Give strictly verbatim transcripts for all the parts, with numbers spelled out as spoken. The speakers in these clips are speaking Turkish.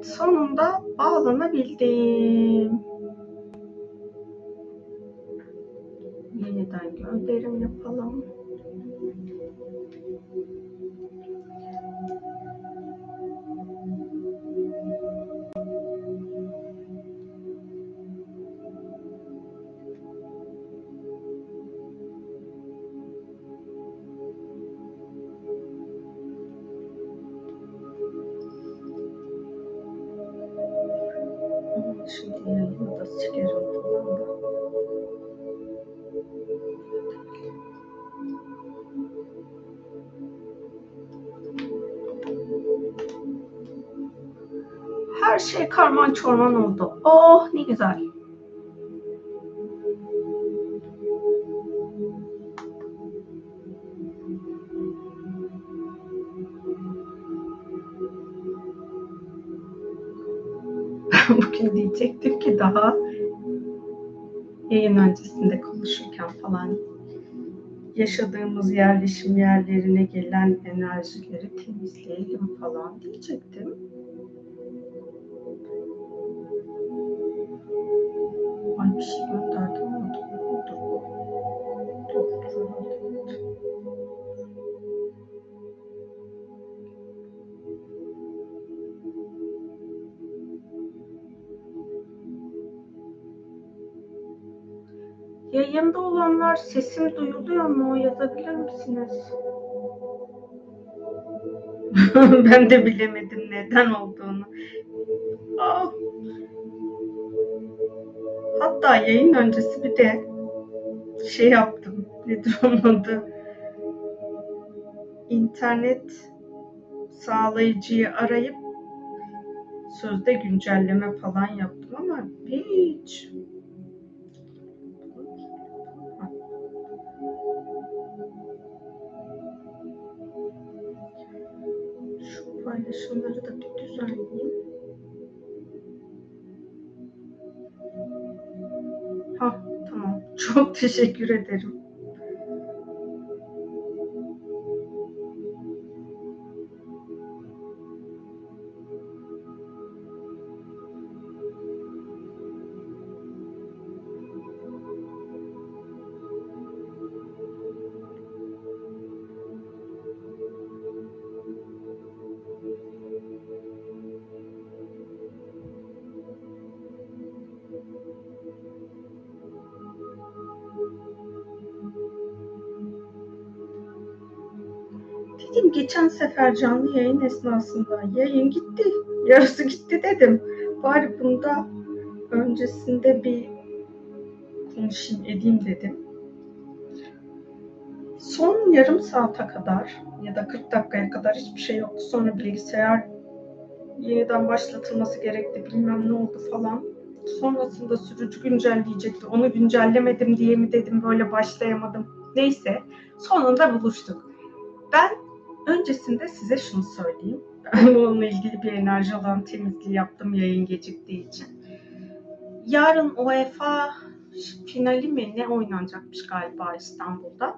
Evet, sonunda bağlanabildim. Yeniden gönderim yapalım. Şimdi yayını da sikerim falan da. Her şey karman çorman oldu. Oh ne güzel. Bugün diyecektim ki daha yayın öncesinde konuşurken falan yaşadığımız yerleşim yerlerine gelen enerjileri temizleyelim falan diyecektim. Ay bir şey gönderdim ama dur, dur, dur, dur. Yayında olanlar sesim duyuluyor mu? Yazabilir misiniz? Ben de bilemedim neden olduğunu. Aa. Hatta yayın öncesi bir de şey yaptım. Nedir onun adı? İnternet sağlayıcıyı arayıp sözde güncelleme falan yaptım ama hiç. Şu paylaşımları da bir düzenleyeyim. Ha tamam. Çok teşekkür ederim. Dedim geçen sefer canlı yayın esnasında yayın gitti, yarısı gitti dedim. Bari bunda öncesinde bir konuşayım edeyim dedim. Son yarım saate kadar ya da kırk dakikaya kadar hiçbir şey yoktu. Sonra bilgisayar yeniden başlatılması gerekti, bilmem ne oldu falan. Sonrasında sürücü güncelleyecekti. Onu güncellemedim diye mi dedim böyle başlayamadım. Neyse sonunda buluştuk. Ben öncesinde size şunu söyleyeyim. Ben onunla ilgili bir enerji alan temizliği yaptım yayın geciktiği için. Yarın UEFA finali mi ne oynanacakmış galiba İstanbul'da.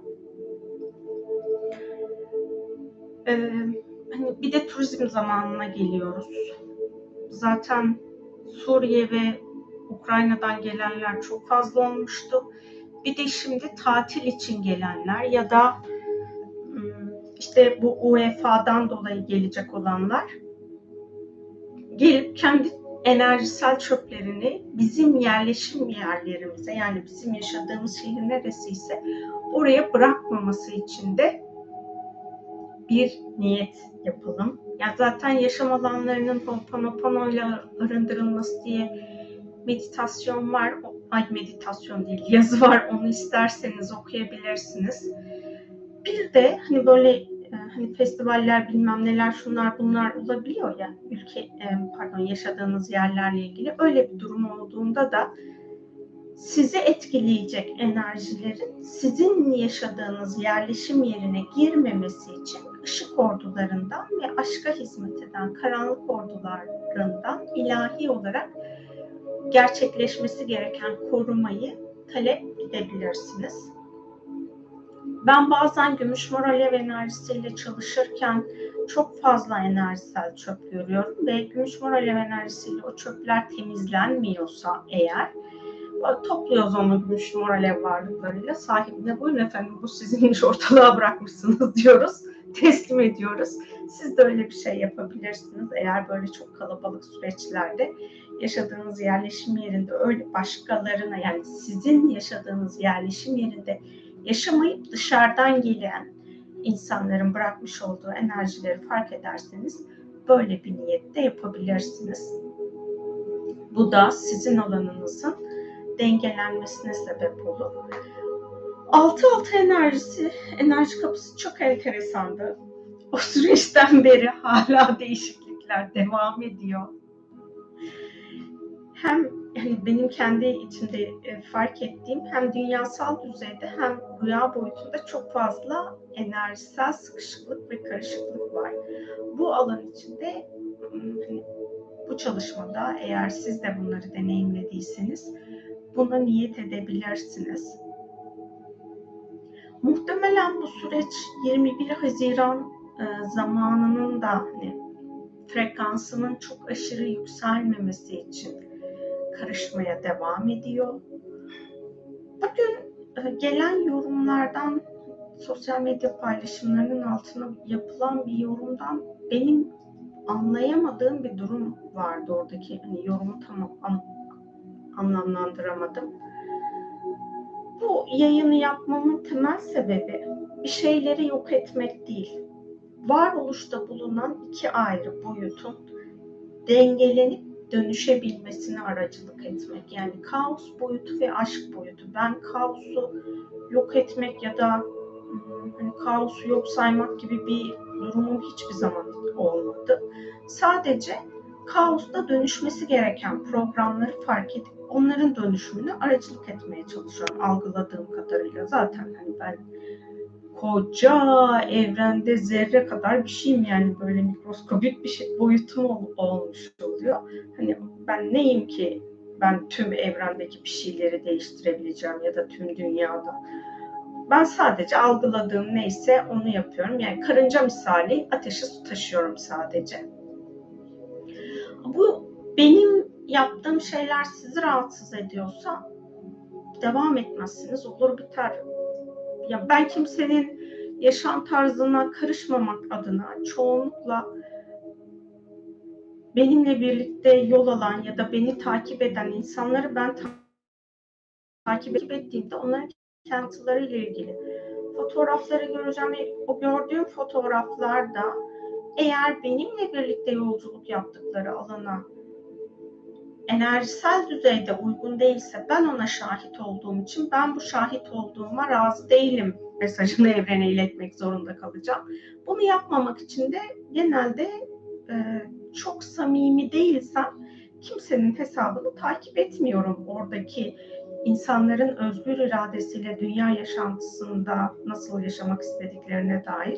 Ee, hani bir de turizm zamanına geliyoruz. Zaten Suriye ve Ukrayna'dan gelenler çok fazla olmuştu. Bir de şimdi tatil için gelenler ya da işte bu U E F A'dan dolayı gelecek olanlar gelip kendi enerjisel çöplerini bizim yerleşim yerlerimize, yani bizim yaşadığımız şehir neresiyse oraya bırakmaması için de bir niyet yapalım. Ya zaten yaşam alanlarının Ho'oponopono ile arındırılması diye meditasyon var. Ay meditasyon değil, yazı var. Onu isterseniz okuyabilirsiniz. Bir de hani böyle hani festivaller bilmem neler şunlar bunlar olabiliyor ya ülke pardon yaşadığınız yerlerle ilgili, öyle bir durum olduğunda da sizi etkileyecek enerjilerin sizin yaşadığınız yerleşim yerine girmemesi için ışık ordularından ve aşka hizmet eden karanlık ordularından ilahi olarak gerçekleşmesi gereken korumayı talep edebilirsiniz. Ben bazen gümüş mor alev enerjisiyle çalışırken çok fazla enerjisel çöp görüyorum ve gümüş mor alev enerjisiyle o çöpler temizlenmiyorsa eğer topluyoruz onu gümüş mor alev varlıklarıyla, sahibine buyurun efendim bu sizinmiş, ortalığa bırakmışsınız diyoruz, teslim ediyoruz. Siz de öyle bir şey yapabilirsiniz eğer böyle çok kalabalık süreçlerde yaşadığınız yerleşim yerinde öyle başkalarına, yani sizin yaşadığınız yerleşim yerinde yaşamayıp dışarıdan gelen insanların bırakmış olduğu enerjileri fark ederseniz böyle bir niyette yapabilirsiniz. Bu da sizin alanınızın dengelenmesine sebep olur. Altı altı enerjisi, enerji kapısı çok enteresandı. O süreçten beri hala değişiklikler devam ediyor. Hem yani benim kendi içimde fark ettiğim, hem dünyasal düzeyde hem rüya boyutunda çok fazla enerjisel sıkışıklık ve karışıklık var. Bu alan içinde, bu çalışmada eğer siz de bunları deneyimlediyseniz buna niyet edebilirsiniz. Muhtemelen bu süreç yirmi bir Haziran zamanının da hani frekansının çok aşırı yükselmemesi için karışmaya devam ediyor. Bugün gelen yorumlardan, sosyal medya paylaşımlarının altına yapılan bir yorumdan benim anlayamadığım bir durum vardı oradaki. Hani yorumu tam an, anlamlandıramadım. Bu yayını yapmamın temel sebebi bir şeyleri yok etmek değil. Varoluşta bulunan iki ayrı boyutun dengelenip dönüşebilmesine aracılık etmek. Yani kaos boyutu ve aşk boyutu. Ben kaosu yok etmek ya da hani kaosu yok saymak gibi bir durumum hiçbir zaman olmadı. Sadece kaosta dönüşmesi gereken programları fark edip onların dönüşümüne aracılık etmeye çalışıyorum algıladığım kadarıyla. Zaten hani ben koca evrende zerre kadar bir şeyim, yani böyle mikroskobik bir şey, boyutum ol, olmuş oluyor. Hani ben neyim ki ben tüm evrendeki bir şeyleri değiştirebileceğim ya da tüm dünyada. Ben sadece algıladığım neyse onu yapıyorum. Yani karınca misali ateşe su taşıyorum sadece. Bu benim yaptığım şeyler sizi rahatsız ediyorsa devam etmezsiniz, olur biter. Ya ben kimsenin yaşam tarzına karışmamak adına çoğunlukla benimle birlikte yol alan ya da beni takip eden insanları ben ta- takip ettiğimde onların kendileriyle ilgili fotoğrafları göreceğim ve o gördüğüm fotoğraflarda eğer benimle birlikte yolculuk yaptıkları alana enerjisel düzeyde uygun değilse ben ona şahit olduğum için ben bu şahit olduğuma razı değilim mesajını evrene iletmek zorunda kalacağım. Bunu yapmamak için de genelde e, çok samimi değilsem kimsenin hesabını takip etmiyorum. Oradaki insanların özgür iradesiyle dünya yaşantısında nasıl yaşamak istediklerine dair.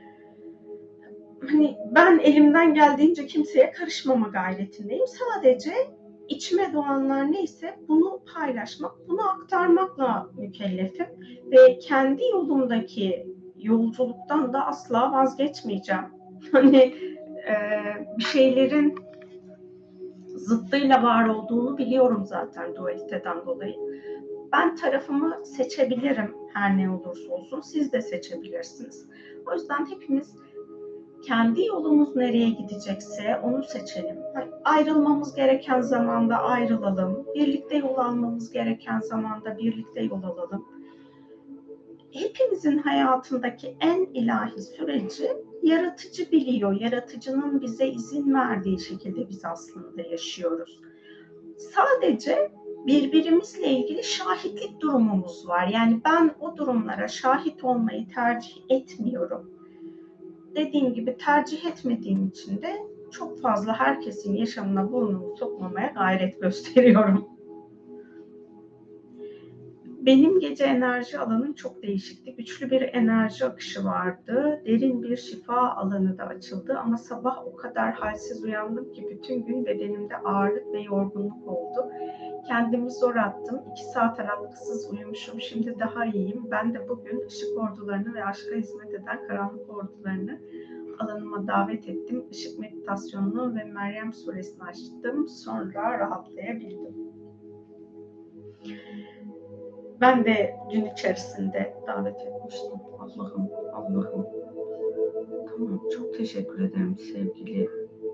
Hani ben elimden geldiğince kimseye karışmama gayretindeyim. Sadece içime doğanlar neyse bunu paylaşmak, bunu aktarmakla mükellefim ve kendi yolumdaki yolculuktan da asla vazgeçmeyeceğim. Hani e, bir şeylerin zıttıyla var olduğunu biliyorum zaten dualiteden dolayı. Ben tarafımı seçebilirim her ne olursa olsun. Siz de seçebilirsiniz. O yüzden hepimiz kendi yolumuz nereye gidecekse onu seçelim. Ayrılmamız gereken zamanda ayrılalım. Birlikte yol almamız gereken zamanda birlikte yol alalım. Hepimizin hayatındaki en ilahi süreci yaratıcı biliyor. Yaratıcının bize izin verdiği şekilde biz aslında yaşıyoruz. Sadece birbirimizle ilgili şahitlik durumumuz var. Yani ben o durumlara şahit olmayı tercih etmiyorum. Dediğim gibi tercih etmediğim için de çok fazla herkesin yaşamına burnumu sokmamaya gayret gösteriyorum. Benim gece enerji alanım çok değişikti. Güçlü bir enerji akışı vardı. Derin bir şifa alanı da açıldı. Ama sabah o kadar halsiz uyandım ki bütün gün bedenimde ağırlık ve yorgunluk oldu. Kendimi zor attım. İki saat aralıksız uyumuşum. Şimdi daha iyiyim. Ben de bugün ışık ordularını ve aşka hizmet eden karanlık ordularını alanıma davet ettim. Işık meditasyonunu ve Meryem suresini açtım. Sonra rahatlayabildim. Ben de gün içerisinde davet etmiştim. Allah'ım, Allah'ım. Tamam, çok teşekkür ederim sevgili.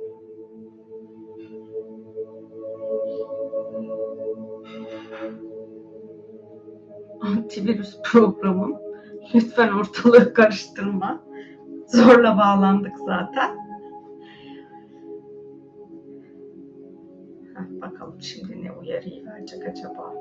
Antivirüs programım. Lütfen ortalığı karıştırma. Zorla bağlandık zaten. Heh, bakalım şimdi ne uyarıyı verecek acaba?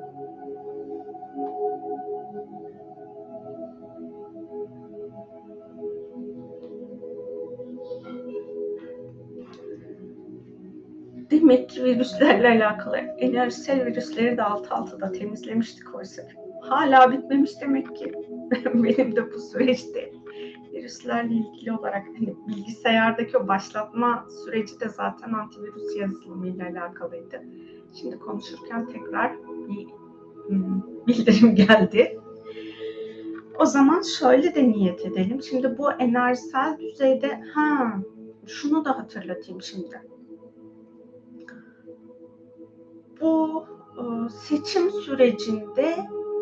Demek ki virüslerle alakalı enerjisel virüsleri de alt alta da temizlemiştik oysa. Hala bitmemiş demek ki. Benim de bu süreçte virüslerle ilgili olarak hani bilgisayardaki o başlatma süreci de zaten antivirüs yazılımıyla alakalıydı. Şimdi konuşurken tekrar bir bildirim geldi. O zaman şöyle de niyet edelim. Şimdi bu enerjisel düzeyde ha şunu da hatırlatayım şimdi. Bu seçim sürecinde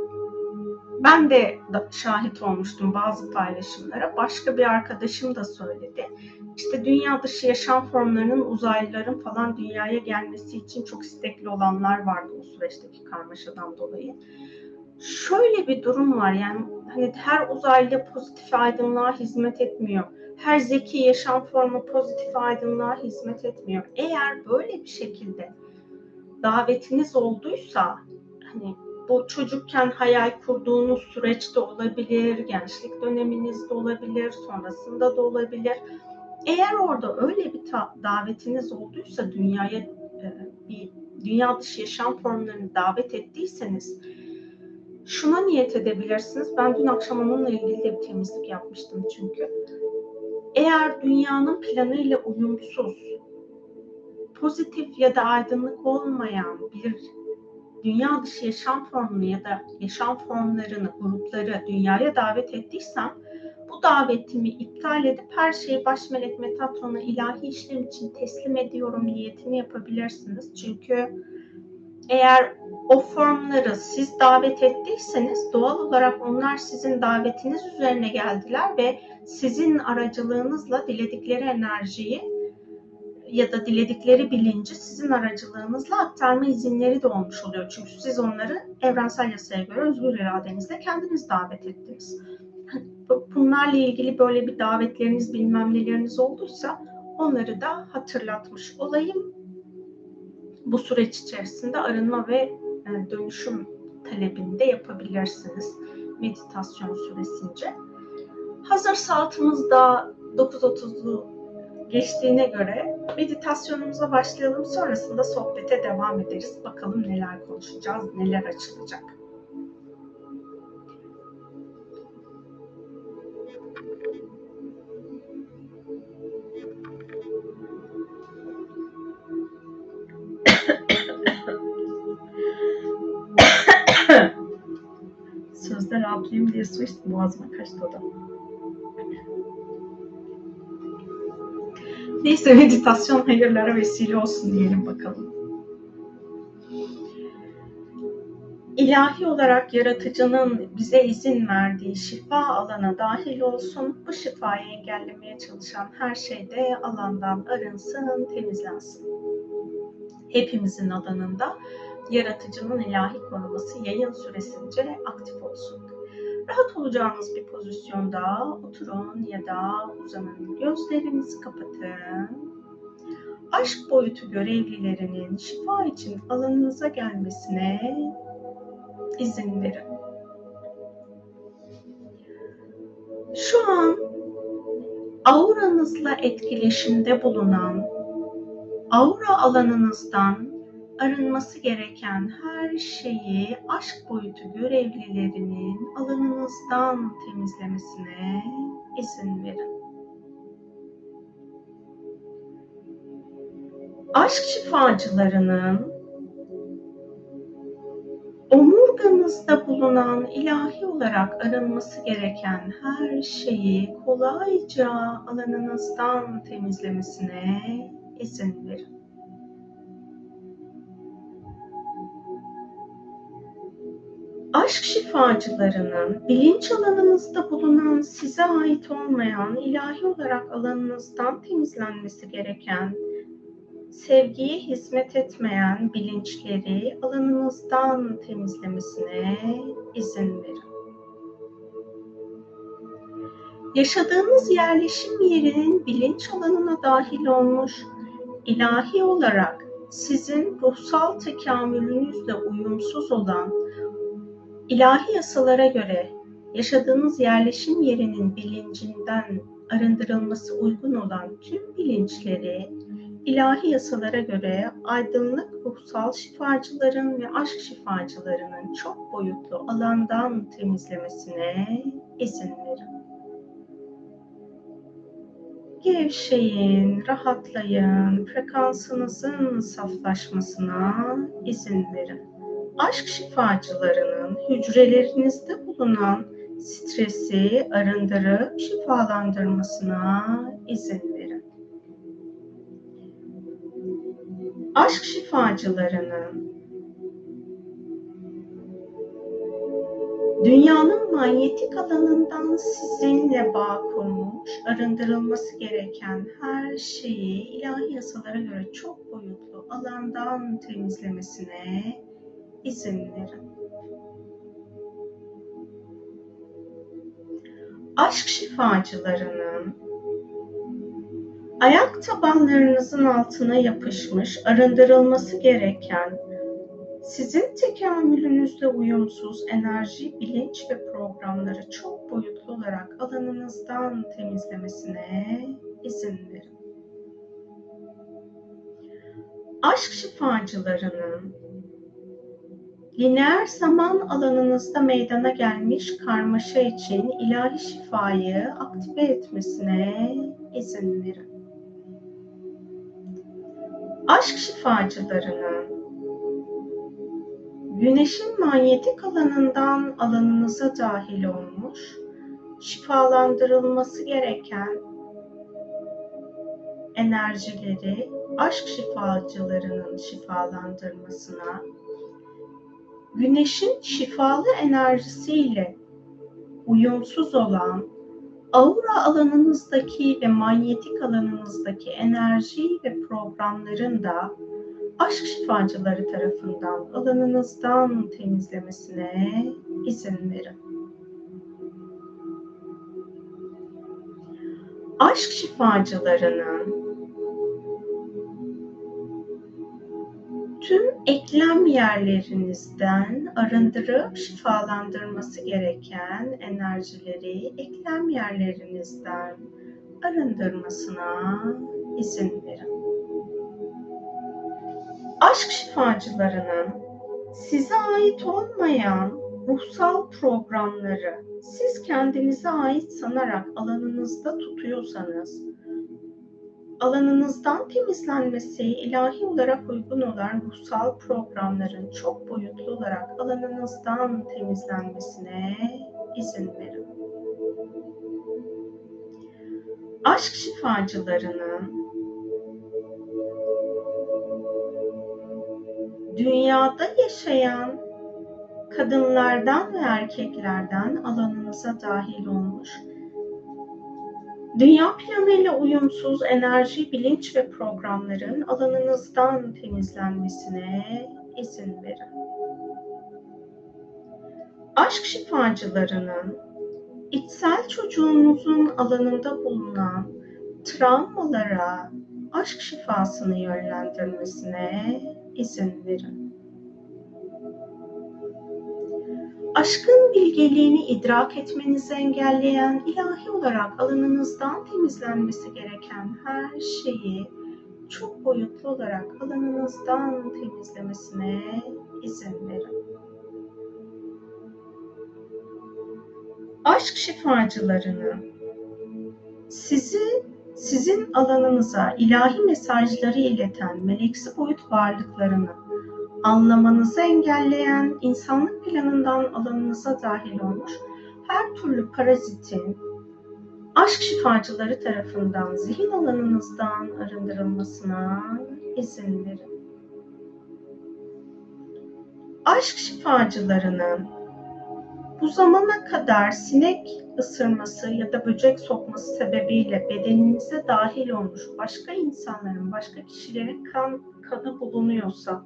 ben de şahit olmuştum bazı paylaşımlara. Başka bir arkadaşım da söyledi. İşte dünya dışı yaşam formlarının uzaylıların falan dünyaya gelmesi için çok istekli olanlar vardı bu süreçteki karmaşadan dolayı. Şöyle bir durum var, yani hani her uzaylı pozitif aydınlığa hizmet etmiyor. Her zeki yaşam formu pozitif aydınlığa hizmet etmiyor. Eğer böyle bir şekilde davetiniz olduysa, hani bu çocukken hayal kurduğunuz süreçte olabilir, gençlik döneminizde olabilir, sonrasında da olabilir. Eğer orada öyle bir davetiniz olduysa, dünyaya e, bir dünya dışı yaşam formlarını davet ettiyseniz şuna niyet edebilirsiniz. Ben dün akşam onunla ilgili de bir temizlik yapmıştım çünkü. Eğer dünyanın planıyla uyumsuz, pozitif ya da aydınlık olmayan bir dünya dışı yaşam formunu ya da yaşam formlarını, grupları dünyaya davet ettiysem, bu davetimi iptal edip her şeyi baş melek Metatron'a ilahi işlem için teslim ediyorum niyetini yapabilirsiniz. Çünkü eğer o formları siz davet ettiyseniz doğal olarak onlar sizin davetiniz üzerine geldiler ve sizin aracılığınızla diledikleri enerjiyi ya da diledikleri bilinci sizin aracılığınızla aktarma izinleri de olmuş oluyor. Çünkü siz onları evrensel yasaya göre özgür iradenizle kendiniz davet ettiniz. Bunlarla ilgili böyle bir davetleriniz, bilmem neleriniz olduysa onları da hatırlatmış olayım. Bu süreç içerisinde arınma ve dönüşüm talebinde yapabilirsiniz meditasyon süresince. Hazır saatimizde dokuz otuzu geçtiğine göre meditasyonumuza başlayalım. Sonrasında sohbete devam ederiz. Bakalım neler konuşacağız, neler açılacak. Sözde rahatlayayım diye su içtim, boğazıma kaçtı o da. Neyse, meditasyon hayırlara vesile olsun diyelim bakalım. İlahi olarak yaratıcının bize izin verdiği şifa alana dahil olsun. Bu şifayı engellemeye çalışan her şey de alandan arınsın, temizlensin. Hepimizin alanında yaratıcının ilahi koruması yayın süresince aktif olsun. Rahat olacağınız bir pozisyonda oturun ya da uzanın. Gözlerinizi kapatın. Aşk boyutu görevlilerinin şifa için alanınıza gelmesine izin verin. Şu an auranızla etkileşimde bulunan, aura alanınızdan arınması gereken her şeyi aşk boyutu görevlilerinin alanınızdan temizlemesine izin verin. Aşk şifacılarının omurganızda bulunan ilahi olarak arınması gereken her şeyi kolayca alanınızdan temizlemesine izin verin. Aşk şifacılarının bilinç alanınızda bulunan size ait olmayan ilahi olarak alanınızdan temizlenmesi gereken, sevgiye hizmet etmeyen bilinçleri alanınızdan temizlemesine izin verin. Yaşadığınız yerleşim yerinin bilinç alanına dahil olmuş, ilahi olarak sizin ruhsal tekamülünüzle uyumsuz olan, ilahi yasalara göre yaşadığınız yerleşim yerinin bilincinden arındırılması uygun olan tüm bilinçleri, ilahi yasalara göre aydınlık ruhsal şifacıların ve aşk şifacılarının çok boyutlu alandan temizlemesine izin verin. Gevşeyin, rahatlayın, frekansınızın saflaşmasına izin verin. Aşk şifacılarının hücrelerinizde bulunan stresi arındırıp şifalandırmasına izin verin. Aşk şifacılarının dünyanın manyetik alanından sizinle bağ kurmuş, arındırılması gereken her şeyi ilahi yasalara göre çok boyutlu alandan temizlemesine izin verin. Aşk şifacılarının ayak tabanlarınızın altına yapışmış, arındırılması gereken, sizin tekamülünüzle uyumsuz enerji, bilinç ve programları çok boyutlu olarak alanınızdan temizlemesine izin verin. Aşk şifacılarının lineer zaman alanınızda meydana gelmiş karmaşa için ilahi şifayı aktive etmesine izin verin. Aşk şifacılarının Güneşin manyetik alanından alanınıza dahil olmuş, şifalandırılması gereken enerjileri aşk şifacılarının şifalandırmasına, Güneşin şifalı enerjisiyle uyumsuz olan aura alanınızdaki ve manyetik alanınızdaki enerji ve programların da aşk şifacıları tarafından alanınızdan temizlemesine izin verin. Aşk şifacılarının tüm eklem yerlerinizden arındırıp şifalandırması gereken enerjileri eklem yerlerinizden arındırmasına izin verin. Aşk şifacılarının size ait olmayan ruhsal programları siz kendinize ait sanarak alanınızda tutuyorsanız, alanınızdan temizlenmesi ilahi olarak uygun olan ruhsal programların çok boyutlu olarak alanınızdan temizlenmesine izin verin. Aşk şifacılarının dünyada yaşayan kadınlardan ve erkeklerden alanınıza dahil olmuş, dünya planıyla uyumsuz enerji, bilinç ve programların alanınızdan temizlenmesine izin verin. Aşk şifacılarının içsel çocuğunuzun alanında bulunan travmalara aşk şifasını yönlendirmesine izin verin. Aşkın bilgeliğini idrak etmenizi engelleyen ilahi olarak alanınızdan temizlenmesi gereken her şeyi çok boyutlu olarak alanınızdan temizlemesine izin verin. Aşk şifacılarının sizi sizin alanınıza ilahi mesajları ileten meleksi boyut varlıklarını anlamanızı engelleyen, insanlık planından alanınıza dahil olmuş her türlü parazitin aşk şifacıları tarafından zihin alanınızdan arındırılmasına izin verin. Aşk şifacılarının bu zamana kadar sinek ısırması ya da böcek sokması sebebiyle bedeninize dahil olmuş başka insanların, başka kişilerin kan, kanı bulunuyorsa,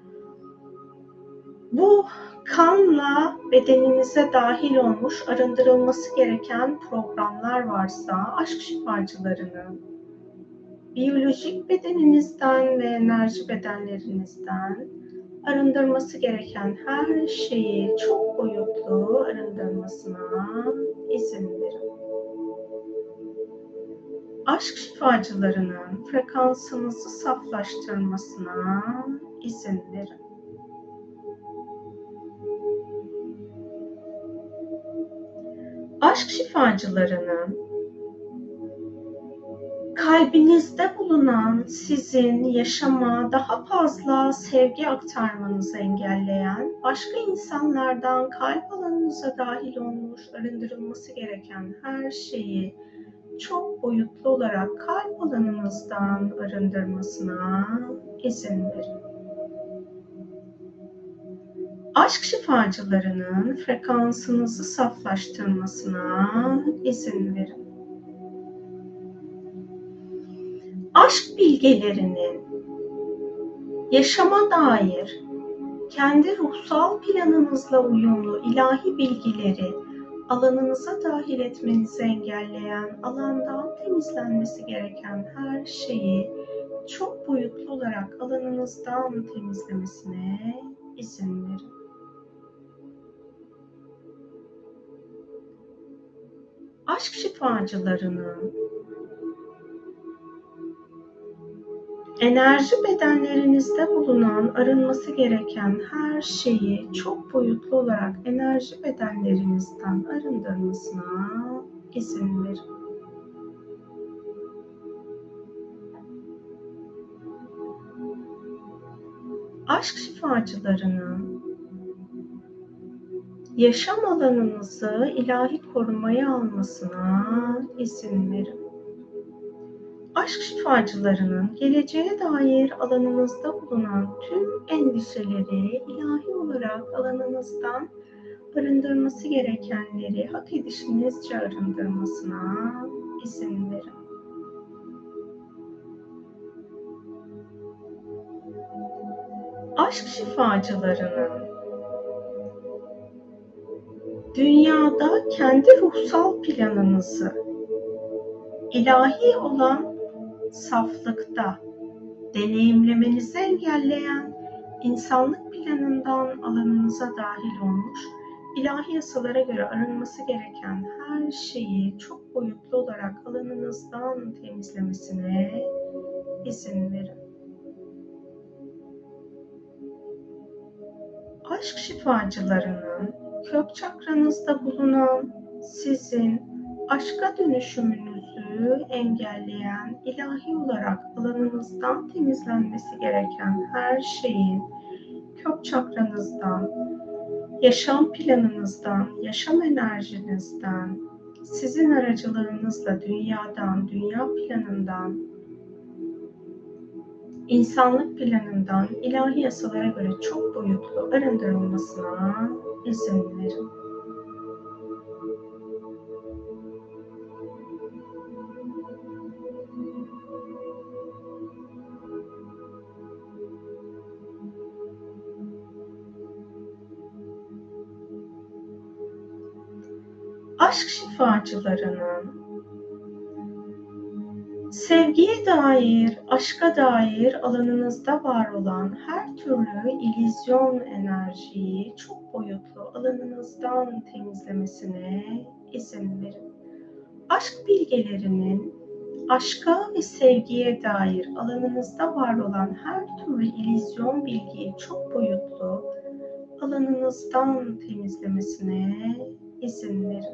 bu kanla bedeninize dahil olmuş, arındırılması gereken programlar varsa, aşk şifacılarının biyolojik bedeninizden ve enerji bedenlerinizden arındırması gereken her şeyi çok boyutlu arındırmasına izin verin. Aşk şifacılarının frekansınızı saflaştırmasına izin verin. Aşk şifacılarının kalbinizde bulunan sizin yaşama daha fazla sevgi aktarmanızı engelleyen, başka insanlardan kalp alanınıza dahil olmuş, arındırılması gereken her şeyi çok boyutlu olarak kalp alanınızdan arındırmasına izin verin. Aşk şifacılarının frekansınızı saflaştırmasına izin verin. Aşk bilgelerinin yaşama dair kendi ruhsal planınızla uyumlu ilahi bilgileri alanınıza dahil etmenizi engelleyen, alandan temizlenmesi gereken her şeyi çok boyutlu olarak alanınızdan temizlemesine izin verin. Aşk şifacılarının enerji bedenlerinizde bulunan arınması gereken her şeyi çok boyutlu olarak enerji bedenlerinizden arındırmasına izin verin. Aşk şifacılarının yaşam alanınızı ilahi korumaya almasına izin verin. Aşk şifacılarının geleceğe dair alanınızda bulunan tüm endişeleri ilahi olarak alanınızdan arındırması gerekenleri hak edişinizce arındırmasına izin verin. Aşk şifacılarının dünyada kendi ruhsal planınızı ilahi olan saflıkta deneyimlemenizi engelleyen, insanlık planından alanınıza dahil olmuş, ilahi yasalara göre arınması gereken her şeyi çok boyutlu olarak alanınızdan temizlemesine izin verin. Aşk şifacılarının kök çakranızda bulunan sizin aşka dönüşümünüzü engelleyen, ilahi olarak alanınızdan temizlenmesi gereken her şeyin kök çakranızdan, yaşam planınızdan, yaşam enerjinizden, sizin aracılığınızla dünyadan, dünya planından, insanlık planından ilahi yasalara göre çok boyutlu arındırılmasına izin verin. Aşk şifacılarının sevgiye dair, aşka dair alanınızda var olan her türlü illüzyon enerjiyi çok boyutlu alanınızdan temizlemesine izin verin. Aşk bilgelerinin aşka ve sevgiye dair alanınızda var olan her türlü illüzyon bilgiyi çok boyutlu alanınızdan temizlemesine izin verin.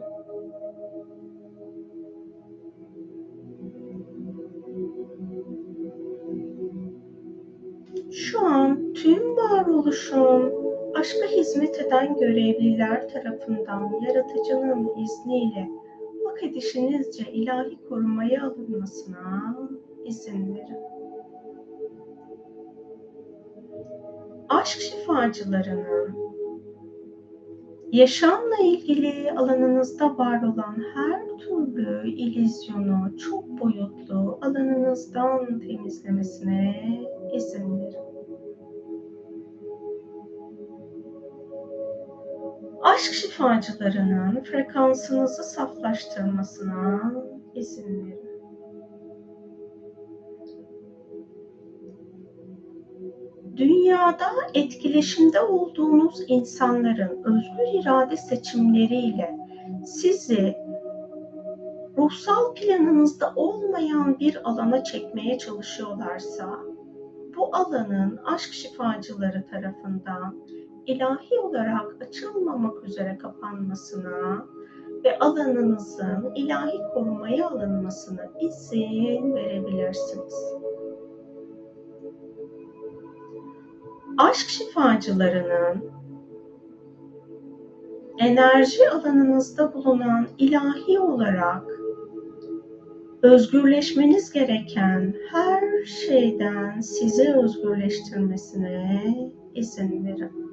Şu an tüm varoluşun aşka hizmet eden görevliler tarafından yaratıcının izniyle hak edişinizce ilahi korumaya alınmasına izin verin. Aşk şifacılarının yaşamla ilgili alanınızda var olan her türlü illüzyonu çok boyutlu alanınızdan temizlemesine izin verin. Aşk şifacılarının frekansınızı saflaştırmasına izin verin. Dünyada etkileşimde olduğunuz insanların özgür irade seçimleriyle sizi ruhsal planınızda olmayan bir alana çekmeye çalışıyorlarsa, bu alanın aşk şifacıları tarafından ilahi olarak açılmamak üzere kapanmasına ve alanınızın ilahi korumaya alınmasına izin verebilirsiniz. Aşk şifacılarının enerji alanınızda bulunan ilahi olarak özgürleşmeniz gereken her şeyden sizi özgürleştirmesine izin verin.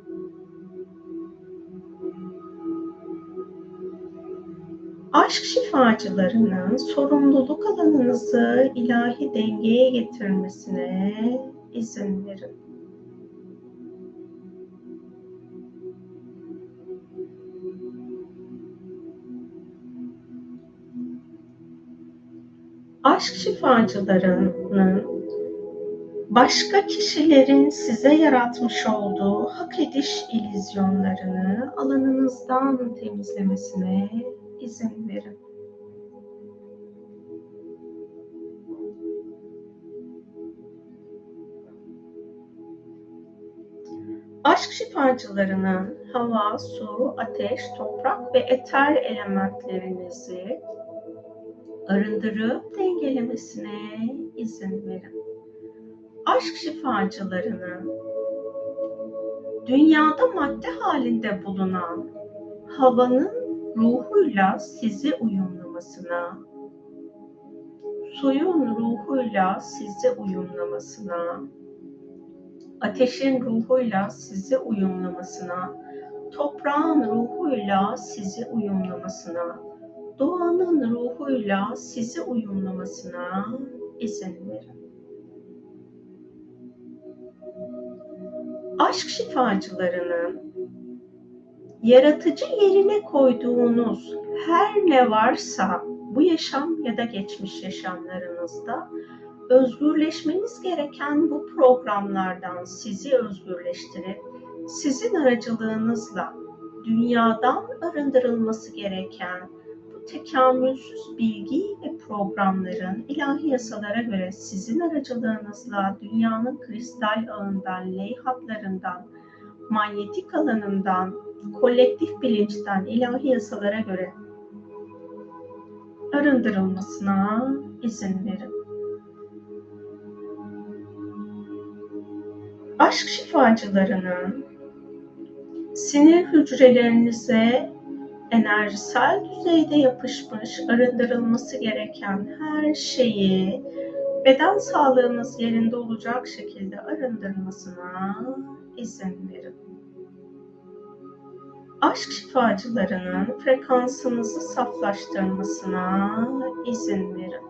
Aşk şifacılarının sorumluluk alanınızı ilahi dengeye getirmesine izin verin. Aşk şifacılarının başka kişilerin size yaratmış olduğu hak ediş illüzyonlarını alanınızdan temizlemesine izin verin. Aşk şifacılarının hava, su, ateş, toprak ve eter elementlerinizi arındırıp dengelemesine izin verin. Aşk şifacılarının dünyada madde halinde bulunan havanın ruhuyla sizi uyumlamasına, suyun ruhuyla sizi uyumlamasına, ateşin ruhuyla sizi uyumlamasına, toprağın ruhuyla sizi uyumlamasına, doğanın ruhuyla sizi uyumlamasına izin verin. Aşk şifacılarının yaratıcı yerine koyduğunuz her ne varsa bu yaşam ya da geçmiş yaşamlarınızda özgürleşmeniz gereken bu programlardan sizi özgürleştirip sizin aracılığınızla dünyadan arındırılması gereken bu tekamülsüz bilgi ve programların ilahi yasalara göre sizin aracılığınızla dünyanın kristal ağından, leyhatlarından, manyetik alanından, kolektif bilinçten ilahi yasalara göre arındırılmasına izin verin. Aşk şifacılarının sinir hücrelerinize enerjisel düzeyde yapışmış, arındırılması gereken her şeyi beden sağlığınız yerinde olacak şekilde arındırmasına izin verin. Aşk şifacılarının frekansınızı saflaştırmasına izin verin.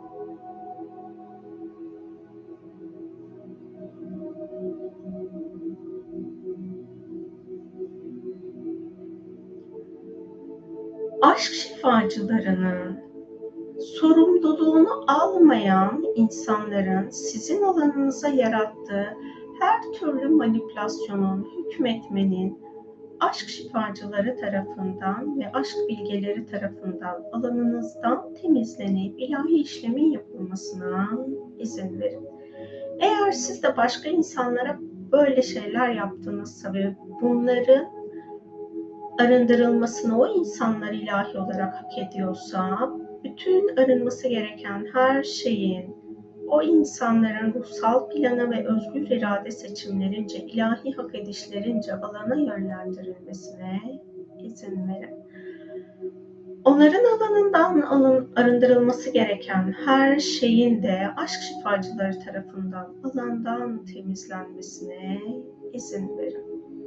Aşk şifacılarının sorumluluğunu almayan insanların sizin alanınıza yarattığı her türlü manipülasyonun, hükmetmenin aşk şifacıları tarafından ve aşk bilgeleri tarafından alanınızdan temizlenip ilahi işlemin yapılmasına izin verin. Eğer siz de başka insanlara böyle şeyler yaptığınızsa ve bunların arındırılmasını o insanlar ilahi olarak hak ediyorsa, bütün arınması gereken her şeyin o insanların ruhsal planı ve özgür irade seçimlerince, ilahi hak edişlerince alana yönlendirilmesine izin verin. Onların alanından alın, arındırılması gereken her şeyin de aşk şifacıları tarafından alandan temizlenmesine izin verin.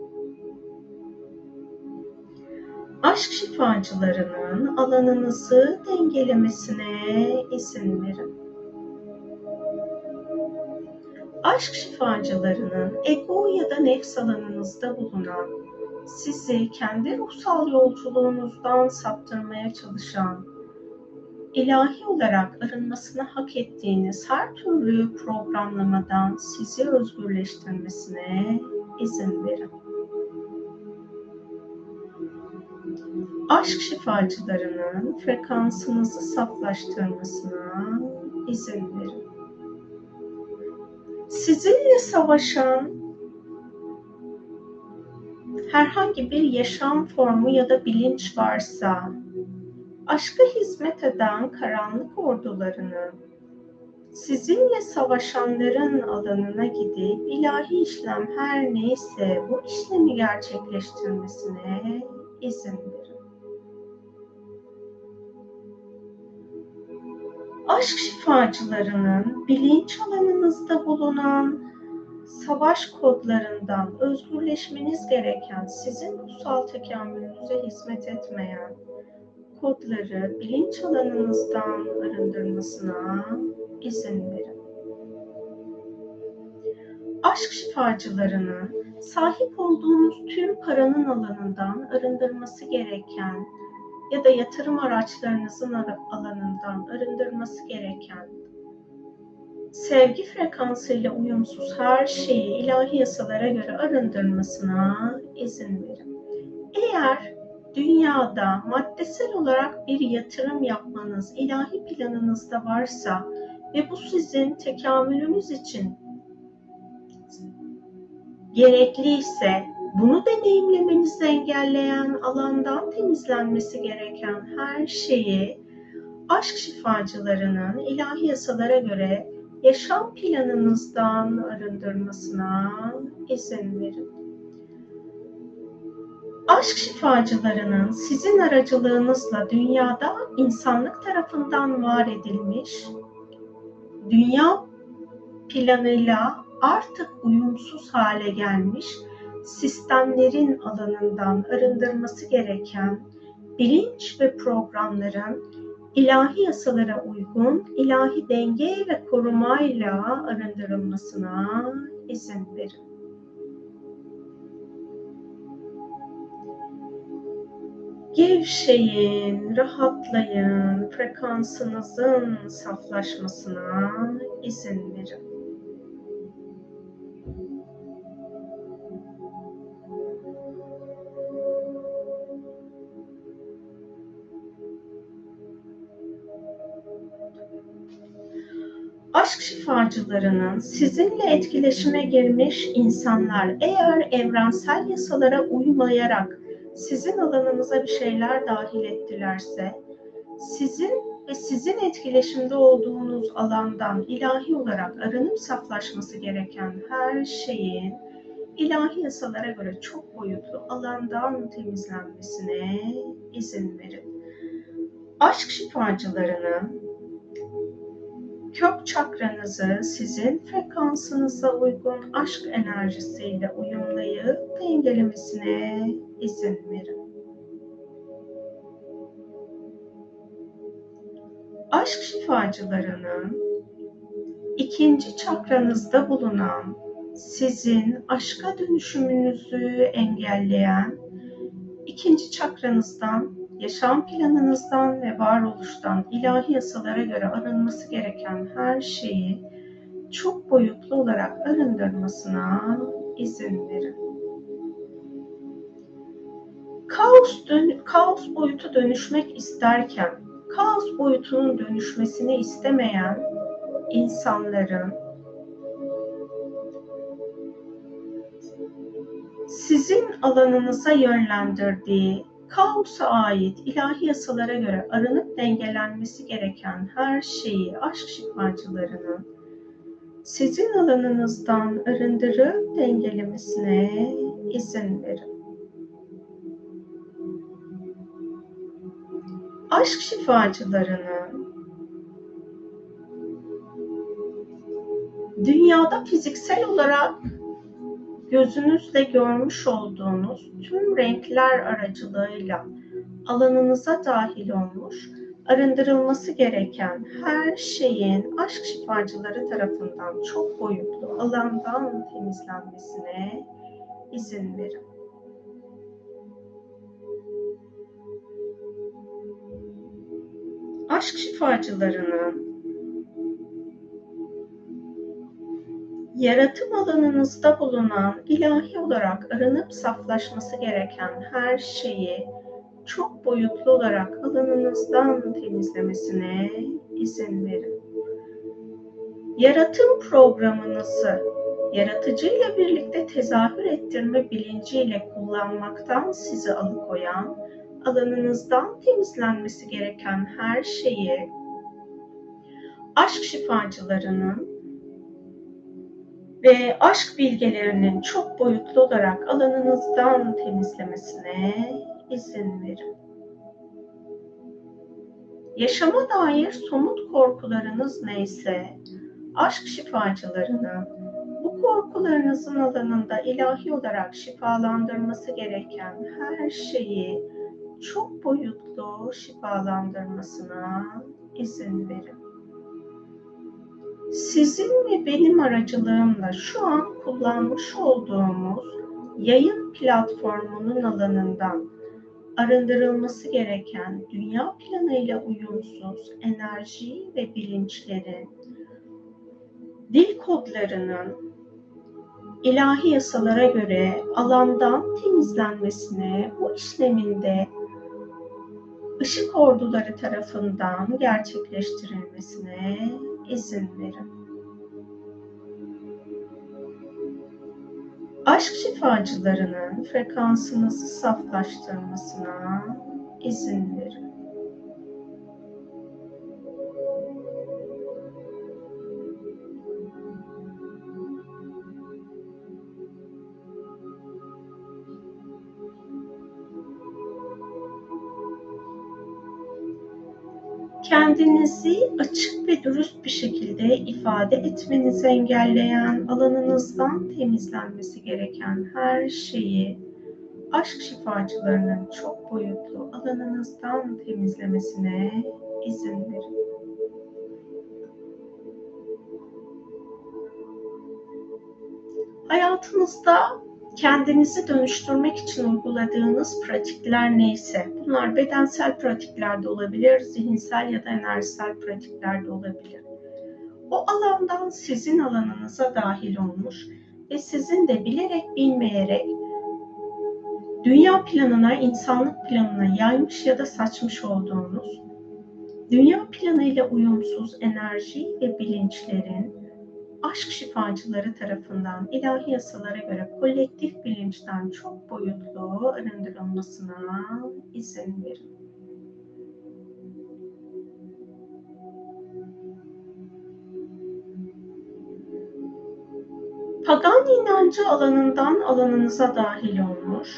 Aşk şifacılarının alanınızı dengelemesine izin verin. Aşk şifacılarının ego ya da nefs alanınızda bulunan, sizi kendi ruhsal yolculuğunuzdan saptırmaya çalışan, ilahi olarak arınmasını hak ettiğiniz her türlü programlamadan sizi özgürleştirmesine izin verin. Aşk şifacılarının frekansınızı saflaştırmasına izin verin. Sizinle savaşan herhangi bir yaşam formu ya da bilinç varsa, aşka hizmet eden karanlık ordularının sizinle savaşanların alanına gidip ilahi işlem her neyse bu işlemi gerçekleştirmesine izin verin. Aşk şifacılarının bilinç alanınızda bulunan savaş kodlarından özgürleşmeniz gereken, sizin ruhsal tekamülünüze hizmet etmeyen kodları bilinç alanınızdan arındırmasına izin verin. Aşk şifacılarının sahip olduğunuz tüm paranın alanından arındırması gereken ya da yatırım araçlarınızın alanından arındırması gereken, sevgi frekansıyla uyumsuz her şeyi ilahi yasalara göre arındırmasına izin verin. Eğer dünyada maddesel olarak bir yatırım yapmanız ilahi planınızda varsa ve bu sizin tekamülünüz için gerekliyse, bunu deneyimlemenizi engelleyen, alandan temizlenmesi gereken her şeyi aşk şifacılarının ilahi yasalara göre yaşam planınızdan arındırmasına izin verin. Aşk şifacılarının sizin aracılığınızla dünyada insanlık tarafından var edilmiş, dünya planıyla artık uyumsuz hale gelmiş sistemlerin alanından arındırması gereken bilinç ve programların ilahi yasalara uygun, ilahi denge ve korumayla arındırılmasına izin verin. Gevşeyin, rahatlayın, frekansınızın saflaşmasına izin verin. Aşk şifacılarının sizinle etkileşime girmiş insanlar eğer evrensel yasalara uymayarak sizin alanınıza bir şeyler dahil ettilerse, sizin ve sizin etkileşimde olduğunuz alandan ilahi olarak arınıp saflaşması gereken her şeyin ilahi yasalara göre çok boyutlu alandan temizlenmesine izin verin. Aşk şifacılarının kök çakranızı sizin frekansınıza uygun aşk enerjisiyle uyumlayıp dengelemesine izin verin. Aşk şifacılarının ikinci çakranızda bulunan, sizin aşka dönüşümünüzü engelleyen, ikinci çakranızdan, yaşam planınızdan ve varoluştan ilahi yasalara göre arınması gereken her şeyi çok boyutlu olarak arındırmasına izin verin. kaos, dön kaos boyutu dönüşmek isterken, kaos boyutunun dönüşmesini istemeyen insanların sizin alanınıza yönlendirdiği, kaosa ait ilahi yasalara göre aranıp dengelenmesi gereken her şeyi aşk şifacılarının sizin alanınızdan arındırıp dengelemesine izin verin. Aşk şifacılarının dünyada fiziksel olarak gözünüzle görmüş olduğunuz tüm renkler aracılığıyla alanınıza dahil olmuş, arındırılması gereken her şeyin aşk şifacıları tarafından çok boyutlu alandan temizlenmesine izin verin. Aşk şifacılarının yaratım alanınızda bulunan ilahi olarak arınıp saflaşması gereken her şeyi çok boyutlu olarak alanınızdan temizlemesine izin verin. Yaratım programınızı yaratıcıyla birlikte tezahür ettirme bilinciyle kullanmaktan sizi alıkoyan, alanınızdan temizlenmesi gereken her şeyi aşk şifacılarının ve aşk bilgelerinin çok boyutlu olarak alanınızdan temizlemesine izin verin. Yaşama dair somut korkularınız neyse, aşk şifacılarının bu korkularınızın alanında ilahi olarak şifalandırması gereken her şeyi çok boyutlu şifalandırmasına izin verin. Sizin ve benim aracılığımla şu an kullanmış olduğumuz yayın platformunun alanından arındırılması gereken dünya planıyla uyumsuz enerji ve bilinçlerin, dil kodlarının ilahi yasalara göre alandan temizlenmesine, bu işleminde ışık orduları tarafından gerçekleştirilmesine izin verin. Aşk şifacılarının frekansınızı saflaştırmasına izin verin. Kendinizi açık ve dürüst bir şekilde ifade etmenizi engelleyen, alanınızdan temizlenmesi gereken her şeyi aşk şifacılarının çok boyutlu alanınızdan temizlemesine izin verin. Hayatınızda kendinizi dönüştürmek için uyguladığınız pratikler neyse, bunlar bedensel pratikler de olabilir, zihinsel ya da enerjisel pratikler de olabilir. O alandan sizin alanınıza dahil olmuş ve sizin de bilerek bilmeyerek dünya planına, insanlık planına yaymış ya da saçmış olduğunuz, dünya planıyla uyumsuz enerji ve bilinçlerin aşk şifacıları tarafından ilahi yasalara göre kolektif bilinçten çok boyutlu arındırılmasına izin verin. Pagan inancı alanından alanınıza dahil olmuş,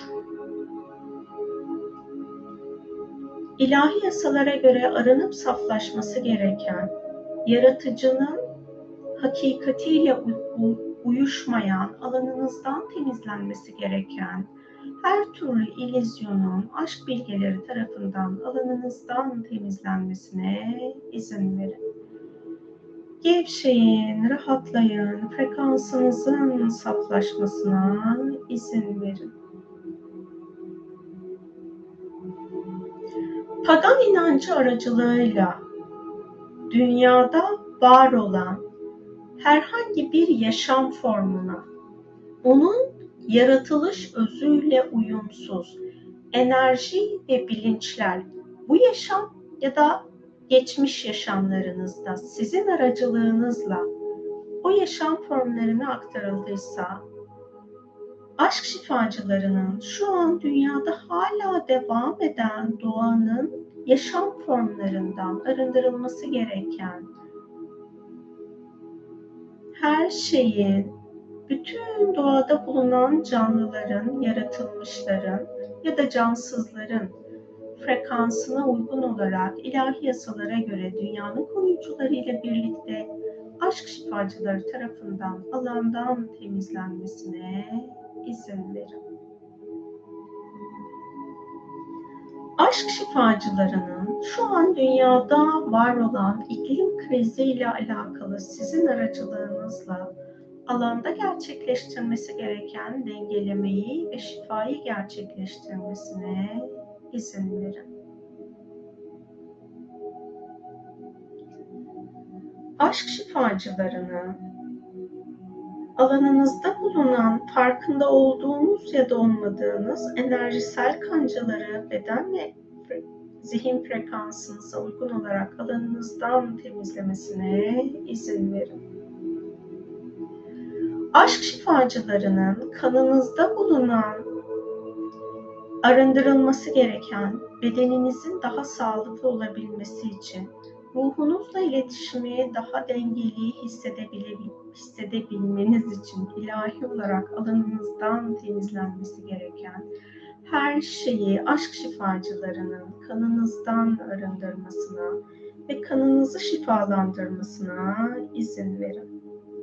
ilahi yasalara göre arınıp saflaşması gereken, yaratıcının hakikatiyle uyuşmayan, alanınızdan temizlenmesi gereken her türlü illüzyonun aşk bilgeleri tarafından alanınızdan temizlenmesine izin verin. Gevşeyin, rahatlayın, frekansınızın saflaşmasına izin verin. Pagan inancı aracılığıyla dünyada var olan herhangi bir yaşam formuna, onun yaratılış özüyle uyumsuz, enerji ve bilinçler bu yaşam ya da geçmiş yaşamlarınızda sizin aracılığınızla o yaşam formlarına aktarıldıysa, aşk şifacılarının şu an dünyada hala devam eden doğanın yaşam formlarından arındırılması gereken her şeyin, bütün doğada bulunan canlıların, yaratılmışların ya da cansızların frekansına uygun olarak ilahi yasalara göre dünyanın koruyucuları ile birlikte aşk şifacıları tarafından alandan temizlenmesine izin verin. Aşk şifacılarının şu an dünyada var olan iklim krizi ile alakalı sizin aracılığınızla alanda gerçekleştirmesi gereken dengelemeyi ve şifayı gerçekleştirmesine izin verin. Aşk şifacılarının alanınızda bulunan farkında olduğunuz ya da olmadığınız enerjisel kancaları beden ve zihin frekansınıza uygun olarak alanınızdan temizlemesine izin verin. Aşk şifacılarının kanınızda bulunan arındırılması gereken bedeninizin daha sağlıklı olabilmesi için ruhunuzla iletişimi daha dengeli hissedebilmeniz için ilahi olarak alanınızdan temizlenmesi gereken her şeyi aşk şifacılarının kanınızdan arındırmasına ve kanınızı şifalandırmasına izin verin.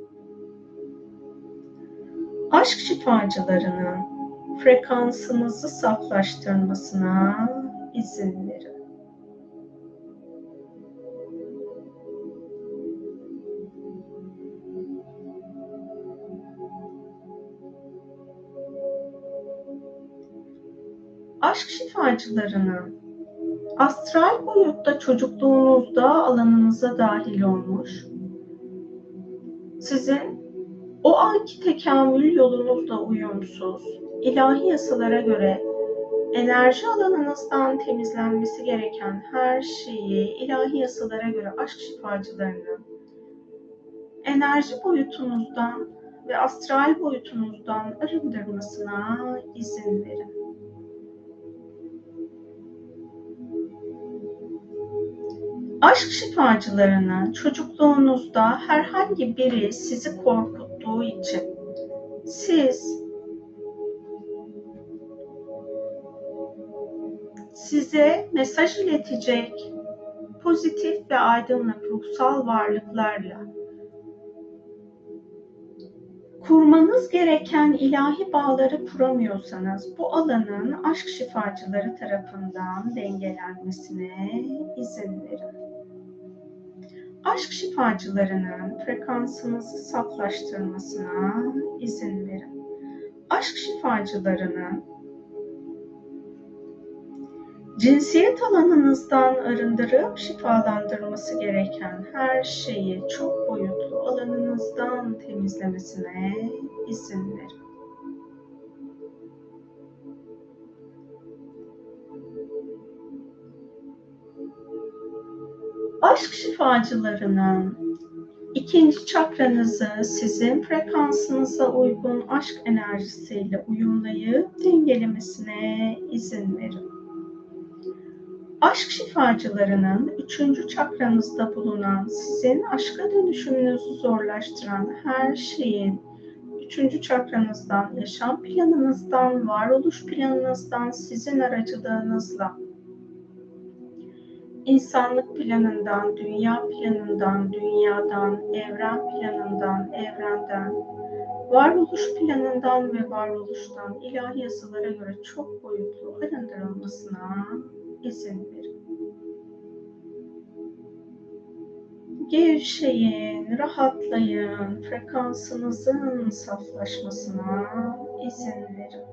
Aşk şifacılarının frekansınızı saflaştırmasına izin verin. Aşk şifacılarının astral boyutta çocukluğunuzda alanınıza dahil olmuş, sizin o anki tekamül yolunuzla uyumsuz, ilahi yasalara göre enerji alanınızdan temizlenmesi gereken her şeyi ilahi yasalara göre aşk şifacılarının enerji boyutunuzdan ve astral boyutunuzdan arındırmasına izin verin. Aşk şifacılarının çocukluğunuzda herhangi biri sizi korkuttuğu için siz size mesaj iletecek pozitif ve aydınlık ruhsal varlıklarla kurmanız gereken ilahi bağları kuramıyorsanız bu alanın aşk şifacıları tarafından dengelenmesine izin verin. Aşk şifacılarının frekansınızı saflaştırmasına izin verin. Aşk şifacılarının cinsiyet alanınızdan arındırıp şifalandırması gereken her şeyi çok boyutlu alanınızdan temizlemesine izin verin. Aşk şifacılarının ikinci çakranızı sizin frekansınıza uygun aşk enerjisiyle uyumlayıp dengelemesine izin verin. Aşk şifacılarının üçüncü çakranızda bulunan sizin aşka dönüşümünüzü zorlaştıran her şeyin üçüncü çakranızdan, yaşam planınızdan, varoluş planınızdan, sizin aracılığınızla insanlık planından, dünya planından, dünyadan, evren planından, evrenden, varoluş planından ve varoluştan ilahi yasalara göre çok boyutlu arındırılmasına izin verin. Gevşeyin, rahatlayın, frekansınızın saflaşmasına izin verin.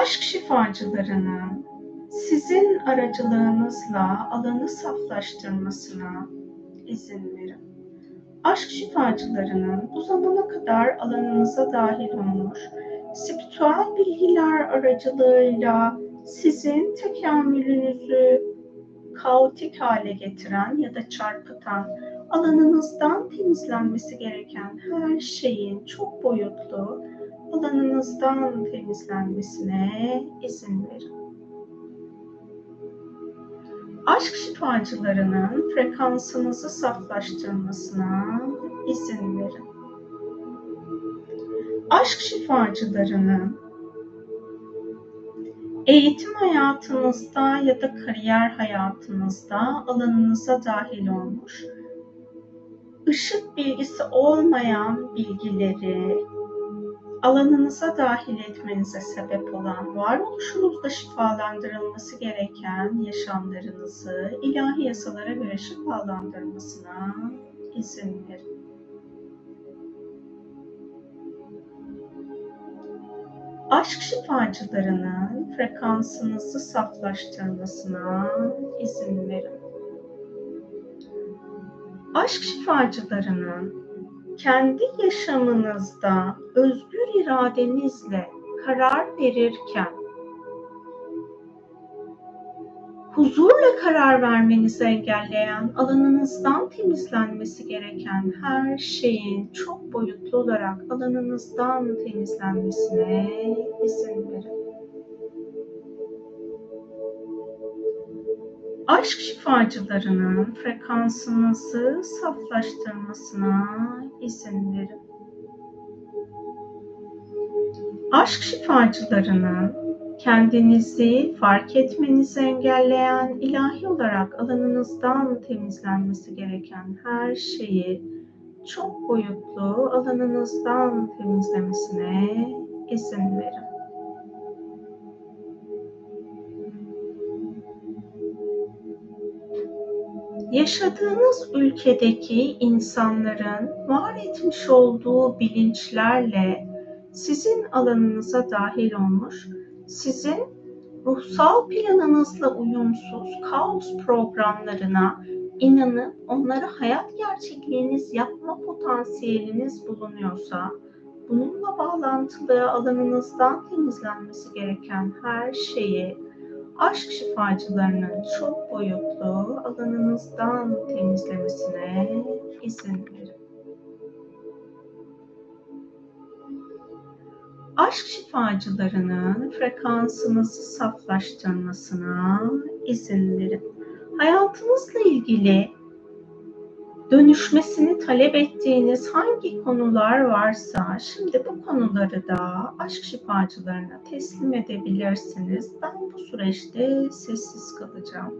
Aşk şifacılarının sizin aracılığınızla alanı saflaştırmasına izin verin. Aşk şifacılarının bu zamana kadar alanınıza dahil olmuş, spiritüel bilgiler aracılığıyla sizin tekamülünüzü kaotik hale getiren ya da çarpıtan, alanınızdan temizlenmesi gereken her şeyin çok boyutlu alanınızdan temizlenmesine izin verin. Aşk şifacılarının frekansınızı saflaştırmasına izin verin. Aşk şifacılarının eğitim hayatınızda ya da kariyer hayatınızda alanınıza dahil olmuş, ışık bilgisi olmayan bilgileri alanınıza dahil etmenize sebep olan, varoluşunuzda şifalandırılması gereken yaşamlarınızı ilahi yasalara göre şifalandırmasına izin verin. Aşk şifacılarının frekansınızı saflaştırmasına izin verin. Aşk şifacılarının kendi yaşamınızda özgür iradenizle karar verirken huzurla karar vermenizi engelleyen, alanınızdan temizlenmesi gereken her şeyin çok boyutlu olarak alanınızdan temizlenmesine izin verin. Aşk şifacılarının frekansınızı saflaştırmasına izin verin. Aşk şifacılarının kendinizi fark etmenizi engelleyen, ilahi olarak alanınızdan temizlenmesi gereken her şeyi çok boyutlu alanınızdan temizlemesine izin verin. Yaşadığınız ülkedeki insanların var etmiş olduğu bilinçlerle sizin alanınıza dahil olmuş, sizin ruhsal planınızla uyumsuz kaos programlarına inanıp onlara hayat gerçekliğiniz yapma potansiyeliniz bulunuyorsa, bununla bağlantılı alanınızdan temizlenmesi gereken her şeyi aşk şifacılarının çok boyutlu alanınızdan temizlemesine izin verin. Aşk şifacılarının frekansınızı saflaştırmasına izin verin. Hayatınızla ilgili dönüşmesini talep ettiğiniz hangi konular varsa şimdi bu konuları da aşk şifacılarına teslim edebilirsiniz. Ben bu süreçte sessiz kalacağım.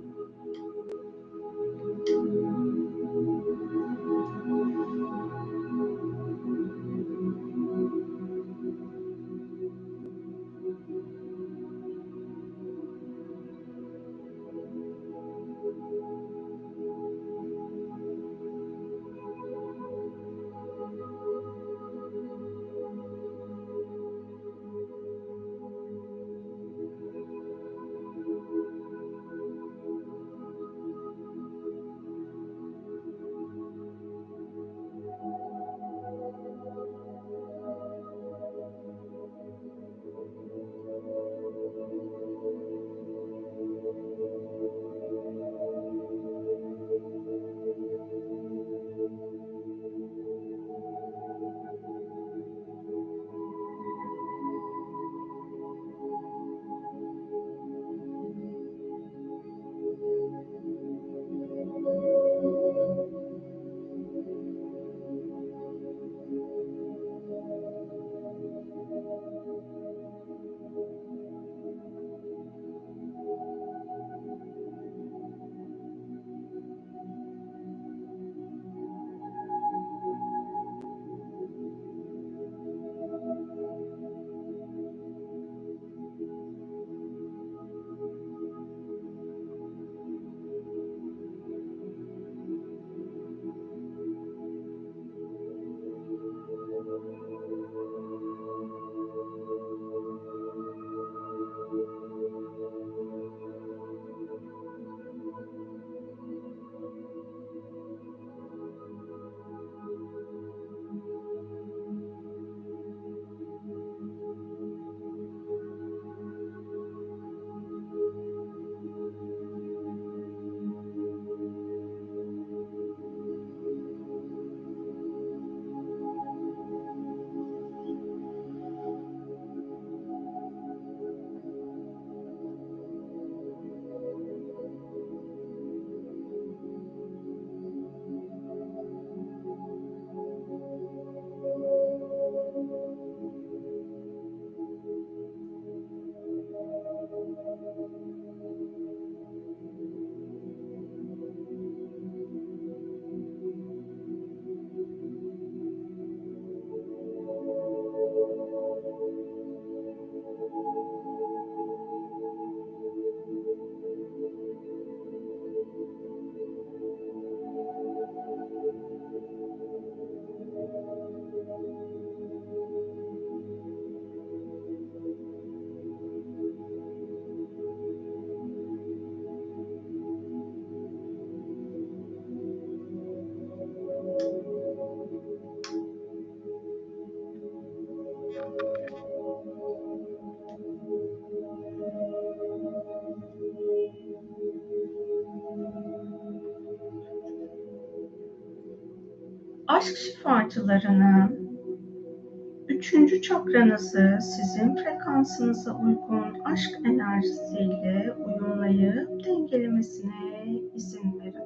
Aşk şifacılarının üçüncü çakranızı sizin frekansınıza uygun aşk enerjisiyle uyumlayıp dengelemesine izin verin.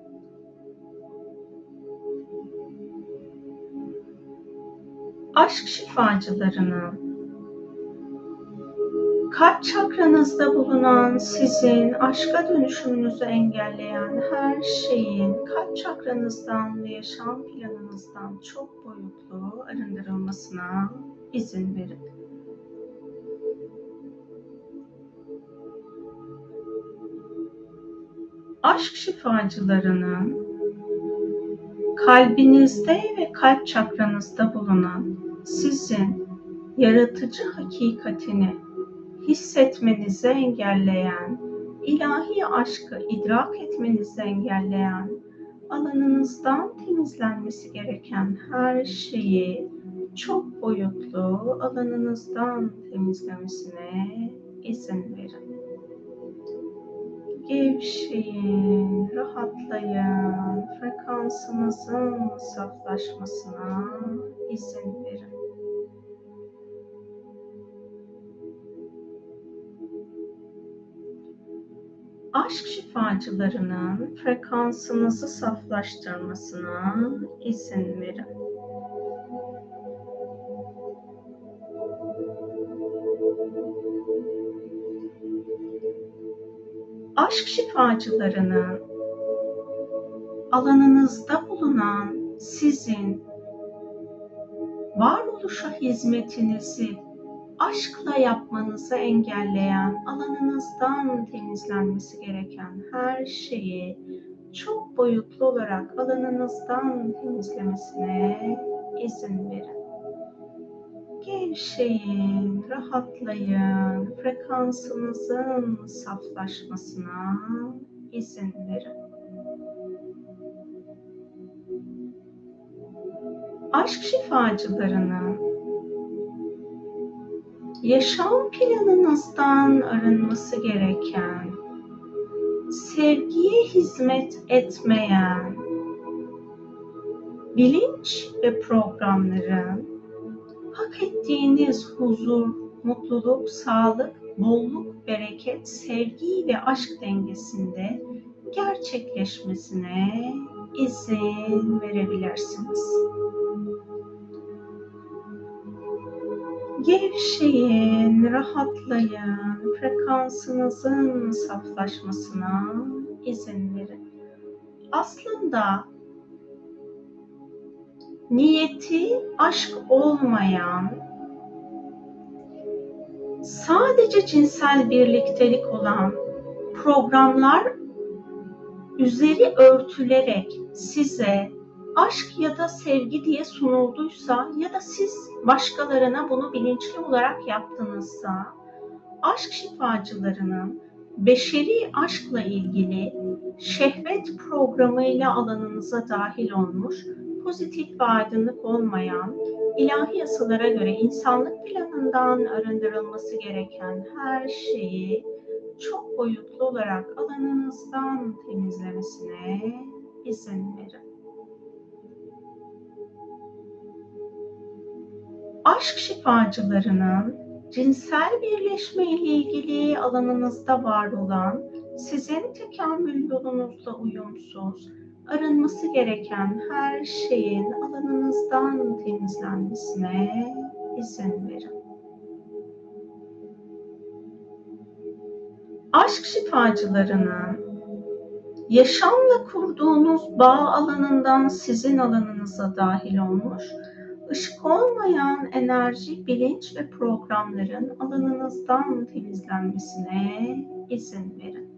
Aşk şifacılarının kalp çakranızda bulunan sizin aşka dönüşümünüzü engelleyen her şeyin kalp çakranızdan ve yaşam planınızdan çok boyutlu arındırılmasına izin verin. Aşk şifacılarının kalbinizde ve kalp çakranızda bulunan sizin yaratıcı hakikatini hissetmenizi engelleyen, ilahi aşkı idrak etmenizi engelleyen, alanınızdan temizlenmesi gereken her şeyi çok boyutlu alanınızdan temizlemesine izin verin. Gevşeyin, rahatlayın, frekansınızın saflaşmasına izin verin. Aşk şifacılarının frekansınızı saflaştırmasına izin verin. Aşk şifacılarının alanınızda bulunan sizin varoluşa hizmetinizi aşkla yapmanızı engelleyen, alanınızdan temizlenmesi gereken her şeyi çok boyutlu olarak alanınızdan temizlemesine izin verin. Gevşeyin, rahatlayın, frekansınızın saflaşmasına izin verin. Aşk şifacılarının yaşam planınızdan arınması gereken, sevgiye hizmet etmeyen bilinç ve programların hak ettiğiniz huzur, mutluluk, sağlık, bolluk, bereket, sevgi ve aşk dengesinde gerçekleşmesine izin verebilirsiniz. Gevşeyin, rahatlayın, frekansınızın saflaşmasına izin verin. Aslında niyeti aşk olmayan, sadece cinsel birliktelik olan programlar üzeri örtülerek size aşk ya da sevgi diye sunulduysa ya da siz başkalarına bunu bilinçli olarak yaptınızsa, aşk şifacılarının beşeri aşkla ilgili şehvet programıyla alanınıza dahil olmuş, pozitif ve aydınlık olmayan, ilahi yasalara göre insanlık planından arındırılması gereken her şeyi çok boyutlu olarak alanınızdan temizlemesine izin verin. Aşk şifacılarının cinsel birleşme ile ilgili alanınızda var olan, sizin tekamül yolunuzla uyumsuz, arınması gereken her şeyin alanınızdan temizlenmesine izin verin. Aşk şifacılarının yaşamla kurduğunuz bağ alanından sizin alanınıza dahil olmuş, ışık olmayan enerji, bilinç ve programların alanınızdan temizlenmesine izin verin.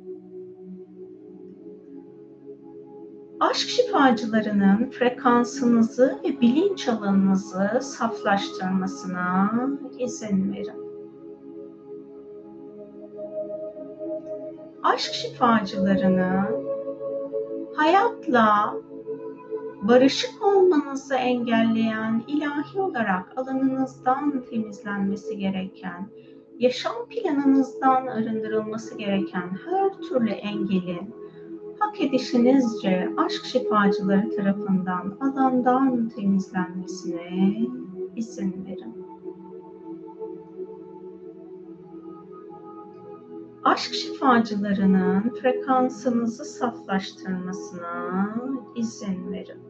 Aşk şifacılarının frekansınızı ve bilinç alanınızı saflaştırmasına izin verin. Aşk şifacılarının hayatla barışık olmanızı engelleyen, ilahi olarak alanınızdan temizlenmesi gereken, yaşam planınızdan arındırılması gereken her türlü engelin hak edişinizce aşk şifacıları tarafından alandan temizlenmesine izin verin. Aşk şifacılarının frekansınızı saflaştırmasına izin verin.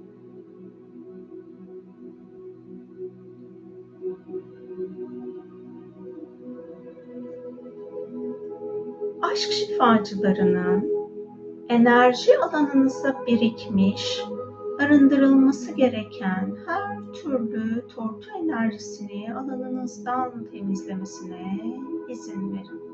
Aşk şifacılarının enerji alanınızda birikmiş, arındırılması gereken her türlü tortu enerjisini alanınızdan temizlemesine izin verin.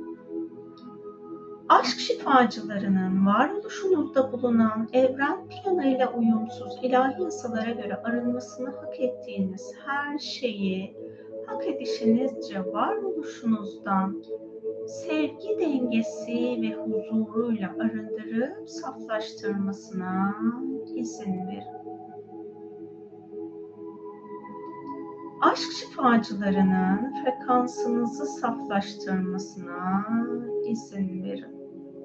Aşk şifacılarının varoluşunuzda bulunan evren planıyla uyumsuz ilahi yasalara göre arınmasını hak ettiğiniz her şeyi hak edişinizce varoluşunuzdan sevgi dengesi ve huzuruyla arındırıp saflaştırmasına izin verin. Aşk şifacılarının frekansınızı saflaştırmasına izin verin.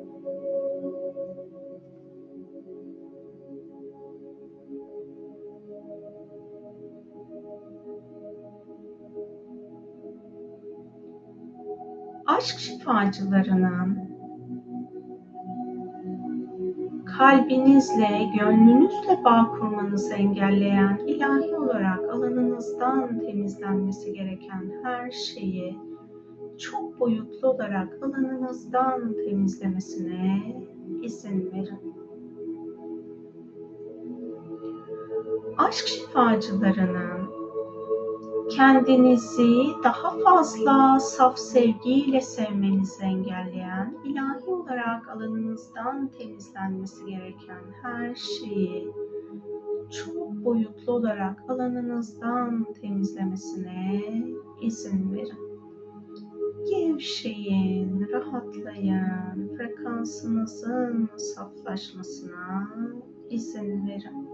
Aşk şifacılarının kalbinizle, gönlünüzle bağ kurmanızı engelleyen, ilahi olarak alanınızdan temizlenmesi gereken her şeyi çok boyutlu olarak alanınızdan temizlemesine izin verin. Aşk şifacılarının kendinizi daha fazla saf sevgiyle sevmenizi engelleyen, ilahi olarak alanınızdan temizlenmesi gereken her şeyi çok boyutlu olarak alanınızdan temizlemesine izin verin. Gevşeyin, rahatlayın, frekansınızın saflaşmasına izin verin.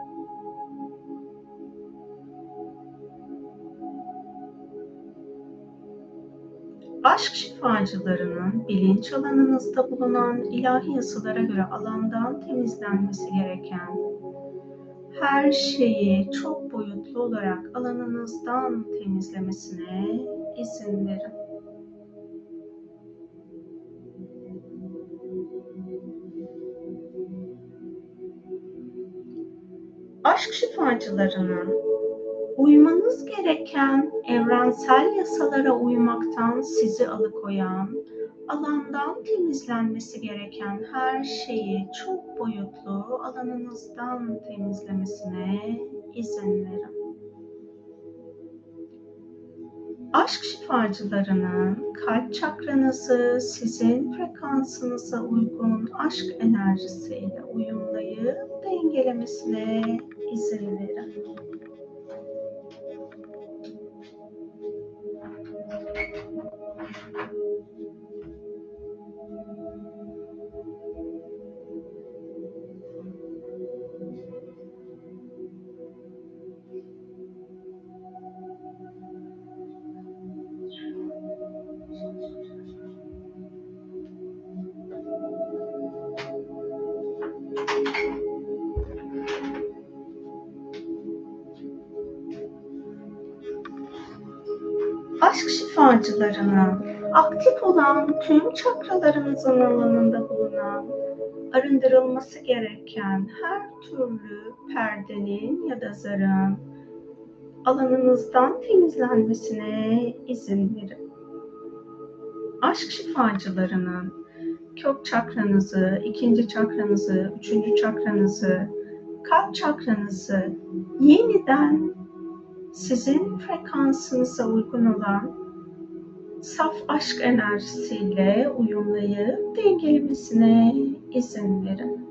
Aşk şifacılarının bilinç alanınızda bulunan ilahi yasalara göre alandan temizlenmesi gereken her şeyi çok boyutlu olarak alanınızdan temizlemesine izin verin. Aşk şifacılarının uymanız gereken evrensel yasalara uymaktan sizi alıkoyan, alandan temizlenmesi gereken her şeyi çok boyutlu alanınızdan temizlemesine izin verin. Aşk şifacılarının kalp çakranızı sizin frekansınıza uygun aşk enerjisiyle uyumlayıp dengelemesine izin verin. Aşk şifacılarının aktif olan tüm çakralarınızın alanında bulunan, arındırılması gereken her türlü perdenin ya da zarın alanınızdan temizlenmesine izin verin. Aşk şifacılarının kök çakranızı, ikinci çakranızı, üçüncü çakranızı, kalp çakranızı yeniden sizin frekansınıza uygun olan saf aşk enerjisiyle uyumlayıp dengelemesine izin verin.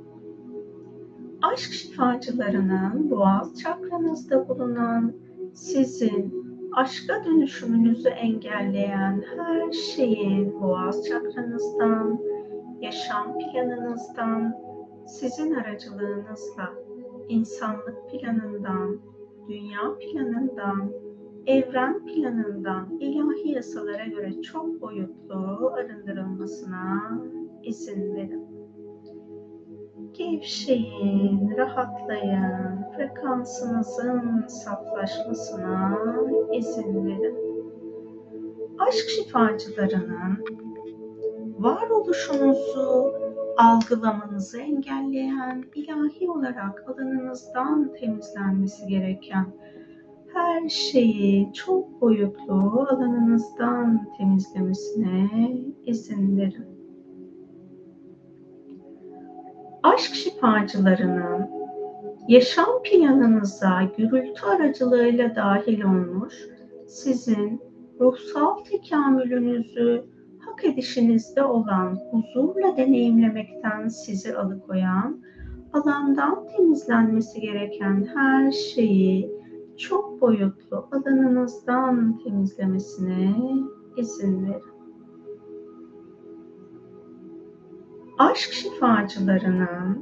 Aşk şifacılarının boğaz çakranızda bulunan sizin aşka dönüşümünüzü engelleyen her şeyin boğaz çakranızdan, yaşam planınızdan, sizin aracılığınızla insanlık planından, dünya planından, evren planından ilahi yasalara göre çok boyutlu arındırılmasına izin verin. Gevşeyin, rahatlayın. Frekansınızın saflaşmasına izin verin. Aşk şifacılarının varoluşunuzu algılamanızı engelleyen, ilahi olarak alanınızdan temizlenmesi gereken her şeyi çok boyutlu alanınızdan temizlemesine izin verin. Aşk şifacılarının yaşam planınıza gürültü aracılığıyla dahil olmuş, sizin ruhsal tekamülünüzü hak edişinizde olan huzurla deneyimlemekten sizi alıkoyan, alandan temizlenmesi gereken her şeyi çok boyutlu alanınızdan temizlemesine izin verin. Aşk şifacılarının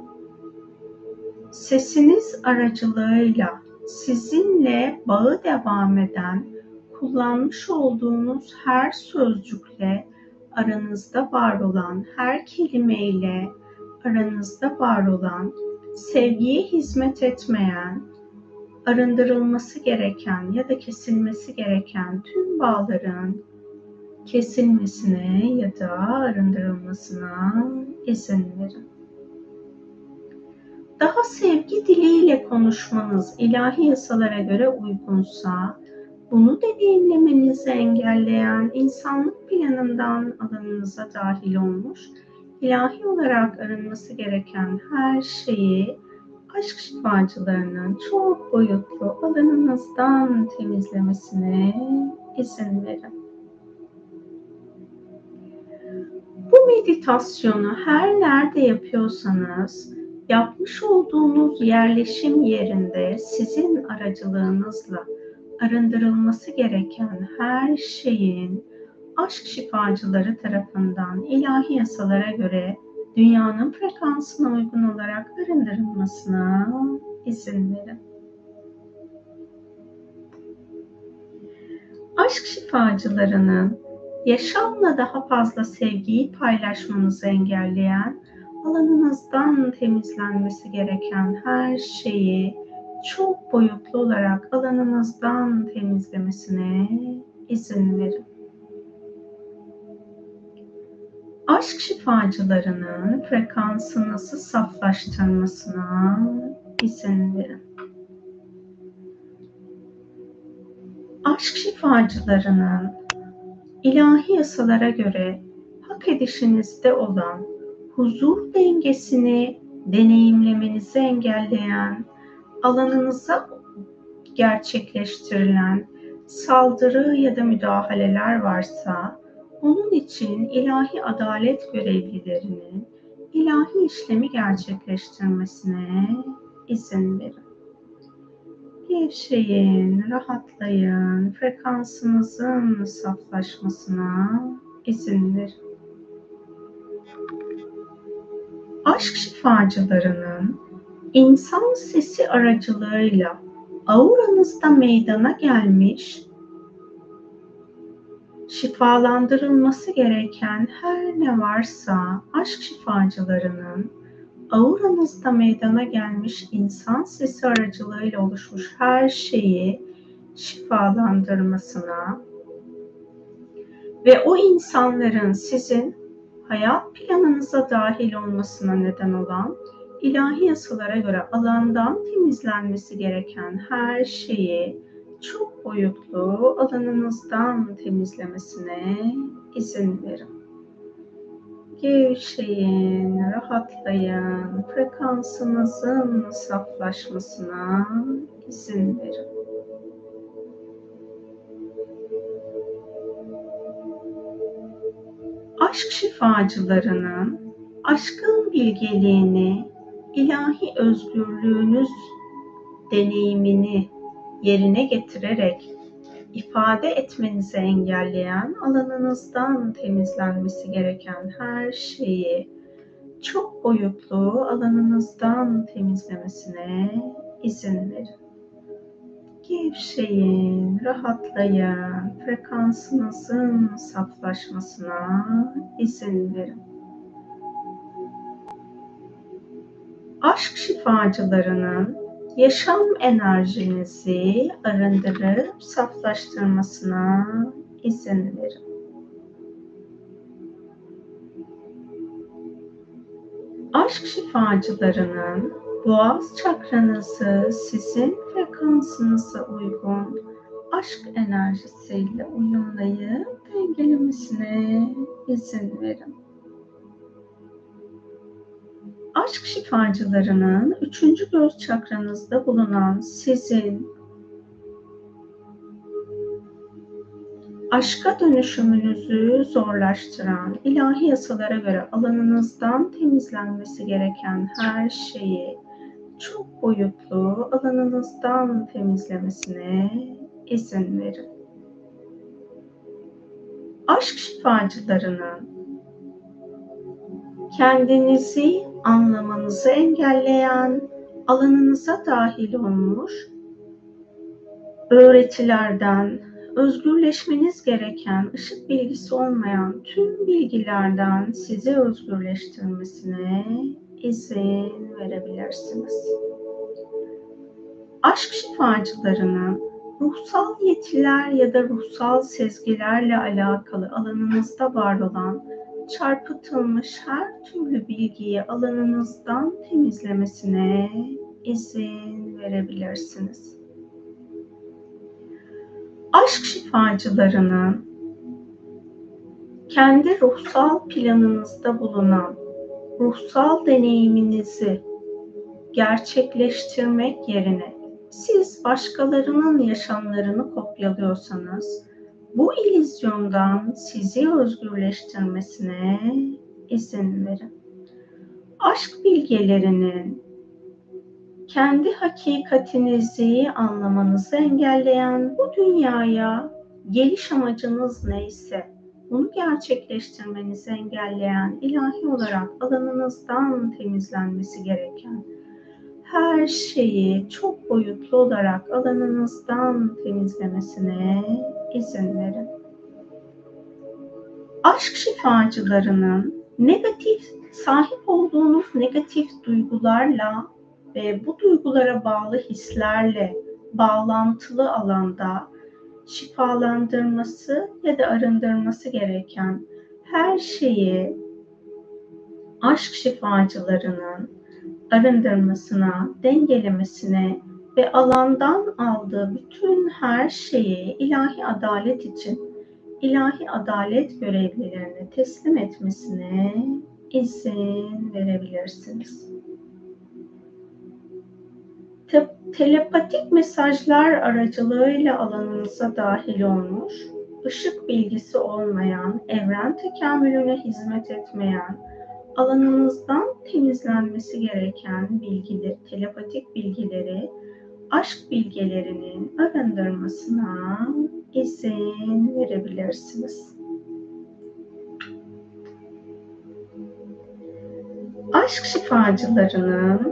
sesiniz aracılığıyla sizinle bağı devam eden, kullanmış olduğunuz her sözcükle, aranızda var olan her kelimeyle, aranızda var olan, sevgiye hizmet etmeyen, arındırılması gereken ya da kesilmesi gereken tüm bağların kesilmesine ya da arındırılmasına izin verin. Daha sevgi diliyle konuşmanız ilahi yasalara göre uygunsa, bunu deneyimlemenizi engelleyen insanlık planından alanınıza dahil olmuş, ilahi olarak arınması gereken her şeyi aşk şifacılarının çok boyutlu alanınızdan temizlemesine izin verin. Bu meditasyonu her nerede yapıyorsanız, yapmış olduğunuz yerleşim yerinde sizin aracılığınızla arındırılması gereken her şeyin aşk şifacıları tarafından ilahi yasalara göre dünyanın frekansına uygun olarak arındırılmasına izin verin. Aşk şifacılarının yaşamla daha fazla sevgiyi paylaşmanızı engelleyen, alanınızdan temizlenmesi gereken her şeyi çok boyutlu olarak alanınızdan temizlemesine izin verin. Aşk şifacılarının frekansınızı saflaştırmasına izin verin. Aşk şifacılarının ilahi yasalara göre hak edişinizde olan huzur dengesini deneyimlemenizi engelleyen, alanınıza gerçekleştirilen saldırı ya da müdahaleler varsa, onun için ilahi adalet görevlilerinin ilahi işlemi gerçekleştirmesine izin verin. Gevşeyin, rahatlayın, frekansınızın saflaşmasına izin verin. Aşk şifacılarının insan sesi aracılığıyla auranızda meydana gelmiş, şifalandırılması gereken her ne varsa aşk şifacılarının auranızda meydana gelmiş insan sesi aracılığıyla oluşmuş her şeyi şifalandırmasına ve o insanların sizin hayat planınıza dahil olmasına neden olan ilahi yasalara göre alandan temizlenmesi gereken her şeyi çok boyutlu alanınızdan temizlemesine izin verin. Gevşeyin, rahatlayın, frekansınızın saflaşmasına izin verin. Aşk şifacılarının aşkın bilgeliğini, ilahi özgürlüğünüz deneyimini yerine getirerek ifade etmenizi engelleyen, alanınızdan temizlenmesi gereken her şeyi çok boyutlu alanınızdan temizlemesine izin verin. Gevşeyin, rahatlayın, frekansınızın saflaşmasına izin verin. şifacılarının yaşam enerjinizi arındırıp saflaştırmasına izin verin. Aşk şifacılarının boğaz çakranızı sizin frekansınıza uygun aşk enerjisiyle uyumlayıp dengelemesine izin verin. Aşk şifacılarının üçüncü göz çakranızda bulunan sizin aşka dönüşümünüzü zorlaştıran, ilahi yasalara göre alanınızdan temizlenmesi gereken her şeyi çok boyutlu alanınızdan temizlemesine izin verin. Aşk şifacılarının kendinizi anlamanızı engelleyen, alanınıza dahil olmuş öğretilerden, özgürleşmeniz gereken, ışık bilgisi olmayan tüm bilgilerden sizi özgürleştirmesine izin verebilirsiniz. Aşk şifacılarının ruhsal yetiler ya da ruhsal sezgilerle alakalı alanınızda var olan çarpıtılmış her türlü bilgiyi alanınızdan temizlemesine izin verebilirsiniz. Aşk şifacılarının kendi ruhsal planınızda bulunan ruhsal deneyiminizi gerçekleştirmek yerine siz başkalarının yaşamlarını kopyalıyorsanız bu illüzyondan sizi özgürleştirmesine izin verin. Aşk bilgelerinin kendi hakikatinizi anlamanızı engelleyen, bu dünyaya geliş amacınız neyse bunu gerçekleştirmenizi engelleyen, ilahi olarak alanınızdan temizlenmesi gereken her şeyi çok boyutlu olarak alanınızdan temizlemesine izin verin. Aşk şifacılarının negatif, sahip olduğunuz negatif duygularla ve bu duygulara bağlı hislerle bağlantılı alanda şifalandırması ya da arındırması gereken her şeyi aşk şifacılarının arındırmasına, dengelemesine ve alandan aldığı bütün her şeyi ilahi adalet için ilahi adalet görevlilerine teslim etmesine izin verebilirsiniz. Te- telepatik mesajlar aracılığıyla alanınıza dahil olmuş, ışık bilgisi olmayan, evren tekamülüne hizmet etmeyen, alanınızdan temizlenmesi gereken bilgileri, telepatik bilgileri aşk bilgelerinin arındırmasına izin verebilirsiniz. Aşk şifacılarının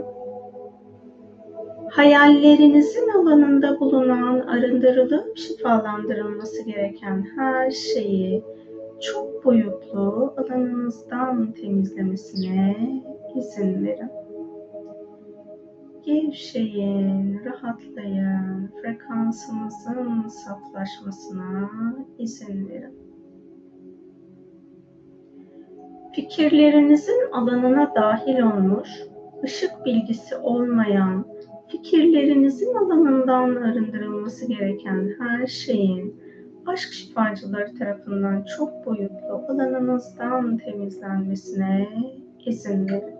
hayallerinizin alanında bulunan, arındırılıp şifalandırılması gereken her şeyi çok boyutlu alanınızdan temizlemesine izin verin. Gevşeyin, rahatlayın, frekansınızın saflaşmasına izin verin. Fikirlerinizin alanına dahil olmuş, ışık bilgisi olmayan, fikirlerinizin alanından arındırılması gereken her şeyin aşk şifacıları tarafından çok boyutlu alanınızdan temizlenmesine izin verin.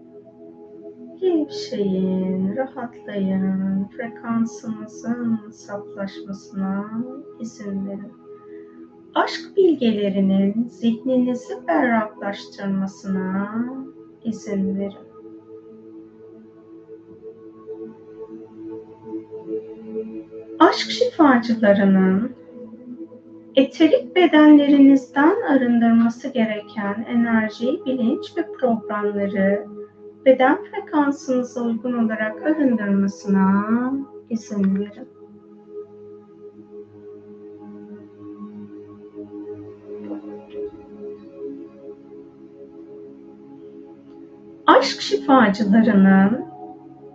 Gevşeyin, rahatlayın, frekansınızın saflaşmasına izin verin. Aşk bilgelerinin zihninizi berraklaştırmasına izin verin. Aşk şifacılarının eterik bedenlerinizden arındırması gereken enerji, bilinç ve programları beden frekansınıza uygun olarak arındırmasına izin verin. Aşk şifacılarının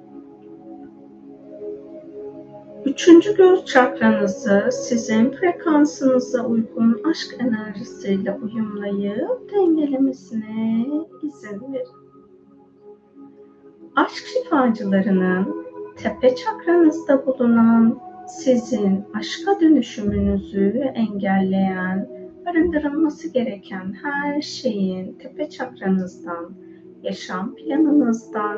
Üçüncü göz çakranızı sizin frekansınıza uygun aşk enerjisiyle uyumlayıp dengelemesine izin verin. Aşk şifacılarının tepe çakranızda bulunan sizin aşka dönüşümünüzü engelleyen, arındırılması gereken her şeyin tepe çakranızdan, yaşam planınızdan,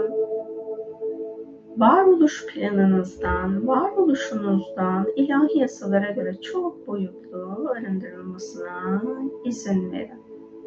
varoluş planınızdan, varoluşunuzdan ilahi yasalara göre çok boyutlu arındırılmasına izin verin.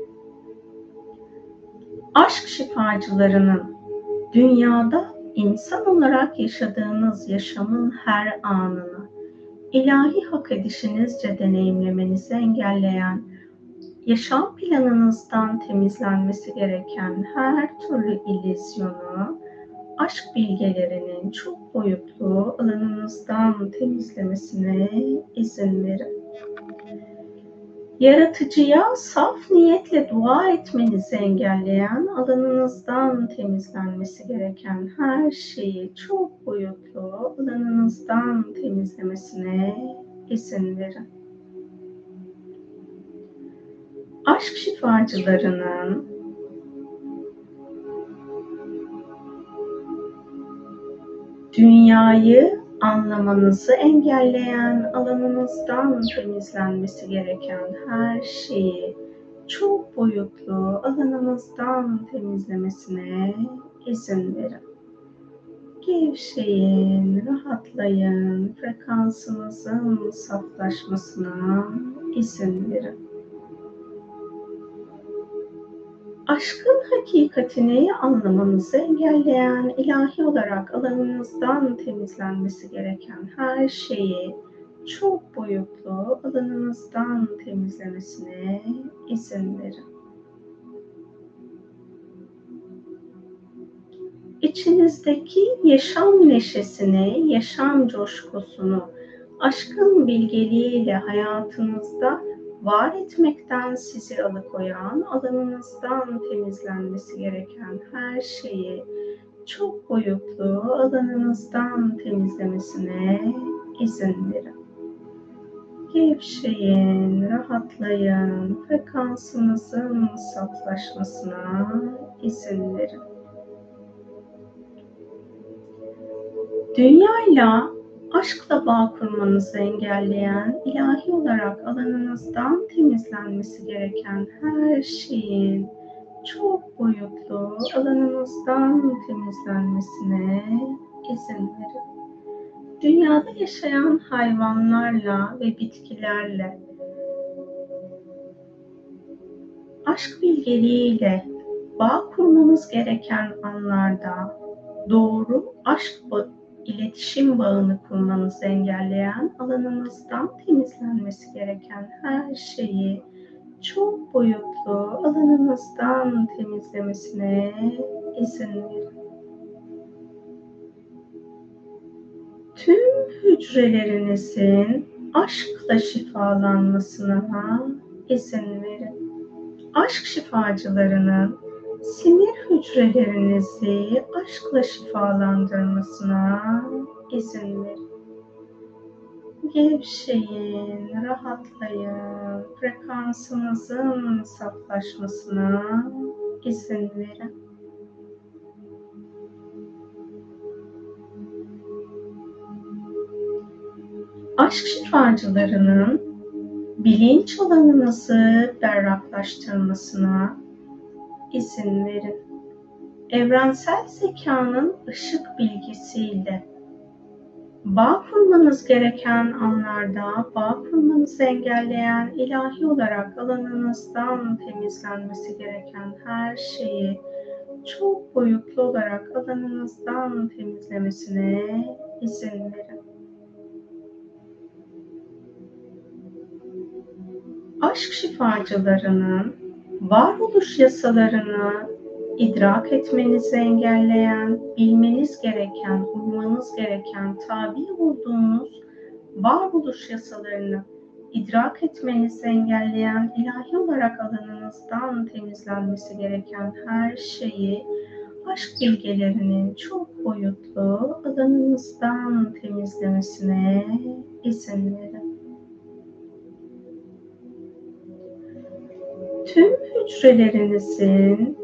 Aşk şifacılarının dünyada insan olarak yaşadığınız yaşamın her anını ilahi hak edişinizce deneyimlemenizi engelleyen, yaşam planınızdan temizlenmesi gereken her türlü illüzyonu, aşk bilgelerinin çok boyutlu alanınızdan temizlemesine izin verin. Yaratıcıya saf niyetle dua etmenizi engelleyen, alanınızdan temizlenmesi gereken her şeyi çok boyutlu alanınızdan temizlemesine izin verin. Aşk şifacılarının dünyayı anlamanızı engelleyen, alanınızdan temizlenmesi gereken her şeyi çok boyutlu alanınızdan temizlemesine izin verin. Gevşeyin, rahatlayın, frekansınızın saflaşmasına izin verin. Aşkın hakikatini anlamanızı engelleyen, ilahi olarak alanınızdan temizlenmesi gereken her şeyi çok boyutlu alanınızdan temizlemesine izin verin. İçinizdeki yaşam neşesini, yaşam coşkusunu, aşkın bilgeliğiyle hayatınızda var etmekten sizi alıkoyan, alanınızdan temizlenmesi gereken her şeyi çok boyutlu alanınızdan temizlemesine izin verin. Gevşeyin, rahatlayın, frekansınızın saflaşmasına izin verin. Dünyayla aşkla bağ kurmanızı engelleyen, ilahi olarak alanınızdan temizlenmesi gereken her şeyin çok boyutlu alanınızdan temizlenmesine izin verin. Dünyada yaşayan hayvanlarla ve bitkilerle aşk bilgeliğiyle bağ kurmanız gereken anlarda doğru aşk iletişim bağını kurmanızı engelleyen, alanınızdan temizlenmesi gereken her şeyi çok boyutlu alanınızdan temizlemesine izin verin. Tüm hücrelerinizin aşkla şifalanmasına izin verin. Aşk şifacılarının sinir hücrelerinizi aşkla şifalandırmasına izin verin. Gevşeyin, rahatlayın, frekansınızın saflaşmasına izin verin. Aşk şifacılarının bilinç alanınızı berraklaştırmasına izin verin. Evrensel zekanın ışık bilgisiyle bağ kurmanız gereken anlarda bağ kurmanızı engelleyen, ilahi olarak alanınızdan temizlenmesi gereken her şeyi çok boyutlu olarak alanınızdan temizlemesine izin verin. Aşk şifacılarının varoluş yasalarını idrak etmenizi engelleyen, bilmeniz gereken, uymanız gereken, tabi olduğunuz varoluş yasalarını idrak etmenizi engelleyen, ilahi olarak alanınızdan temizlenmesi gereken her şeyi aşk bilgelerinin çok boyutlu alanınızdan temizlemesine izin verin. Tüm hücrelerinizin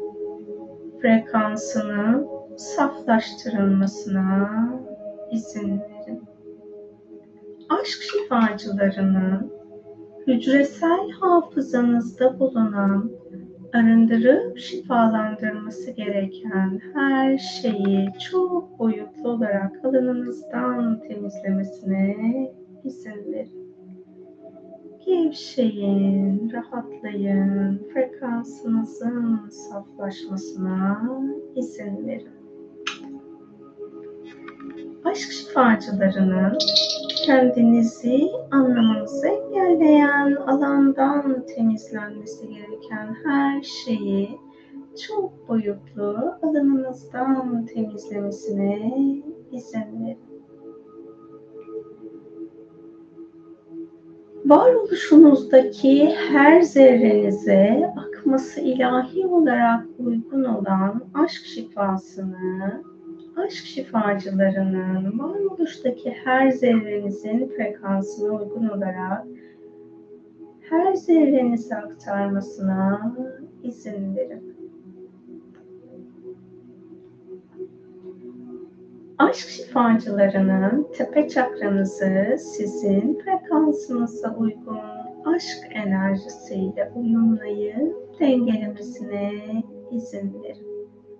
frekansını saflaştırılmasına izin verin. Aşk şifacılarının hücresel hafızanızda bulunan, arındırıp şifalandırması gereken her şeyi çok boyutlu olarak alanınızdan temizlemesine izin verin. Gevşeyin, rahatlayın, frekansınızın saflaşmasına izin verin. Aşk şifacılarının kendinizi anlamanızı engelleyen alandan temizlenmesi gereken her şeyi çok boyutlu alanınızdan temizlemesine izin verin. Varoluşunuzdaki her zerrenize akması ilahi olarak uygun olan aşk şifasını, aşk şifacılarının varoluştaki her zerrenizin frekansına uygun olarak her zerrenize aktarmasına izin verin. Aşk şifacılarının tepe çakranızı sizin frekansınıza uygun aşk enerjisiyle uyumlayıp dengelemesine izin verin.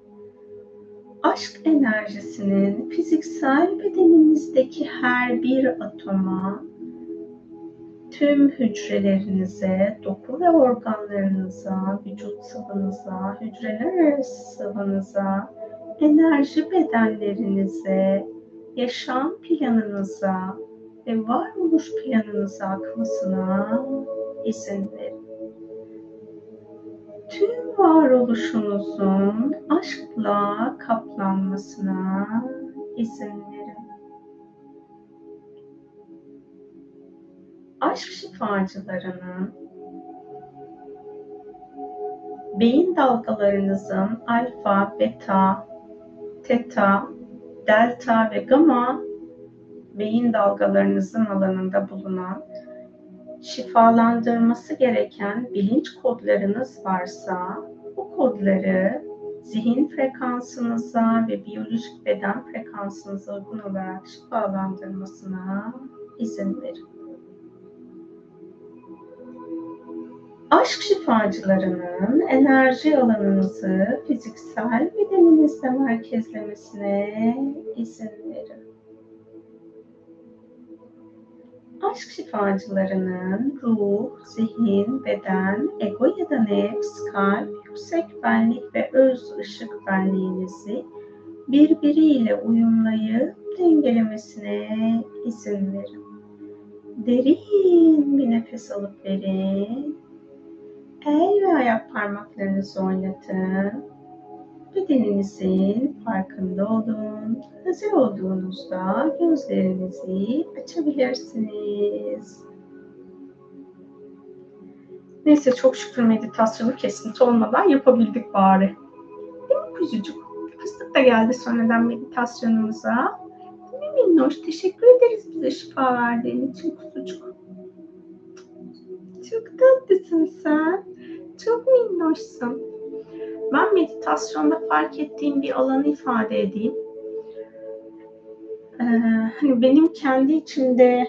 Aşk enerjisinin fiziksel bedeninizdeki her bir atoma, tüm hücrelerinize, doku ve organlarınıza, vücut sıvınıza, hücreler arası sıvınıza, enerji bedenlerinize, yaşam planınıza ve varoluş planınıza akmasına izin verin. Tüm varoluşunuzun aşkla kaplanmasına izin verin. Aşk şifacılarının beyin dalgalarınızın alfa, beta, teta, delta ve gamma beyin dalgalarınızın alanında bulunan şifalandırması gereken bilinç kodlarınız varsa bu kodları zihin frekansınıza ve biyolojik beden frekansınıza uygun olarak şifalandırmasına izin verin. Aşk şifacılarının enerji alanınızı fiziksel bedeninizde merkezlemesine izin verin. Aşk şifacılarının ruh, zihin, beden, ego ya da nefs, kalp, yüksek benlik ve öz ışık benliğinizi birbiriyle uyumlayıp dengelemesine izin verin. Derin bir nefes alıp verin. El ve ayak parmaklarınızı oynatın. Bedeninizin farkında olun. Hazır olduğunuzda gözlerinizi açabilirsiniz. Neyse, çok şükür meditasyonu kesinti olmadan yapabildik bari. Değil mi kuzucuk? Fıstık da geldi sonradan meditasyonumuza. Değil mi minnoş? Teşekkür ederiz bize şifa verdiğin için kuzucuk. Çok tatlısın sen. Çok minnoşsun. Ben meditasyonda fark ettiğim bir alanı ifade edeyim. Ee, hani benim kendi içimde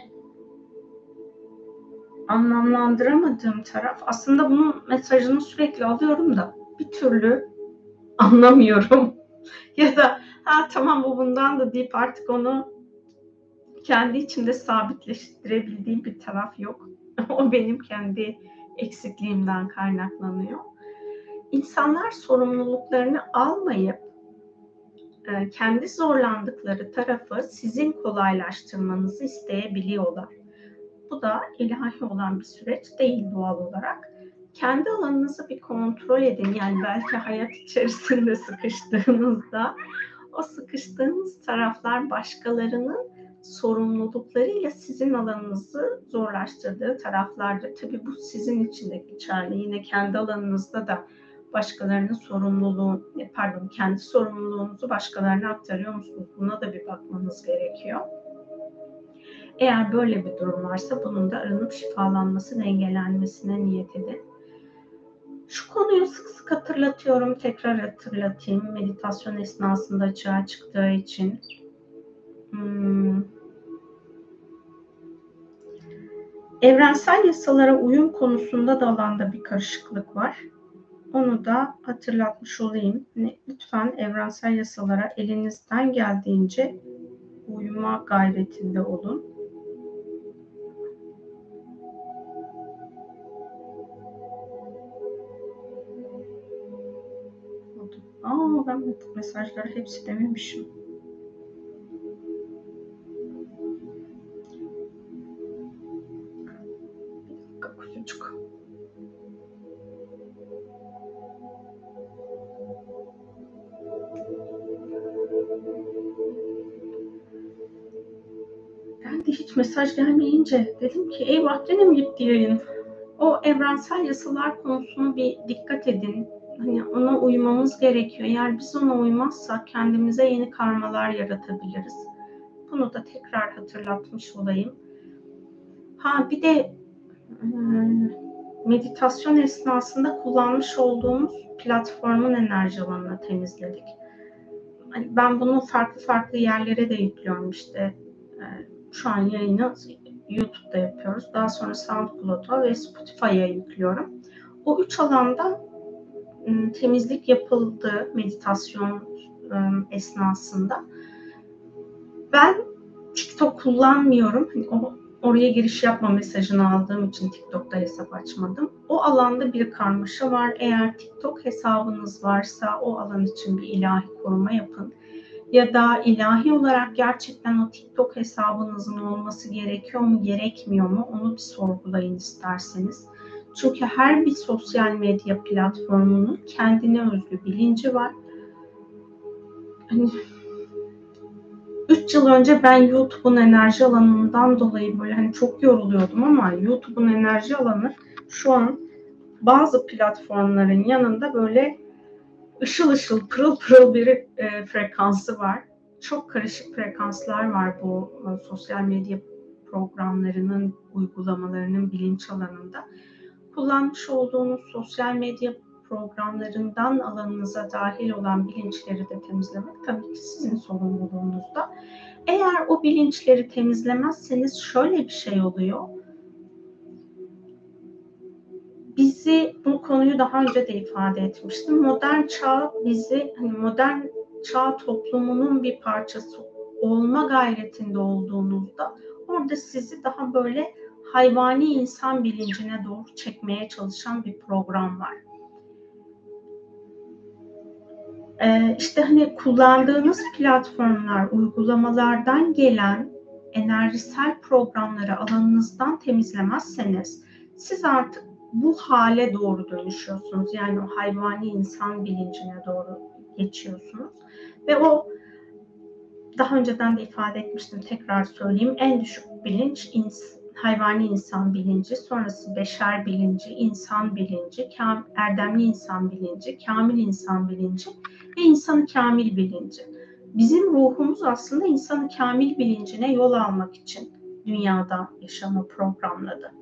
anlamlandıramadığım taraf, aslında bunun mesajını sürekli alıyorum da bir türlü anlamıyorum. Ya da ha tamam bu bundan da deyip artık onu kendi içimde sabitleştirebildiğim bir taraf yok. O benim kendi eksikliğimden kaynaklanıyor. İnsanlar sorumluluklarını almayıp kendi zorlandıkları tarafı sizin kolaylaştırmanızı isteyebiliyorlar. Bu da ilahi olan bir süreç değil doğal olarak. Kendi alanınızı bir kontrol edin. Yani belki hayat içerisinde sıkıştığınızda o sıkıştığınız taraflar başkalarının sorumluluklarıyla sizin alanınızı zorlaştırdığı taraflardır. Tabii bu sizin için de geçerli. Yine kendi alanınızda da başkalarının sorumluluğu, pardon kendi sorumluluğunuzu başkalarına aktarıyor musunuz? Buna da bir bakmanız gerekiyor. Eğer böyle bir durum varsa bunun da aranıp şifalanması, dengelenmesine niyet edin. Şu konuyu sık sık hatırlatıyorum, tekrar hatırlatayım. Meditasyon esnasında açığa çıktığı için. Hmm. Evrensel yasalara uyum konusunda da alanda bir karışıklık var. Onu da hatırlatmış olayım. Lütfen evrensel yasalara elinizden geldiğince uyuma gayretinde olun. Aa, ben mesajları hepsi dememişim. Bir dakika kuzucuk. Ben de hiç mesaj gelmeyince dedim ki eyvah gene mi gitti yayın? O evrensel yasalar konusuna bir dikkat edin. Hani ona uymamız gerekiyor. Eğer biz ona uymazsak kendimize yeni karmalar yaratabiliriz. Bunu da tekrar hatırlatmış olayım. Ha bir de meditasyon esnasında kullanmış olduğumuz platformun enerji alanını temizledik. Hani ben bunu farklı farklı yerlere de yüklüyorum işte. Şu an yayını YouTube'da yapıyoruz. Daha sonra SoundCloud'a ve Spotify'a yüklüyorum. O üç alanda temizlik yapıldı meditasyon esnasında. Ben TikTok kullanmıyorum. Hani o, oraya giriş yapma mesajını aldığım için TikTok'ta hesap açmadım. O alanda bir karmaşa var. Eğer TikTok hesabınız varsa o alan için bir ilahi koruma yapın. Ya da ilahi olarak gerçekten o TikTok hesabınızın olması gerekiyor mu, gerekmiyor mu? Onu bir sorgulayın isterseniz. Çünkü her bir sosyal medya platformunun kendine özgü bilinci var. Hani üç yıl önce ben YouTube'un enerji alanından dolayı böyle hani çok yoruluyordum ama YouTube'un enerji alanı şu an bazı platformların yanında böyle ışıl ışıl, pırıl pırıl bir e, frekansı var. Çok karışık frekanslar var bu e, sosyal medya programlarının, uygulamalarının bilinç alanında. Kullanmış olduğunuz sosyal medya programlarından alanınıza dahil olan bilinçleri de temizlemek tabii ki sizin sorumluluğunuzda. Eğer o bilinçleri temizlemezseniz şöyle bir şey oluyor. Bizi, bu konuyu daha önce de ifade etmiştim. Modern çağ bizi, hani modern çağ toplumunun bir parçası olma gayretinde olduğunuzda orada sizi daha böyle hayvani insan bilincine doğru çekmeye çalışan bir program var. Ee, işte hani kullandığınız platformlar, uygulamalardan gelen enerjisel programları alanınızdan temizlemezseniz siz artık bu hale doğru dönüşüyorsunuz. Yani o hayvani insan bilincine doğru geçiyorsunuz. Ve o daha önceden de ifade etmiştim, tekrar söyleyeyim. En düşük bilinç ins- hayvani insan bilinci, sonrası beşer bilinci, insan bilinci, kam- erdemli insan bilinci, kamil insan bilinci ve insanı kamil bilinci. Bizim ruhumuz aslında insanı kamil bilincine yol almak için dünyada yaşamı programladı.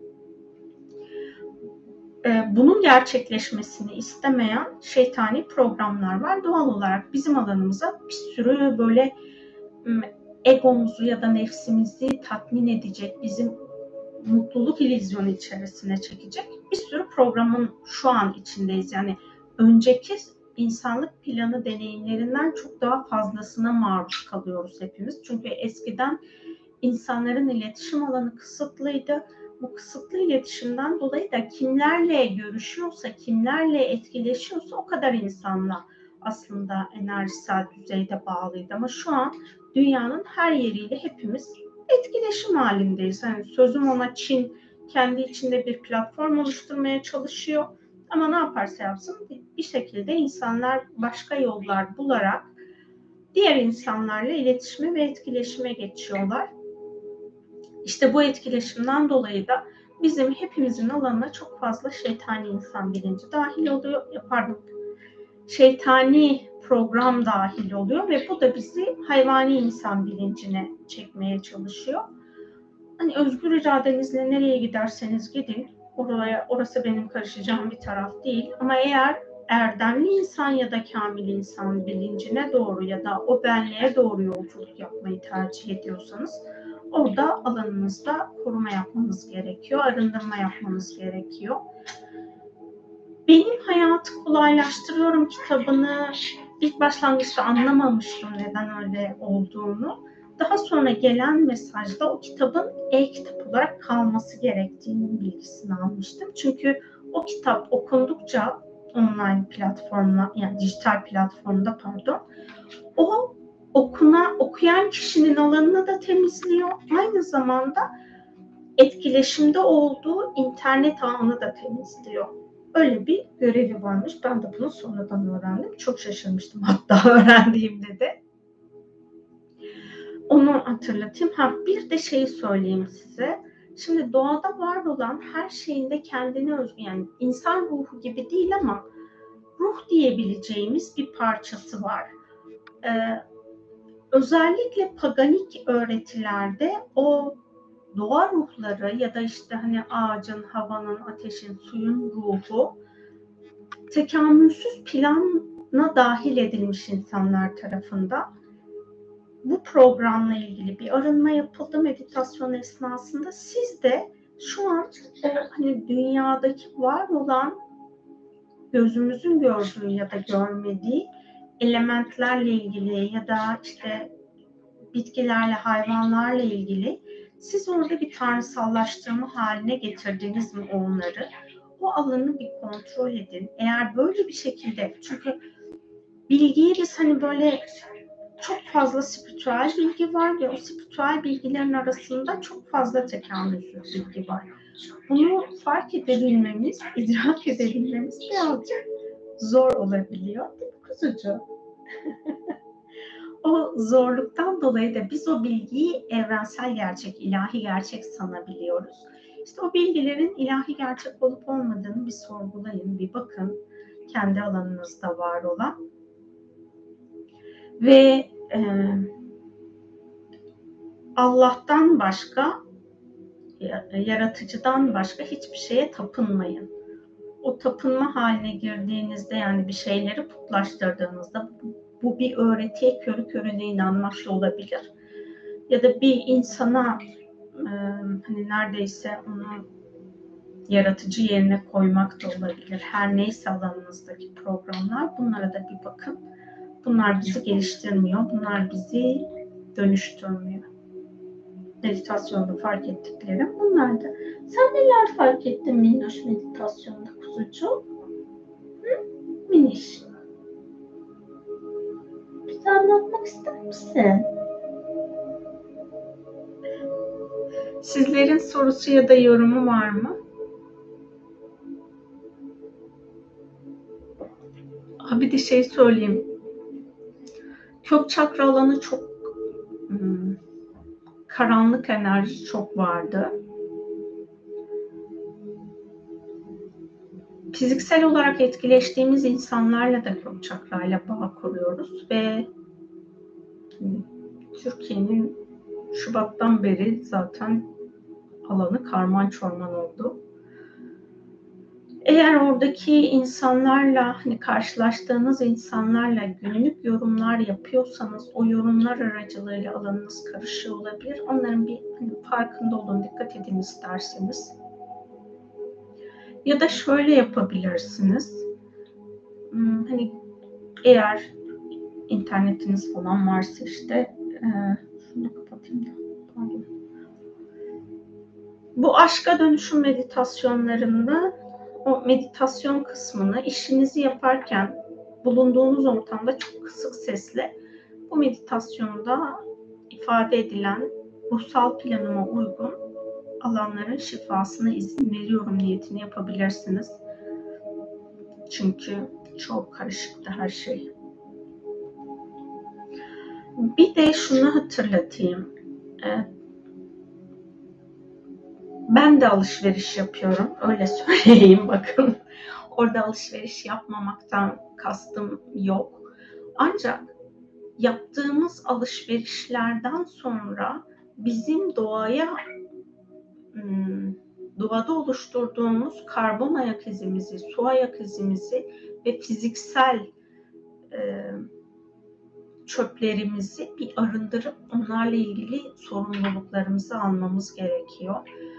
Bunun gerçekleşmesini istemeyen şeytani programlar var. Doğal olarak bizim alanımıza bir sürü böyle egomuzu ya da nefsimizi tatmin edecek, bizim mutluluk illüzyonu içerisine çekecek bir sürü programın şu an içindeyiz. Yani önceki insanlık planı deneyimlerinden çok daha fazlasına maruz kalıyoruz hepimiz. Çünkü eskiden insanların iletişim alanı kısıtlıydı. Bu kısıtlı iletişimden dolayı da kimlerle görüşüyorsa, kimlerle etkileşiyorsa o kadar insanla aslında enerjisel düzeyde bağlıydı. Ama şu an dünyanın her yeriyle hepimiz etkileşim halindeyiz. Yani sözüm ona Çin kendi içinde bir platform oluşturmaya çalışıyor. Ama ne yaparsa yapsın bir şekilde insanlar başka yollar bularak diğer insanlarla iletişime ve etkileşime geçiyorlar. İşte bu etkileşimden dolayı da bizim hepimizin alanına çok fazla şeytani insan bilinci dahil oluyor. Pardon, şeytani program dahil oluyor ve bu da bizi hayvani insan bilincine çekmeye çalışıyor. Hani özgür iradenizle nereye giderseniz gidin, oraya, orası benim karışacağım bir taraf değil. Ama eğer erdemli insan ya da kamil insan bilincine doğru ya da o benliğe doğru yolculuk yapmayı tercih ediyorsanız orada alanınızda koruma yapmanız gerekiyor, arındırma yapmanız gerekiyor. Benim Hayatı Kolaylaştırıyorum kitabını ilk başlangıçta anlamamıştım neden öyle olduğunu. Daha sonra gelen mesajda o kitabın e-kitap olarak kalması gerektiğinin bilgisini almıştım. Çünkü o kitap okundukça online platformla, yani dijital platformda pardon, o okuna, okuyan kişinin alanını da temizliyor. Aynı zamanda etkileşimde olduğu internet ağını da temizliyor. Öyle bir görevi varmış. Ben de bunu sonradan öğrendim. Çok şaşırmıştım hatta öğrendiğimde de. Onu hatırlatayım. Ha, bir de şeyi söyleyeyim size. Şimdi doğada var olan her şeyin de kendine özgü, yani insan ruhu gibi değil ama ruh diyebileceğimiz bir parçası var. Ee, özellikle paganik öğretilerde o doğa ruhları ya da işte hani ağacın, havanın, ateşin, suyun ruhu tekamülsüz plana dahil edilmiş insanlar tarafından. Bu programla ilgili bir arınma yapıldı meditasyon esnasında. Siz de şu an o hani dünyadaki var olan gözümüzün gördüğü ya da görmediği elementlerle ilgili ya da işte bitkilerle, hayvanlarla ilgili siz orada bir tanrısallaştırma haline getirdiniz mi onları? O alanı bir kontrol edin. Eğer böyle bir şekilde, çünkü bilgiyi biz hani böyle çok fazla spiritüel bilgi var ve o spiritüel bilgilerin arasında çok fazla tekamülsüz bilgi var. Bunu fark edebilmemiz, idrak edebilmemiz birazcık zor olabiliyor. Değil mi kuzucuğum? O zorluktan dolayı da biz o bilgiyi evrensel gerçek, ilahi gerçek sanabiliyoruz. İşte o bilgilerin ilahi gerçek olup olmadığını bir sorgulayın, bir bakın kendi alanınızda var olan. Ve e, Allah'tan başka, yaratıcıdan başka hiçbir şeye tapınmayın. O tapınma haline girdiğinizde, yani bir şeyleri putlaştırdığınızda, bu bir öğretiye körü körüne inanmakla olabilir. Ya da bir insana e, hani neredeyse onu yaratıcı yerine koymak da olabilir. Her neyse alanınızdaki programlar, bunlara da bir bakın. Bunlar bizi geliştirmiyor, bunlar bizi dönüştürmüyor. Meditasyonda fark ettiklerim bunlardı. Sen neler fark ettin minnoş meditasyonda kuzucuğum? Hı? Miniş. Bize anlatmak ister misin? Sizlerin sorusu ya da yorumu var mı? Bir de şey söyleyeyim. Kök çakra alanı çok hmm, karanlık enerji çok vardı. Fiziksel olarak etkileştiğimiz insanlarla da kök çakrayla bağ kuruyoruz ve Türkiye'nin Şubat'tan beri zaten alanı karman çorman oldu. Eğer oradaki insanlarla, hani karşılaştığınız insanlarla günlük yorumlar yapıyorsanız, o yorumlar aracılığıyla alanınız karışıyor olabilir. Onların bir hani farkında olun, dikkat edin isterseniz. Ya da şöyle yapabilirsiniz. Hani eğer internetiniz falan varsa işte, e, şunu kapatayım da, pardon. Bu aşka dönüşüm meditasyonlarında o meditasyon kısmını işinizi yaparken bulunduğunuz ortamda çok kısık sesle bu meditasyonda ifade edilen ruhsal planıma uygun alanların şifasına izin veriyorum niyetini yapabilirsiniz. Çünkü çok karışıktı her şey. Bir de şunu hatırlatayım. Ben de alışveriş yapıyorum. Öyle söyleyeyim bakın. Orada alışveriş yapmamaktan kastım yok. Ancak yaptığımız alışverişlerden sonra bizim doğaya, doğada oluşturduğumuz karbon ayak izimizi, su ayak izimizi ve fiziksel e, çöplerimizi bir arındırıp onlarla ilgili sorumluluklarımızı almamız gerekiyor.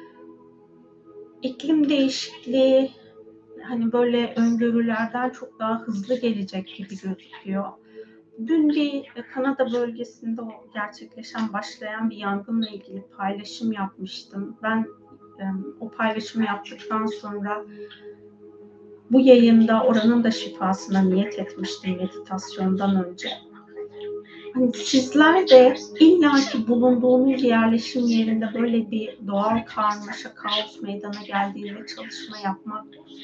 İklim değişikliği hani böyle öngörülerden çok daha hızlı gelecek gibi gözüküyor. Dün bir Kanada bölgesinde o gerçekleşen, başlayan bir yangınla ilgili paylaşım yapmıştım. Ben o paylaşımı yaptıktan sonra bu yayında oranın da şifasına niyet etmiştim meditasyondan önce. Hani sizler de illaki bulunduğunuz yerleşim yerinde böyle bir doğal karmaşa, kaos meydana geldiğinde çalışma yapmak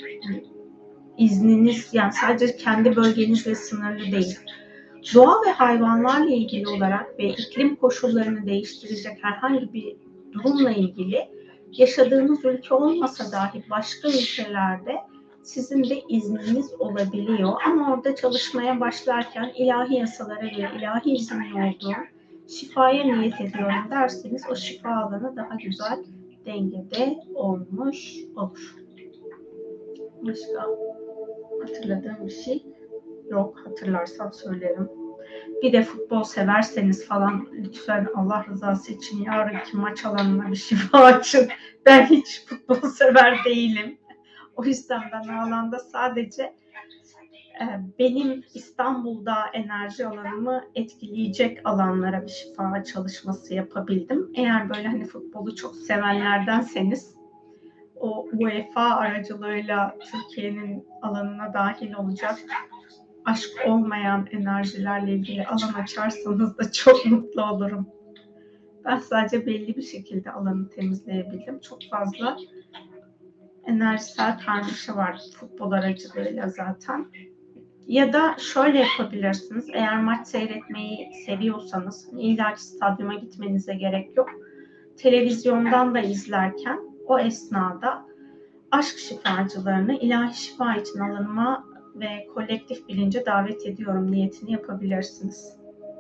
izniniz, yani sadece kendi bölgenizle sınırlı değil. Doğa ve hayvanlarla ilgili olarak ve iklim koşullarını değiştirecek herhangi bir durumla ilgili yaşadığınız ülke olmasa dahi başka ülkelerde sizin de izniniz olabiliyor. Ama orada çalışmaya başlarken ilahi yasalara göre ilahi iznin olduğu şifaya niyet ediyorum derseniz o şifa alanı daha güzel dengede olmuş olur. Başka hatırladığım bir şey yok. Hatırlarsam söylerim. Bir de futbol severseniz falan lütfen Allah rızası için yarınki maç alanına bir şifa açın. Ben hiç futbol sever değilim. O yüzden ben o alanda sadece e, benim İstanbul'da enerji alanımı etkileyecek alanlara bir şifa çalışması yapabildim. Eğer böyle hani futbolu çok sevenlerdenseniz o UEFA aracılığıyla Türkiye'nin alanına dahil olacak aşk olmayan enerjilerle ilgili alan açarsanız da çok mutlu olurum. Ben sadece belli bir şekilde alanı temizleyebildim. Çok fazla enerjisel karmaşa var futbol aracılığıyla zaten. Ya da şöyle yapabilirsiniz. Eğer maç seyretmeyi seviyorsanız illa ki stadyuma gitmenize gerek yok. Televizyondan da izlerken o esnada aşk şifacılarını ilahi şifa için alanıma ve kolektif bilince davet ediyorum niyetini yapabilirsiniz.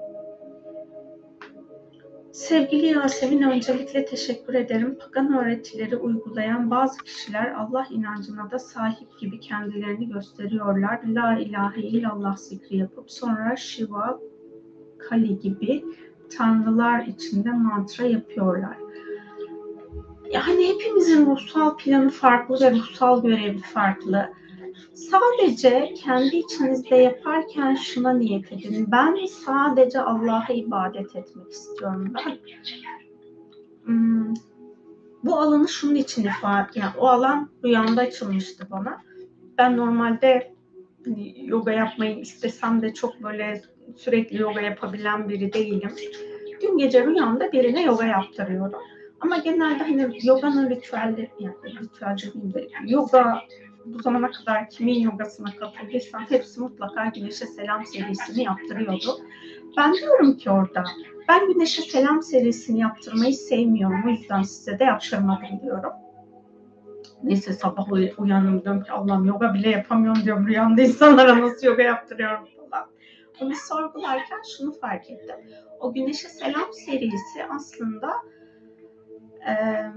Sevgili Yasemin, öncelikle teşekkür ederim. Pagan öğretileri uygulayan bazı kişiler Allah inancına da sahip gibi kendilerini gösteriyorlar. La ilahe illallah zikri yapıp sonra Shiva, Kali gibi tanrılar içinde mantra yapıyorlar. Yani hepimizin ruhsal planı farklı ve ruhsal görevi farklı. Sadece kendi içinizde yaparken şuna niyet edin. Ben sadece Allah'a ibadet etmek istiyorum. Ben hmm, bu alanı şunun için ifade, yani o alan rüyamda açılmıştı bana. Ben normalde hani, yoga yapmayı istesem de çok böyle sürekli yoga yapabilen biri değilim. Dün gece rüyamda birine yoga yaptırıyorum. Ama genelde hani yoganın ritüelleri, yani ritüel dediğim de yoga, bu zamana kadar kimin yogasına katıldıysam hepsi mutlaka Güneşe Selam serisini yaptırıyordu. Ben diyorum ki orada, ben Güneşe Selam serisini yaptırmayı sevmiyorum. O yüzden size de yaptırmadım diyorum. Neyse sabah uyandım, diyorum ki Allah'ım yoga bile yapamıyorum diyorum. Rüyamda insanlara nasıl yoga yaptırıyorum falan. Onu sorgularken şunu fark ettim. O Güneşe Selam serisi aslında Ee,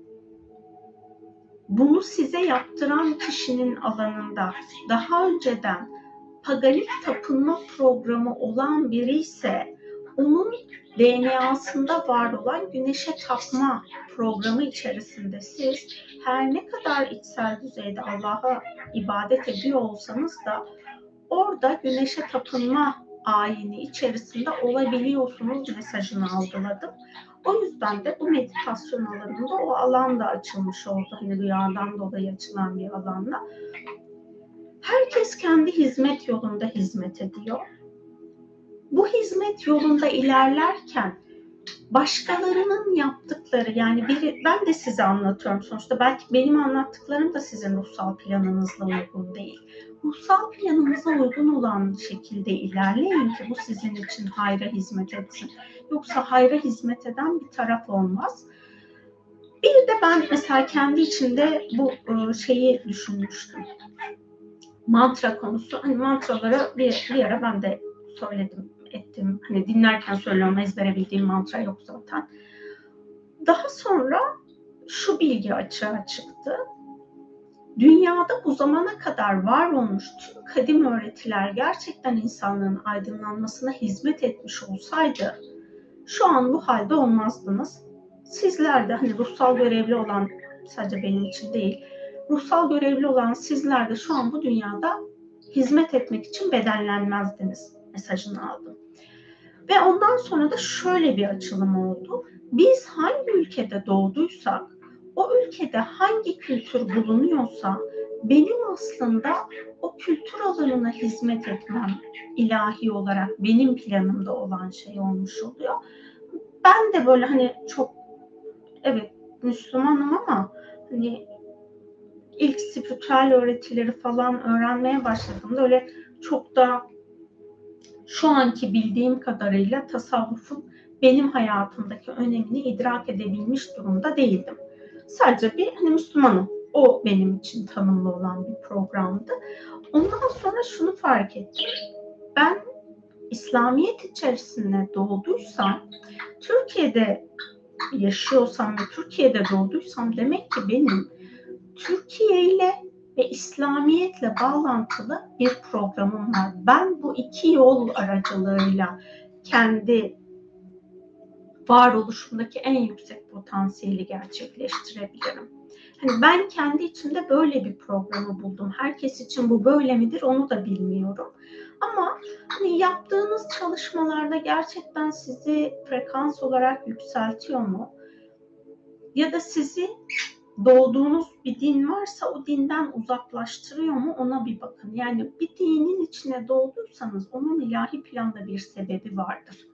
bunu size yaptıran kişinin alanında daha önceden paganik tapınma programı olan biri ise onun D N A'sında var olan güneşe tapma programı içerisinde siz her ne kadar içsel düzeyde Allah'a ibadet ediyor olsanız da orada güneşe tapınma ayini içerisinde olabiliyorsunuz mesajını algıladım. O yüzden de bu meditasyon alanında o alan da açılmış oldu. Hani rüyadan dolayı açılan bir alanla. Herkes kendi hizmet yolunda hizmet ediyor. Bu hizmet yolunda ilerlerken başkalarının yaptıkları, yani biri, ben de size anlatıyorum sonuçta, belki benim anlattıklarım da sizin ruhsal planınızla uygun değil. Ruhsal planınıza uygun olan şekilde ilerleyin ki bu sizin için hayra hizmet etsin. Yoksa hayra hizmet eden bir taraf olmaz. Bir de ben mesela kendi içinde bu şeyi düşünmüştüm. mantra konusu. Hani mantraları bir, bir ara ben de söyledim, ettim. Hani dinlerken söylüyorum, ezbere bildiğim mantra yok zaten. Daha sonra şu bilgi açığa çıktı. Dünyada bu zamana kadar var olmuş tüm kadim öğretiler gerçekten insanlığın aydınlanmasına hizmet etmiş olsaydı şu an bu halde olmazdınız. Sizler de hani ruhsal görevli olan, sadece benim için değil, ruhsal görevli olan sizler de şu an bu dünyada hizmet etmek için bedellenmezdiniz mesajını aldım. Ve ondan sonra da şöyle bir açılım oldu. Biz hangi ülkede doğduysak, o ülkede hangi kültür bulunuyorsa benim aslında o kültür alanına hizmet etmem ilahi olarak benim planımda olan şey olmuş oluyor. Ben de böyle hani çok, evet Müslümanım ama hani ilk spiritüel öğretileri falan öğrenmeye başladığımda öyle çok da şu anki bildiğim kadarıyla tasavvufun benim hayatımdaki önemini idrak edebilmiş durumda değildim. Sadece bir hani Müslümanım. O benim için tanımlı olan bir programdı. Ondan sonra şunu fark ettim. Ben İslamiyet içerisinde doğduysam, Türkiye'de yaşıyorsam ve Türkiye'de doğduysam demek ki benim Türkiye ile ve İslamiyetle bağlantılı bir programım var. Ben bu iki yol aracılığıyla kendi varoluşumdaki en yüksek potansiyeli gerçekleştirebilirim. Hani ben kendi içimde böyle bir programı buldum. Herkes için bu böyle midir onu da bilmiyorum. Ama hani yaptığınız çalışmalarda gerçekten sizi frekans olarak yükseltiyor mu? Ya da sizi doğduğunuz bir din varsa o dinden uzaklaştırıyor mu ona bir bakın. Yani bir dinin içine doğduysanız onun ilahi planda bir sebebi vardır.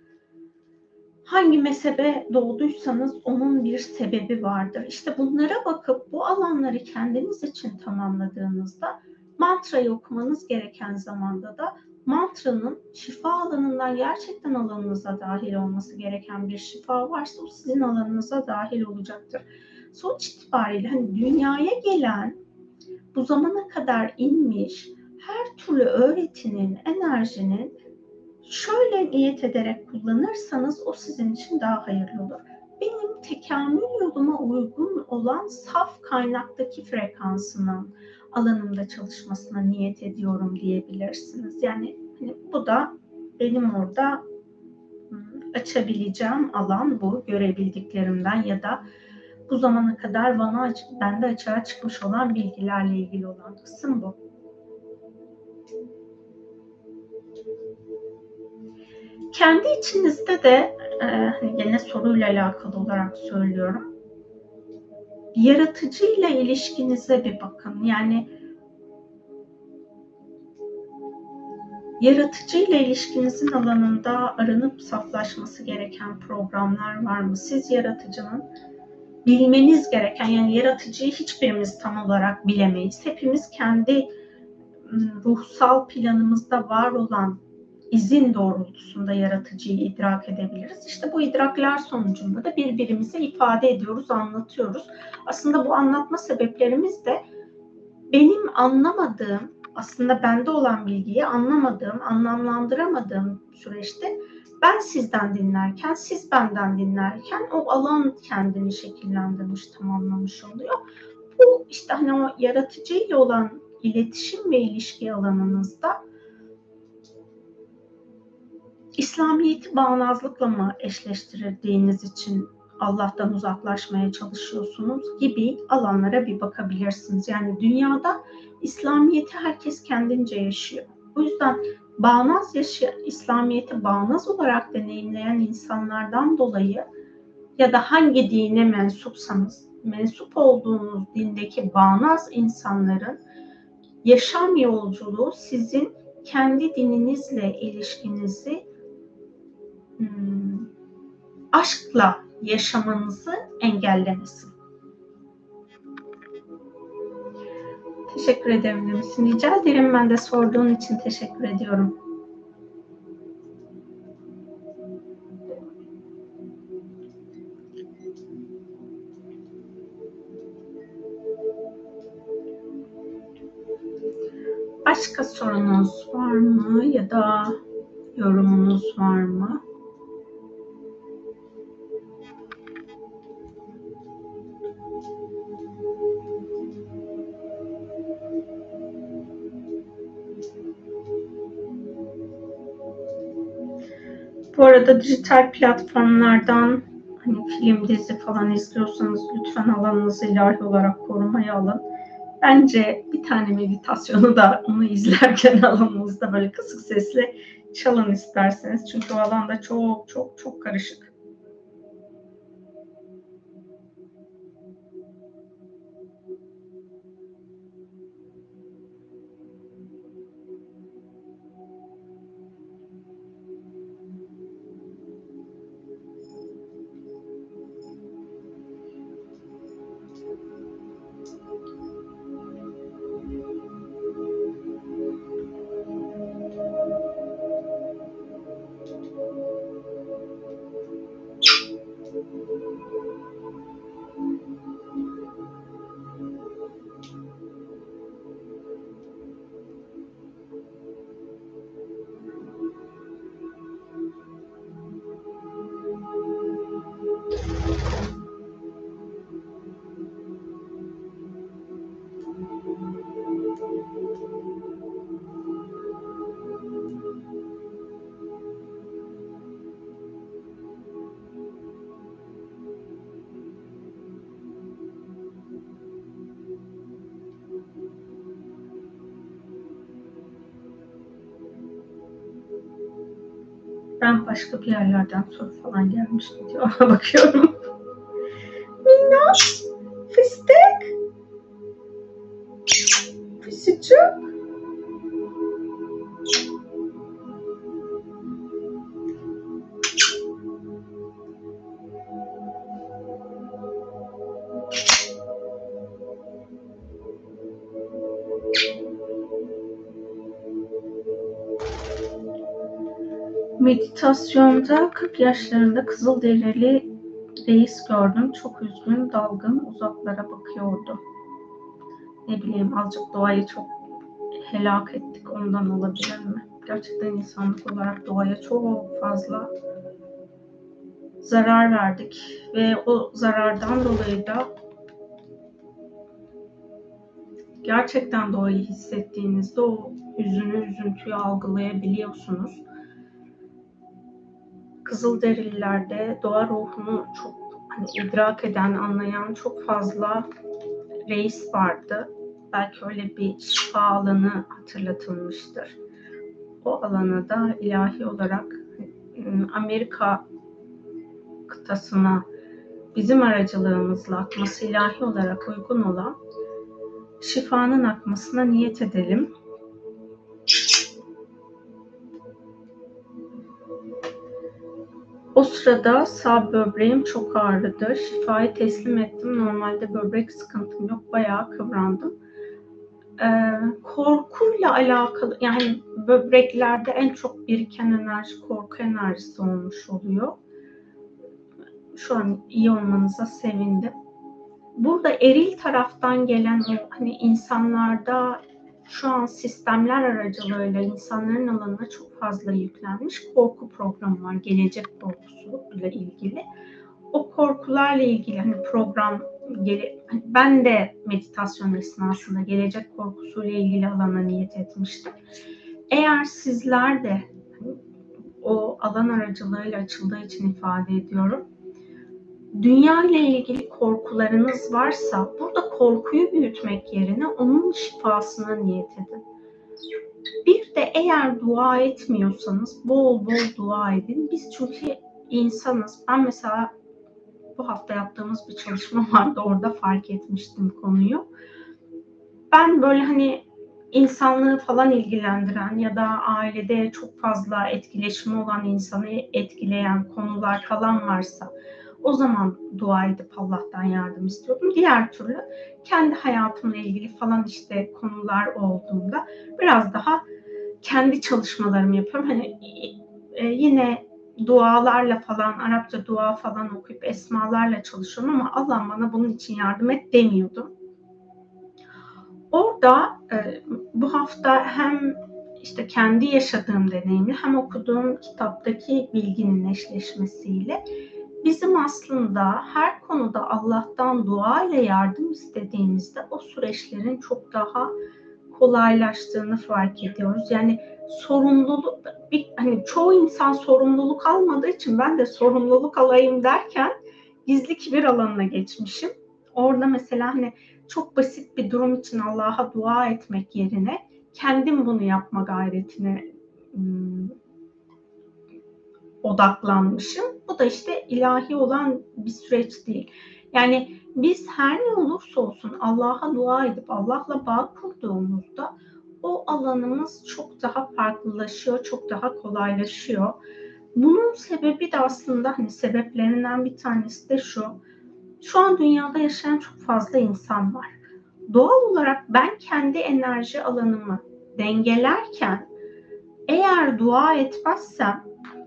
Hangi mezhebe doğduysanız onun bir sebebi vardır. İşte bunlara bakıp bu alanları kendiniz için tamamladığınızda mantrayı okumanız gereken zamanda da mantranın şifa alanından gerçekten alanınıza dahil olması gereken bir şifa varsa o sizin alanınıza dahil olacaktır. Sonuç itibariyle hani dünyaya gelen, bu zamana kadar inmiş her türlü öğretinin, enerjinin şöyle niyet ederek kullanırsanız o sizin için daha hayırlı olur. Benim tekamül yoluma uygun olan saf kaynaktaki frekansının alanımda çalışmasına niyet ediyorum diyebilirsiniz. Yani hani bu da benim orada açabileceğim alan bu, görebildiklerimden ya da bu zamana kadar bana bende açığa çıkmış olan bilgilerle ilgili olan kısım bu. Kendi içinizde de e, yine soruyla alakalı olarak söylüyorum. Yaratıcıyla ilişkinize bir bakın. Yani yaratıcıyla ilişkinizin alanında aranıp saflaşması gereken programlar var mı? Siz yaratıcının bilmeniz gereken, yani yaratıcıyı hiçbirimiz tam olarak bilemeyiz. Hepimiz kendi ruhsal planımızda var olan izin doğrultusunda yaratıcıyı idrak edebiliriz. İşte bu idrakler sonucunda da birbirimize ifade ediyoruz, anlatıyoruz. Aslında bu anlatma sebeplerimiz de benim anlamadığım, aslında bende olan bilgiyi anlamadığım, anlamlandıramadığım süreçte ben sizden dinlerken, siz benden dinlerken o alan kendini şekillendirmiş, tamamlamış oluyor. Bu işte hani o yaratıcıyla olan iletişim ve ilişki alanınızda İslamiyet'i bağnazlıkla mı eşleştirdiğiniz için Allah'tan uzaklaşmaya çalışıyorsunuz gibi alanlara bir bakabilirsiniz. Yani dünyada İslamiyet'i herkes kendince yaşıyor. O yüzden bağnaz yaşı, İslamiyet'i bağnaz olarak deneyimleyen insanlardan dolayı ya da hangi dine mensupsanız, mensup olduğunuz dindeki bağnaz insanların yaşam yolculuğu sizin kendi dininizle ilişkinizi hmm, aşkla yaşamanızı engellemesin. Teşekkür ederim demişsin. Rica ederim, ben de sorduğun için teşekkür ediyorum. Başka sorunuz var mı ya da yorumunuz var mı? Bu arada dijital platformlardan hani film, dizi falan izliyorsanız lütfen alanınızı ilahi olarak korumaya alın. Bence bir tane meditasyonu da onu izlerken alanınızda böyle kısık sesle çalın isterseniz. Çünkü o alanda çok çok çok karışık. Ben başka bir yerlerden soru falan gelmiş mi diye ona bakıyorum. Minnoş, fıstık, fıstıcık. Meditasyonda kırk yaşlarında Kızılderili reis gördüm. Çok üzgün, dalgın, uzaklara bakıyordu. Ne bileyim, azıcık doğayı çok helak ettik, ondan olabilir mi? Gerçekten insanlık olarak doğaya çok fazla zarar verdik ve o zarardan dolayı da gerçekten doğayı hissettiğinizde o hüzünü, üzüntüyü algılayabiliyorsunuz. Kızılderililerde doğa ruhunu çok hani idrak eden, anlayan çok fazla reis vardı. Belki öyle bir şifa alanı hatırlatılmıştır. O alana da ilahi olarak Amerika kıtasına bizim aracılığımızla akması ilahi olarak uygun olan şifanın akmasına niyet edelim. O sırada sağ böbreğim çok ağrıdı. Şifayı teslim ettim. Normalde böbrek sıkıntım yok. Bayağı kıvrandım. Ee, korkuyla alakalı, yani böbreklerde en çok biriken enerji korku enerjisi olmuş oluyor. Şu an iyi olmanıza sevindim. Burada eril taraftan gelen o hani insanlarda şu an sistemler aracılığıyla insanların alanına çok fazla yüklenmiş korku programı var. Gelecek korkusu ile ilgili. O korkularla ilgili hani program ben de meditasyon esnasında gelecek korkusuyla ilgili alana niyet etmiştim. Eğer sizler de o alan aracılığıyla açıldığı için ifade ediyorum. Dünya ile ilgili korkularınız varsa burada korkuyu büyütmek yerine onun şifasına niyet edin. Bir de eğer dua etmiyorsanız bol bol dua edin. Biz çünkü insanız. Ben mesela bu hafta yaptığımız bir çalışma vardı. Orada fark etmiştim konuyu. Ben böyle hani insanlığı falan ilgilendiren ya da ailede çok fazla etkileşimi olan insanı etkileyen konular falan varsa o zaman dua edip Allah'tan yardım istiyordum. Diğer türlü kendi hayatımla ilgili falan işte konular olduğunda biraz daha kendi çalışmalarımı yapıyorum. Hani e, yine dualarla falan, Arapça dua falan okuyup esmalarla çalışıyorum ama Allah bana bunun için yardım et demiyordum. Orada e, bu hafta hem işte kendi yaşadığım deneyimle hem okuduğum kitaptaki bilginin eşleşmesiyle bizim aslında her konuda Allah'tan dua ile yardım istediğimizde o süreçlerin çok daha kolaylaştığını fark ediyoruz. Yani sorumluluk, bir, hani çoğu insan sorumluluk almadığı için ben de sorumluluk alayım derken gizli kibir alanına geçmişim. Orada mesela hani çok basit bir durum için Allah'a dua etmek yerine kendim bunu yapma gayretine ım, odaklanmışım. Bu da işte ilahi olan bir süreç değil. Yani biz her ne olursa olsun Allah'a dua edip Allah'la bağ kurduğumuzda o alanımız çok daha farklılaşıyor, çok daha kolaylaşıyor. Bunun sebebi de aslında hani sebeplerinden bir tanesi de şu. Şu an dünyada yaşayan çok fazla insan var. Doğal olarak ben kendi enerji alanımı dengelerken eğer dua etmezsem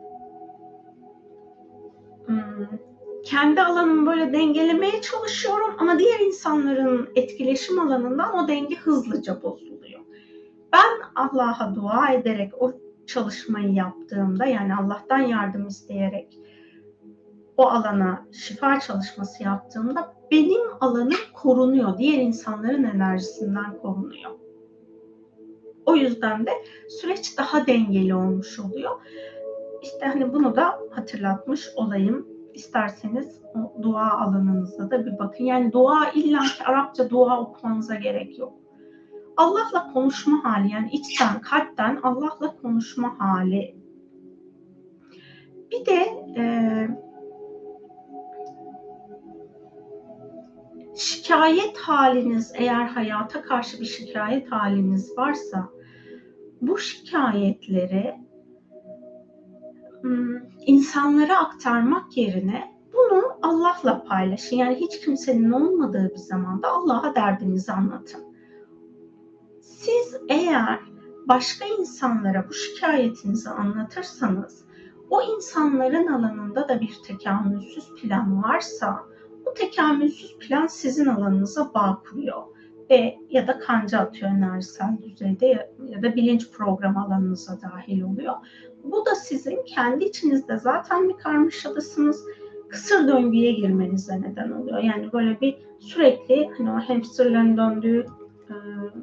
kendi alanımı böyle dengelemeye çalışıyorum ama diğer insanların etkileşim alanından o denge hızlıca bozuluyor. Ben Allah'a dua ederek o çalışmayı yaptığımda, yani Allah'tan yardım isteyerek o alana şifa çalışması yaptığımda benim alanım korunuyor. Diğer insanların enerjisinden korunuyor. O yüzden de süreç daha dengeli olmuş oluyor. İşte hani bunu da hatırlatmış olayım. İsterseniz o dua alanınızda da bir bakın. Yani dua illa ki Arapça dua okumanıza gerek yok. Allah'la konuşma hali, yani içten, kalpten Allah'la konuşma hali. Bir de e, şikayet haliniz, eğer hayata karşı bir şikayet haliniz varsa bu şikayetleri insanlara aktarmak yerine bunu Allah'la paylaşın. Yani hiç kimsenin olmadığı bir zamanda Allah'a derdinizi anlatın. Siz eğer başka insanlara bu şikayetinizi anlatırsanız, o insanların alanında da bir tekamülsüz plan varsa, bu tekamülsüz plan sizin alanınıza bağ kuruyor ve ya da kanca atıyor enerjisel düzeyde ya, ya da bilinç programı alanınıza dahil oluyor. Bu da sizin kendi içinizde zaten bir karmaşadasınız, kısır döngüye girmenize neden oluyor. Yani böyle bir sürekli hani o hamsterların döndüğü e,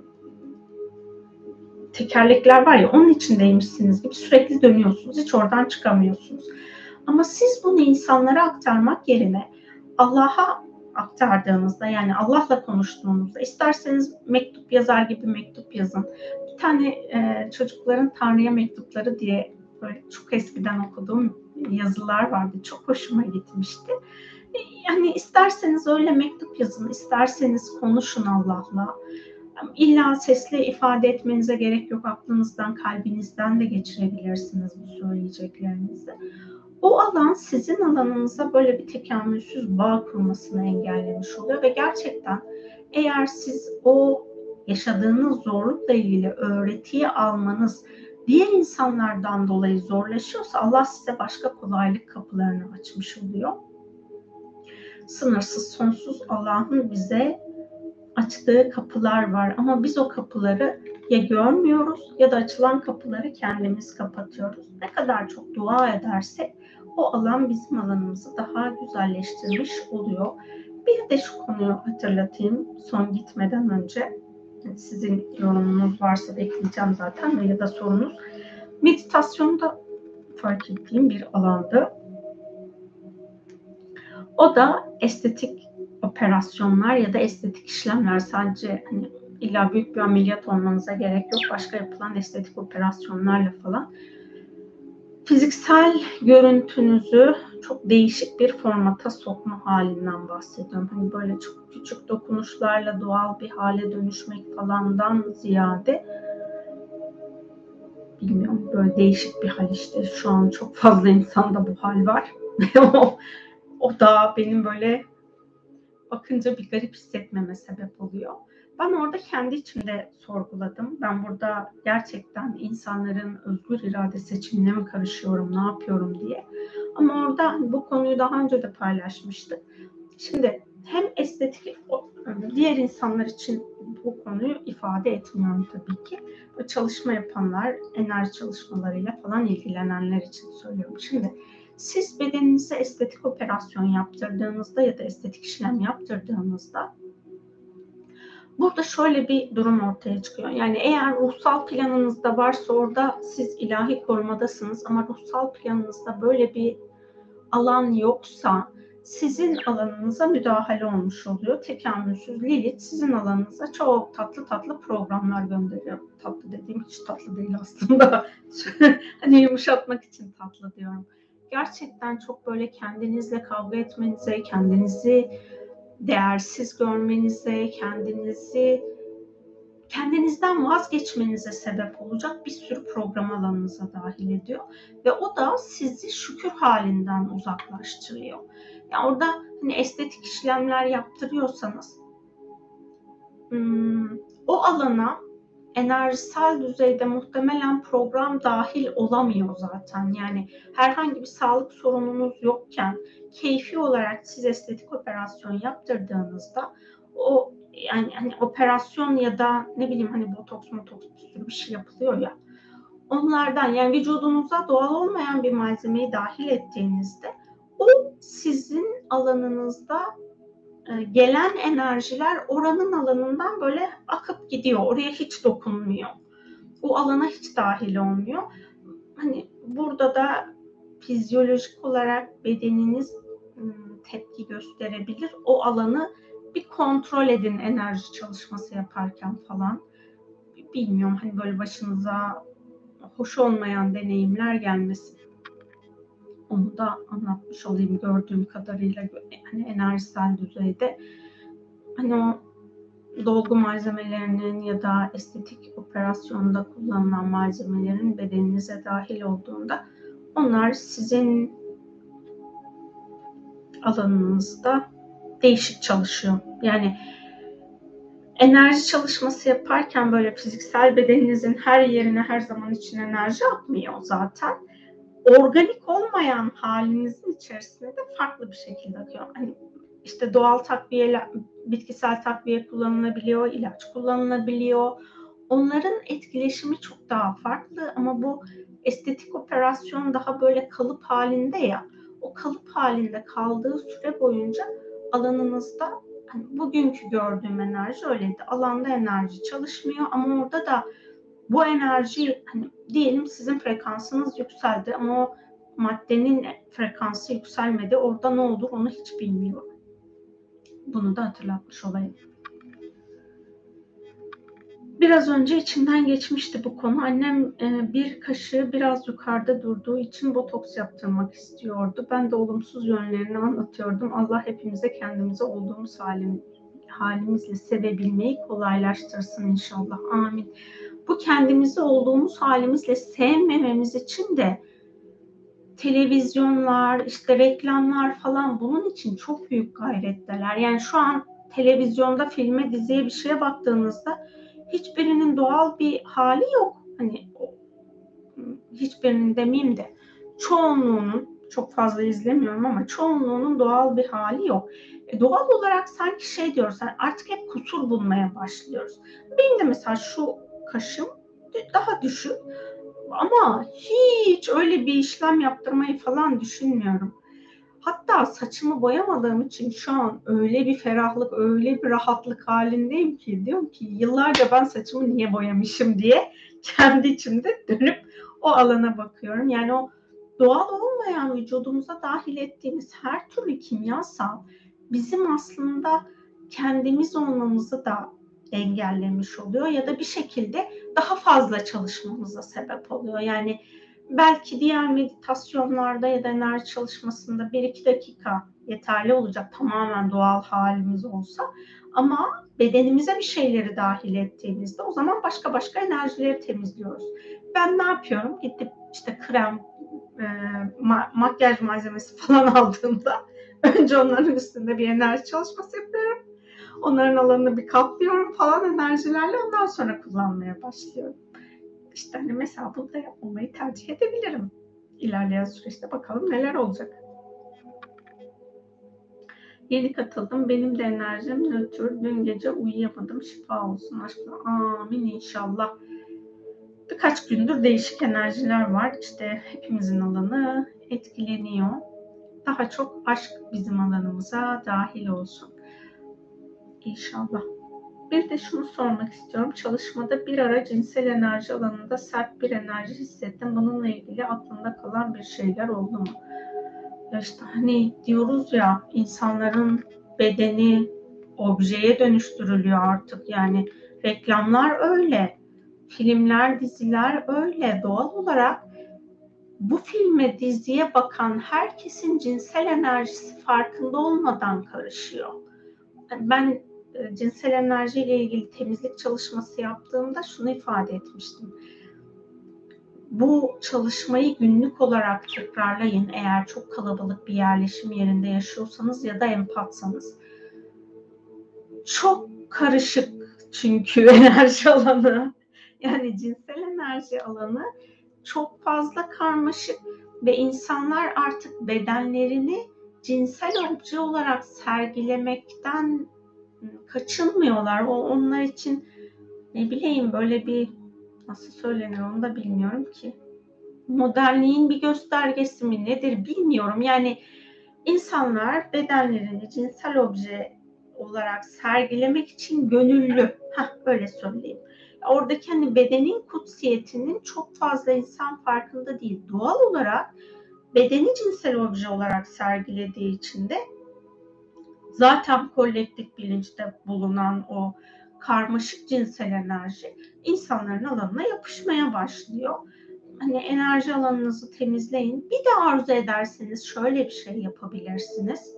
tekerlekler var ya, onun içindeymişsiniz gibi sürekli dönüyorsunuz. Hiç oradan çıkamıyorsunuz. Ama siz bunu insanlara aktarmak yerine Allah'a aktardığınızda, yani Allah'la konuştuğunuzda, isterseniz mektup yazar gibi mektup yazın. Bir tane e, çocukların Tanrı'ya mektupları diye böyle çok eskiden okuduğum yazılar vardı. Çok hoşuma gitmişti. Yani isterseniz öyle mektup yazın, isterseniz konuşun Allah'la. İlla sesle ifade etmenize gerek yok. Aklınızdan, kalbinizden de geçirebilirsiniz bu söyleyeceklerinizi. O alan sizin alanınıza böyle bir tekamülsüz bağ kurmasını engellemiş oluyor ve gerçekten eğer siz o yaşadığınız zorlukla ilgili öğretiyi almanız diğer insanlardan dolayı zorlaşıyorsa, Allah size başka kolaylık kapılarını açmış oluyor. Sınırsız, sonsuz Allah'ın bize açtığı kapılar var ama biz o kapıları ya görmüyoruz ya da açılan kapıları kendimiz kapatıyoruz. Ne kadar çok dua edersek o alan bizim alanımızı daha güzelleştirmiş oluyor. Bir de şu konuyu hatırlatayım son gitmeden önce. Sizin yorumunuz varsa bekleyeceğim zaten ya da sorunuz. Meditasyonda fark ettiğim bir alandı. O da estetik operasyonlar ya da estetik işlemler. Sadece hani illa büyük bir ameliyat olmanıza gerek yok. Başka yapılan estetik operasyonlarla falan fiziksel görüntünüzü çok değişik bir formata sokma halinden bahsediyorum. Hani böyle çok küçük dokunuşlarla doğal bir hale dönüşmek falandan ziyade, bilmiyorum, böyle değişik bir hal işte. Şu an çok fazla insanda bu hal var. o, o da benim böyle bakınca bir garip hissetmeme sebep oluyor. Ben orada kendi içimde sorguladım. Ben burada gerçekten insanların özgür irade seçimine mi karışıyorum, ne yapıyorum diye. Ama orada bu konuyu daha önce de paylaşmıştık. Şimdi hem estetik, diğer insanlar için bu konuyu ifade etmiyorum tabii ki. Bu çalışma yapanlar, enerji çalışmalarıyla falan ilgilenenler için söylüyorum. Şimdi siz bedeninize estetik operasyon yaptırdığınızda ya da estetik işlem yaptırdığınızda burada şöyle bir durum ortaya çıkıyor. Yani eğer ruhsal planınızda varsa orada siz ilahi korumadasınız ama ruhsal planınızda böyle bir alan yoksa sizin alanınıza müdahale olmuş oluyor. Tekamülsüz Lilith sizin alanınıza çok tatlı tatlı programlar gönderiyor. Tatlı dediğim hiç tatlı değil aslında. Hani yumuşatmak için tatlı diyorum. Gerçekten çok böyle kendinizle kavga etmenize, kendinizi değersiz görmenize, kendinizi kendinizden vazgeçmenize sebep olacak bir sürü program alanınıza dahil ediyor. Ve o da sizi şükür halinden uzaklaştırıyor. Yani orada hani estetik işlemler yaptırıyorsanız o alana enerjisel düzeyde muhtemelen program dahil olamıyor zaten. Yani herhangi bir sağlık sorununuz yokken keyfi olarak siz estetik operasyon yaptırdığınızda o yani hani operasyon ya da ne bileyim hani botoks motoks bir sürü bir şey yapılıyor ya. Onlardan yani vücudunuza doğal olmayan bir malzemeyi dahil ettiğinizde o sizin alanınızda gelen enerjiler oranın alanından böyle akıp gidiyor. Oraya hiç dokunmuyor. O alana hiç dahil olmuyor. Hani burada da fizyolojik olarak bedeniniz tepki gösterebilir. O alanı bir kontrol edin enerji çalışması yaparken falan. Bilmiyorum hani böyle başınıza hoş olmayan deneyimler gelmesin. Onu da anlatmış olayım gördüğüm kadarıyla hani enerjisel düzeyde. Hani o dolgu malzemelerinin ya da estetik operasyonda kullanılan malzemelerin bedeninize dahil olduğunda onlar sizin alanınızda değişik çalışıyor. Yani enerji çalışması yaparken böyle fiziksel bedeninizin her yerine her zaman için enerji atmıyor zaten. Organik olmayan halinizin içerisinde de farklı bir şekilde akıyor. Hani işte doğal takviye, bitkisel takviye kullanılabiliyor, ilaç kullanılabiliyor. Onların etkileşimi çok daha farklı ama bu estetik operasyon daha böyle kalıp halinde ya. O kalıp halinde kaldığı süre boyunca alanınızda hani bugünkü gördüğüm enerji öyleydi. Alanda enerji çalışmıyor ama orada da bu enerji hani diyelim sizin frekansınız yükseldi ama o maddenin frekansı yükselmedi. Orada ne olur onu hiç bilmiyorum. Bunu da hatırlatmış olayım. Biraz önce içinden geçmişti bu konu. Annem bir kaşığı biraz yukarıda durduğu için botoks yaptırmak istiyordu. Ben de olumsuz yönlerini anlatıyordum. Allah hepimize kendimize olduğumuz halim, halimizle sevebilmeyi kolaylaştırsın inşallah. Amin. Bu kendimizi olduğumuz halimizle sevmememiz için de televizyonlar, işte reklamlar falan bunun için çok büyük gayretteler. Yani şu an televizyonda filme, diziye bir şeye baktığınızda hiçbirinin doğal bir hali yok. Hani hiçbirinin demeyeyim de çoğunluğunun, çok fazla izlemiyorum ama çoğunluğunun doğal bir hali yok. E, doğal olarak sanki şey diyoruz, yani artık hep kusur bulmaya başlıyoruz. Benim de mesela şu kaşım daha düşük ama hiç öyle bir işlem yaptırmayı falan düşünmüyorum. Hatta saçımı boyamadığım için şu an öyle bir ferahlık, öyle bir rahatlık halindeyim ki diyorum ki yıllarca ben saçımı niye boyamışım diye kendi içimde dönüp o alana bakıyorum. Yani o doğal olmayan vücudumuza dahil ettiğimiz her türlü kimyasal bizim aslında kendimiz olmamızı da engellemiş oluyor ya da bir şekilde daha fazla çalışmamıza sebep oluyor. Yani belki diğer meditasyonlarda ya da enerji çalışmasında bir iki dakika yeterli olacak tamamen doğal halimiz olsa ama bedenimize bir şeyleri dahil ettiğimizde o zaman başka başka enerjileri temizliyoruz. Ben ne yapıyorum? Gidip işte krem, e, ma- makyaj malzemesi falan aldığımda önce onların üstünde bir enerji çalışması yapıyorum. Onların alanını bir kaplıyorum falan enerjilerle ondan sonra kullanmaya başlıyorum. İşte hani mesela bunu da yapmayı tercih edebilirim. İlerleyen süreçte bakalım neler olacak. Yeni katıldım. Benim de enerjim nötr. Dün gece uyuyamadım. Şifa olsun aşkına. Amin inşallah. Birkaç gündür değişik enerjiler var. İşte hepimizin alanı etkileniyor. Daha çok aşk bizim alanımıza dahil olsun. İnşallah. Bir de şunu sormak istiyorum. Çalışmada bir ara cinsel enerji alanında sert bir enerji hissettim. Bununla ilgili aklımda kalan bir şeyler oldu mu? Ya işte hani diyoruz ya, insanların bedeni objeye dönüştürülüyor artık. Yani reklamlar öyle, filmler, diziler öyle. Doğal olarak bu filme, diziye bakan herkesin cinsel enerjisi farkında olmadan karışıyor. Ben e, cinsel enerjiyle ilgili temizlik çalışması yaptığımda şunu ifade etmiştim. Bu çalışmayı günlük olarak tekrarlayın eğer çok kalabalık bir yerleşim yerinde yaşıyorsanız ya da empatsanız. Çok karışık çünkü enerji alanı. Yani cinsel enerji alanı çok fazla karmaşık ve insanlar artık bedenlerini cinsel obje olarak sergilemekten kaçınmıyorlar. O onlar için ne bileyim böyle bir, nasıl söylenir onu da bilmiyorum ki. Modernliğin bir göstergesi mi nedir bilmiyorum. Yani insanlar bedenlerini cinsel obje olarak sergilemek için gönüllü. Heh, öyle söyleyeyim. Oradaki hani bedenin kutsiyetinin çok fazla insan farkında değil. Doğal olarak bedeni cinsel obje olarak sergilediği için de zaten kolektif bilinçte bulunan o karmaşık cinsel enerji insanların alanına yapışmaya başlıyor. Hani enerji alanınızı temizleyin. Bir de arzu ederseniz şöyle bir şey yapabilirsiniz.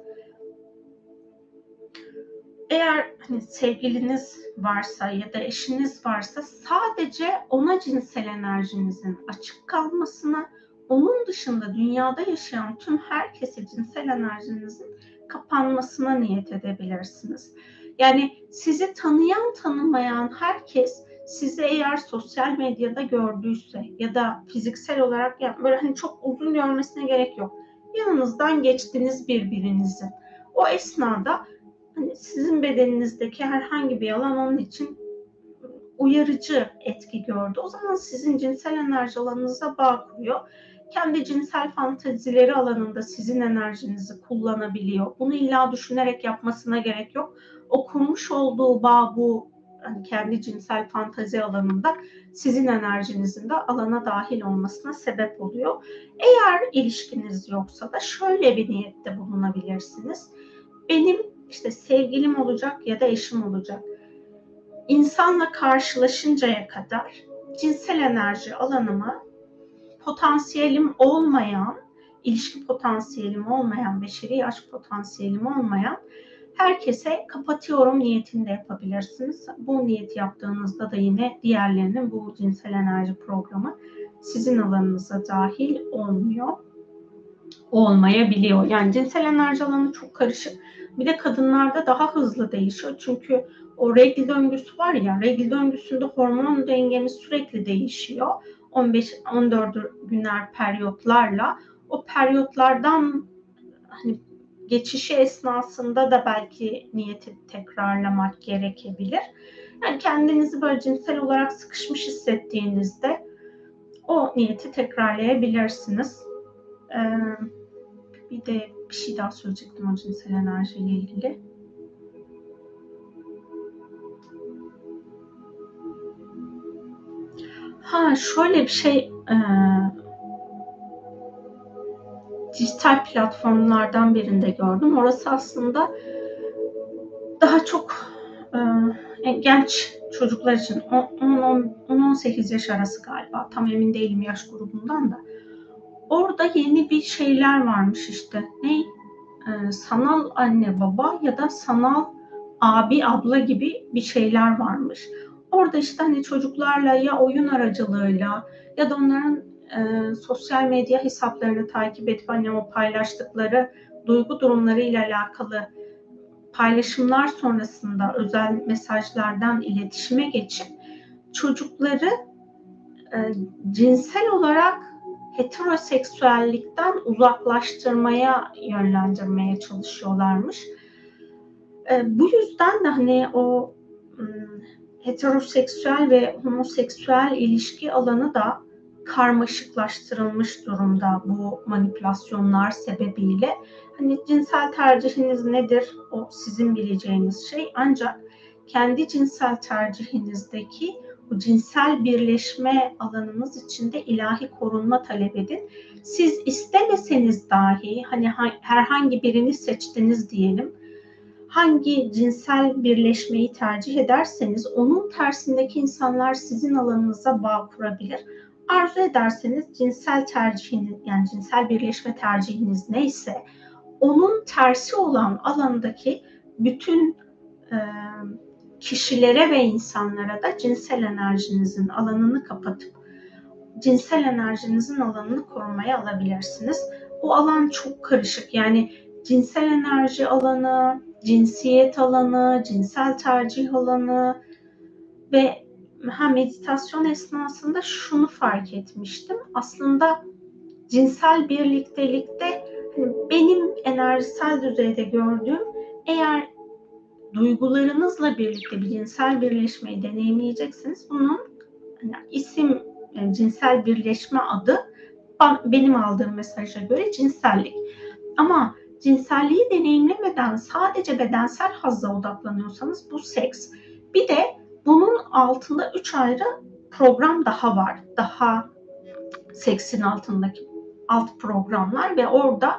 Eğer hani sevgiliniz varsa ya da eşiniz varsa sadece ona cinsel enerjinizin açık kalmasına, onun dışında dünyada yaşayan tüm herkese cinsel enerjinizin kapanmasına niyet edebilirsiniz. Yani sizi tanıyan tanımayan herkes sizi eğer sosyal medyada gördüyse ya da fiziksel olarak, yani böyle hani çok uzun görmesine gerek yok. Yanınızdan geçtiniz birbirinizin. O esnada hani sizin bedeninizdeki herhangi bir alan onun için uyarıcı etki gördü. O zaman sizin cinsel enerji alanınıza bağ kuruyor. Kendi cinsel fantezileri alanında sizin enerjinizi kullanabiliyor. Bunu illa düşünerek yapmasına gerek yok. O kurmuş olduğu bağ, bu hani kendi cinsel fantezi alanında sizin enerjinizin de alana dahil olmasına sebep oluyor. Eğer ilişkiniz yoksa da şöyle bir niyette bulunabilirsiniz. Benim işte sevgilim olacak ya da eşim olacak. İnsanla karşılaşıncaya kadar cinsel enerji alanıma potansiyelim olmayan, ilişki potansiyelim olmayan, beşeri aşk potansiyelim olmayan herkese kapatıyorum niyetini de yapabilirsiniz. Bu niyeti yaptığınızda da yine diğerlerinin bu cinsel enerji programı sizin alanınıza dahil olmuyor. Olmayabiliyor. Yani cinsel enerji alanı çok karışık. Bir de kadınlarda daha hızlı değişiyor. Çünkü o regl döngüsü var ya, regl döngüsünde hormon dengemiz sürekli değişiyor. on beş on dört günler periyotlarla. O periyotlardan hani geçişi esnasında da belki niyeti tekrarlamak gerekebilir. Yani kendinizi böyle cinsel olarak sıkışmış hissettiğinizde o niyeti tekrarlayabilirsiniz. Ee, bir de bir şey daha söyleyecektim o cinsel enerjiyle ilgili. Ha şöyle bir şey, e, dijital platformlardan birinde gördüm. Orası aslında daha çok e, genç çocuklar için on on sekiz yaş arası galiba. Tam emin değilim yaş grubundan da. Orada yeni bir şeyler varmış işte. Ne? E, sanal anne baba ya da sanal abi abla gibi bir şeyler varmış. Orada işte hani çocuklarla ya oyun aracılığıyla ya da onların e, sosyal medya hesaplarını takip edip hani o paylaştıkları duygu durumlarıyla alakalı paylaşımlar sonrasında özel mesajlardan iletişime geçip çocukları e, cinsel olarak heteroseksüellikten uzaklaştırmaya yönlendirmeye çalışıyorlarmış. E, bu yüzden de hani o m, heteroseksüel ve homoseksüel ilişki alanı da karmaşıklaştırılmış durumda bu manipülasyonlar sebebiyle. Hani cinsel tercihiniz nedir? O sizin bileceğiniz şey. Ancak kendi cinsel tercihinizdeki bu cinsel birleşme alanınız içinde ilahi korunma talep edin. Siz istemeseniz dahi hani herhangi birini seçtiniz diyelim. Hangi cinsel birleşmeyi tercih ederseniz onun tersindeki insanlar sizin alanınıza bağ kurabilir. Arzu ederseniz cinsel tercihiniz, yani cinsel birleşme tercihiniz neyse onun tersi olan alandaki bütün e, kişilere ve insanlara da cinsel enerjinizin alanını kapatıp cinsel enerjinizin alanını korumaya alabilirsiniz. O alan çok karışık. Yani cinsel enerji alanı, cinsiyet alanı, cinsel tercih alanı ve ha, meditasyon esnasında şunu fark etmiştim. Aslında cinsel birliktelikte benim enerjisel düzeyde gördüğüm, eğer duygularınızla birlikte bir cinsel birleşmeyi deneyimleyeceksiniz, bunun yani isim, yani cinsel birleşme adı benim aldığım mesaja göre cinsellik. Ama cinselliği deneyimlemeden sadece bedensel hazza odaklanıyorsanız bu seks. Bir de bunun altında üç ayrı program daha var. Daha seksin altındaki alt programlar ve orada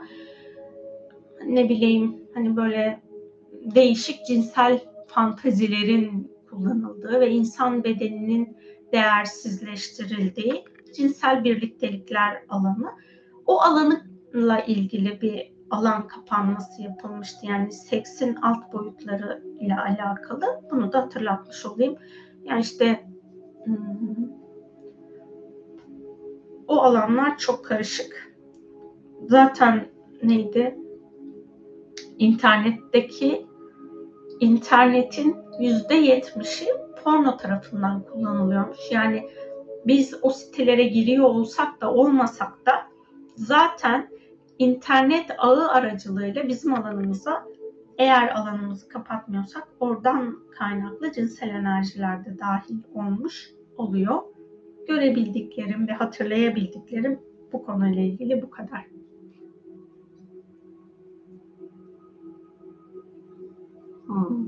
ne bileyim hani böyle değişik cinsel fantazilerin kullanıldığı ve insan bedeninin değersizleştirildiği cinsel birliktelikler alanı. O alanla ilgili bir alan kapanması yapılmıştı. Yani seksin alt boyutları ile alakalı. Bunu da hatırlatmış olayım. Yani işte o alanlar çok karışık. Zaten neydi? İnternetteki internetin yüzde yetmişi porno tarafından kullanılıyormuş. Yani biz o sitelere giriyor olsak da olmasak da zaten internet ağı aracılığıyla bizim alanımıza, eğer alanımızı kapatmıyorsak, oradan kaynaklı cinsel enerjiler de dahil olmuş oluyor. Görebildiklerim ve hatırlayabildiklerim bu konuyla ilgili bu kadar. Hmm.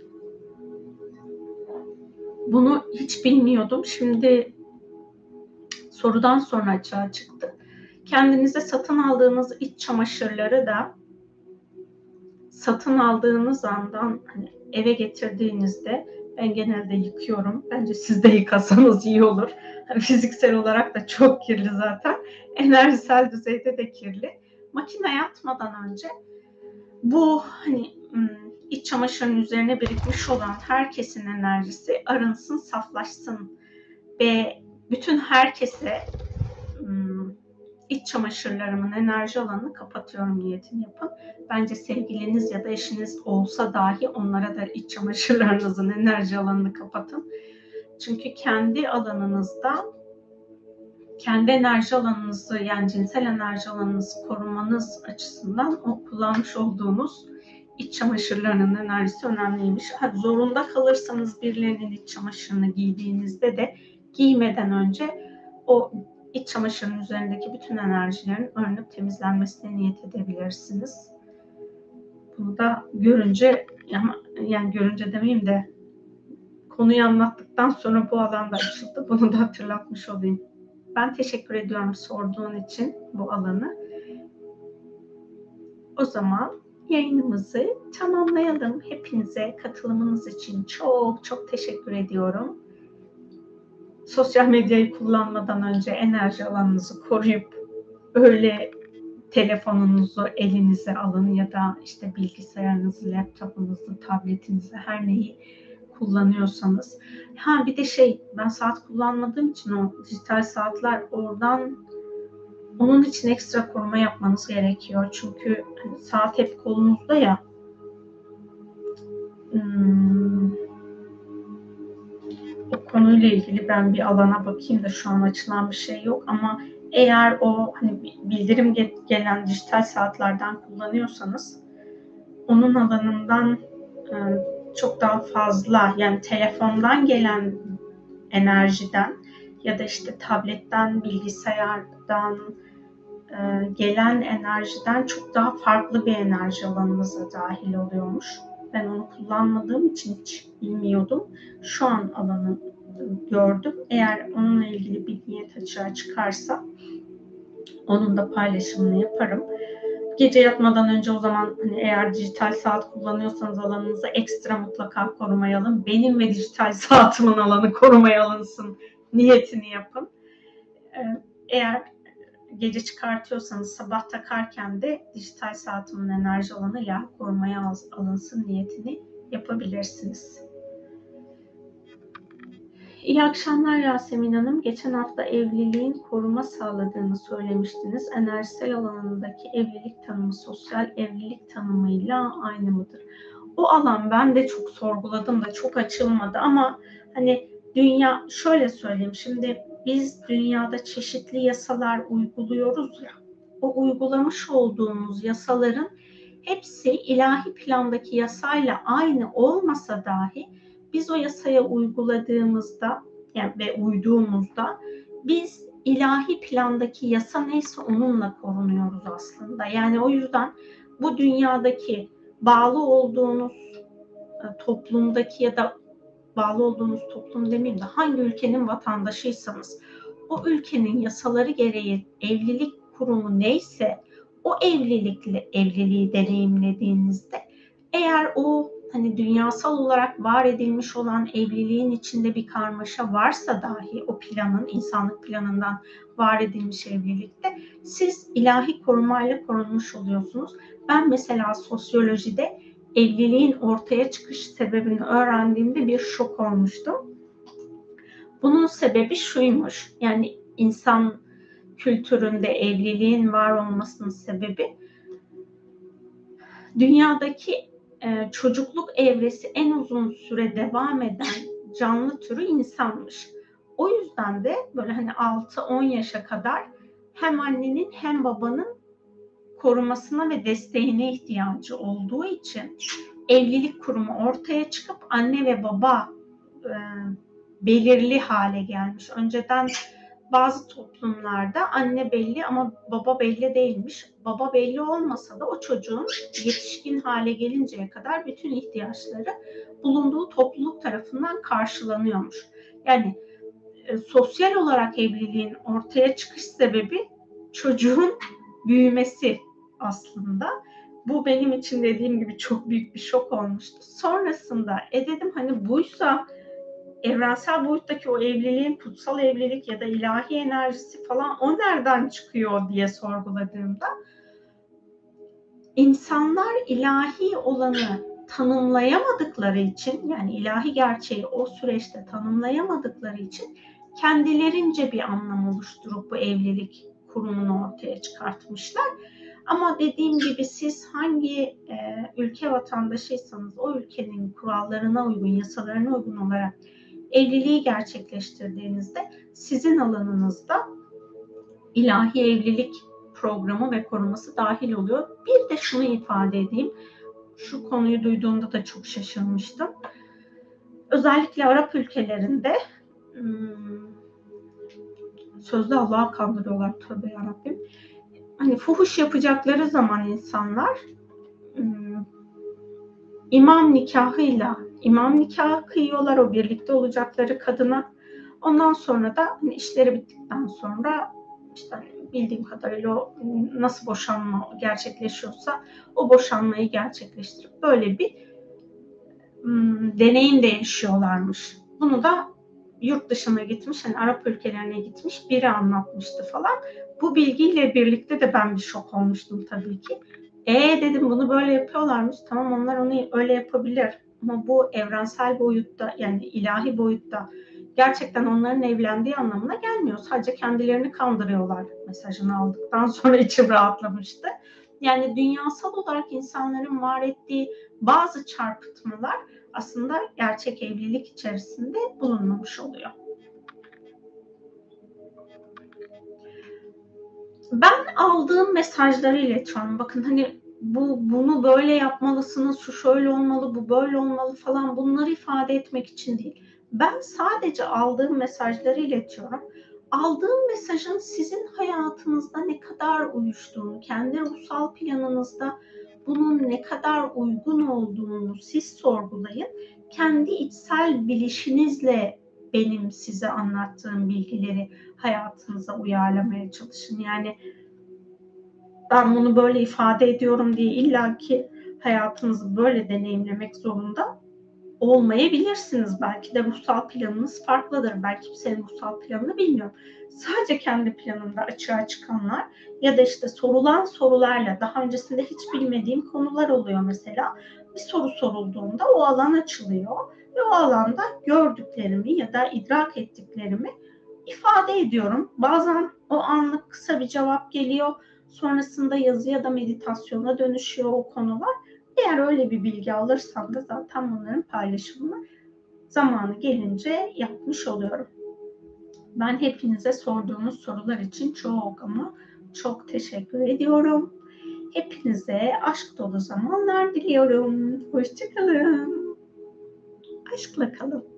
Bunu hiç bilmiyordum. Şimdi sorudan sonra açığa çıktı. Kendinize satın aldığınız iç çamaşırları da satın aldığınız andan hani eve getirdiğinizde, ben genelde yıkıyorum. Bence siz de yıkasanız iyi olur. Hani fiziksel olarak da çok kirli zaten. Enerjisel düzeyde de kirli. Makineye atmadan önce bu hani iç çamaşırın üzerine birikmiş olan herkesin enerjisi arınsın, saflaşsın ve bütün herkese iç çamaşırlarımın enerji alanını kapatıyorum niyetini yapın. Bence sevgiliniz ya da eşiniz olsa dahi onlara da iç çamaşırlarınızın enerji alanını kapatın. Çünkü kendi alanınızda, kendi enerji alanınızı, yani cinsel enerji alanınızı korumanız açısından o kullanmış olduğunuz iç çamaşırlarının enerjisi önemliymiş. Hadi zorunda kalırsanız birilerinin iç çamaşırını giydiğinizde de giymeden önce o iç çamaşırının üzerindeki bütün enerjilerin örnüp temizlenmesine niyet edebilirsiniz. Bunu da görünce, yani görünce demeyeyim de konuyu anlattıktan sonra bu alanda açıldı. Bunu da hatırlatmış olayım. Ben teşekkür ediyorum sorduğun için bu alanı. O zaman yayınımızı tamamlayalım. Hepinize katılımınız için çok çok teşekkür ediyorum. Sosyal medyayı kullanmadan önce enerji alanınızı koruyup öyle telefonunuzu elinize alın ya da işte bilgisayarınızı, laptopunuzu, tabletinizi, her neyi kullanıyorsanız. Ha bir de şey, ben saat kullanmadığım için o dijital saatler, oradan onun için ekstra koruma yapmanız gerekiyor. Çünkü hani saat hep kolunuzda ya. Hmm, o konuyla ilgili ben bir alana bakayım da şu an açılan bir şey yok ama eğer o hani bildirim gelen dijital saatlerden kullanıyorsanız onun alanından çok daha fazla, yani telefondan gelen enerjiden ya da işte tabletten, bilgisayardan gelen enerjiden çok daha farklı bir enerji alanınıza dahil oluyormuş. Ben onu kullanmadığım için hiç bilmiyordum. Şu an alanı gördüm. Eğer onunla ilgili bir niyet açığa çıkarsa onun da paylaşımını yaparım. Gece yatmadan önce o zaman hani eğer dijital saat kullanıyorsanız alanınızı ekstra mutlaka korumaya alın. Benim ve dijital saatimin alanı korumaya alınsın niyetini yapın. Eğer gece çıkartıyorsanız sabah takarken de dijital saatimin enerji alanı ilahi korumaya alınsın niyetini yapabilirsiniz. İyi akşamlar Yasemin Hanım. Geçen hafta evliliğin koruma sağladığını söylemiştiniz. Enerjisel alanındaki evlilik tanımı sosyal evlilik tanımıyla aynı mıdır? O alan ben de çok sorguladım da çok açılmadı ama hani dünya, şöyle söyleyeyim, şimdi biz dünyada çeşitli yasalar uyguluyoruz ya, o uygulamış olduğumuz yasaların hepsi ilahi plandaki yasayla aynı olmasa dahi biz o yasaya uyguladığımızda yani ve uyduğumuzda biz ilahi plandaki yasa neyse onunla korunuyoruz aslında. Yani o yüzden bu dünyadaki bağlı olduğunuz toplumdaki ya da bağlı olduğunuz toplum demeyeyim de hangi ülkenin vatandaşıysanız o ülkenin yasaları gereği evlilik kurumu neyse o evlilikle evliliği deneyimlediğinizde eğer o hani dünyasal olarak var edilmiş olan evliliğin içinde bir karmaşa varsa dahi o planın, insanlık planından var edilmiş evlilikte siz ilahi korumayla korunmuş oluyorsunuz. Ben mesela sosyolojide evliliğin ortaya çıkış sebebini öğrendiğimde bir şok olmuştum. Bunun sebebi şuymuş, yani insan kültüründe evliliğin var olmasının sebebi dünyadaki e, çocukluk evresi en uzun süre devam eden canlı türü insanmış. O yüzden de böyle hani altı on yaşa kadar hem annenin hem babanın korumasına ve desteğine ihtiyacı olduğu için evlilik kurumu ortaya çıkıp anne ve baba e, belirli hale gelmiş. Önceden bazı toplumlarda anne belli ama baba belli değilmiş. Baba belli olmasa da o çocuğun yetişkin hale gelinceye kadar bütün ihtiyaçları bulunduğu topluluk tarafından karşılanıyormuş. Yani e, sosyal olarak evliliğin ortaya çıkış sebebi çocuğun büyümesi aslında. Bu benim için dediğim gibi çok büyük bir şok olmuştu. Sonrasında e dedim hani buysa evrensel boyuttaki o evliliğin kutsal evlilik ya da ilahi enerjisi falan o nereden çıkıyor diye sorguladığımda insanlar ilahi olanı tanımlayamadıkları için yani ilahi gerçeği o süreçte tanımlayamadıkları için kendilerince bir anlam oluşturup bu evlilik kurumunu ortaya çıkartmışlar. Ama dediğim gibi siz hangi e, ülke vatandaşıysanız o ülkenin kurallarına uygun, yasalarına uygun olarak evliliği gerçekleştirdiğinizde sizin alanınızda ilahi evlilik programı ve koruması dahil oluyor. Bir de şunu ifade edeyim. Şu konuyu duyduğumda da çok şaşırmıştım. Özellikle Arap ülkelerinde sözde Allah'a kandırıyorlar, tövbe yarabbim. Hani fuhuş yapacakları zaman insanlar imam nikahıyla imam nikahı kıyıyorlar o birlikte olacakları kadına. Ondan sonra da hani işleri bittikten sonra işte bildiğim kadarıyla o nasıl boşanma gerçekleşiyorsa o boşanmayı gerçekleştirip böyle bir ım, deneyim de yaşıyorlarmış. Bunu da yurt dışına gitmiş, hani Arap ülkelerine gitmiş biri anlatmıştı falan. Bu bilgiyle birlikte de ben bir şok olmuştum tabii ki. E dedim bunu böyle yapıyorlarmış. Tamam onlar onu öyle yapabilir. Ama bu evrensel boyutta yani ilahi boyutta gerçekten onların evlendiği anlamına gelmiyor. Sadece kendilerini kandırıyorlar mesajını aldıktan sonra içim rahatlamıştı. Yani dünyasal olarak insanların var ettiği bazı çarpıtmalar aslında gerçek evlilik içerisinde bulunmamış oluyor. Ben aldığım mesajları iletiyorum. Bakın hani bu bunu böyle yapmalısınız, şu şöyle olmalı, bu böyle olmalı falan bunları ifade etmek için değil. Ben sadece aldığım mesajları iletiyorum. Aldığım mesajın sizin hayatınızda ne kadar uyuştuğunu, kendi ruhsal planınızda bunun ne kadar uygun olduğunu siz sorgulayın. Kendi içsel bilişinizle benim size anlattığım bilgileri hayatınıza uyarlamaya çalışın. Yani ben bunu böyle ifade ediyorum diye illaki hayatınızı böyle deneyimlemek zorunda olmayabilirsiniz. Belki de ruhsal planınız farklıdır. Ben kimsenin ruhsal planını bilmiyorum. Sadece kendi planımda açığa çıkanlar ya da işte sorulan sorularla daha öncesinde hiç bilmediğim konular oluyor mesela. Bir soru sorulduğunda o alan açılıyor ve o alanda gördüklerimi ya da idrak ettiklerimi ifade ediyorum. Bazen o anlık kısa bir cevap geliyor. Sonrasında yazı ya da meditasyona dönüşüyor o konular. Eğer öyle bir bilgi alırsam da zaten bunların paylaşımını zamanı gelince yapmış oluyorum. Ben hepinize sorduğunuz sorular için çok ama çok teşekkür ediyorum. Hepinize aşk dolu zamanlar diliyorum. Hoşça kalın. Aşkla kalın.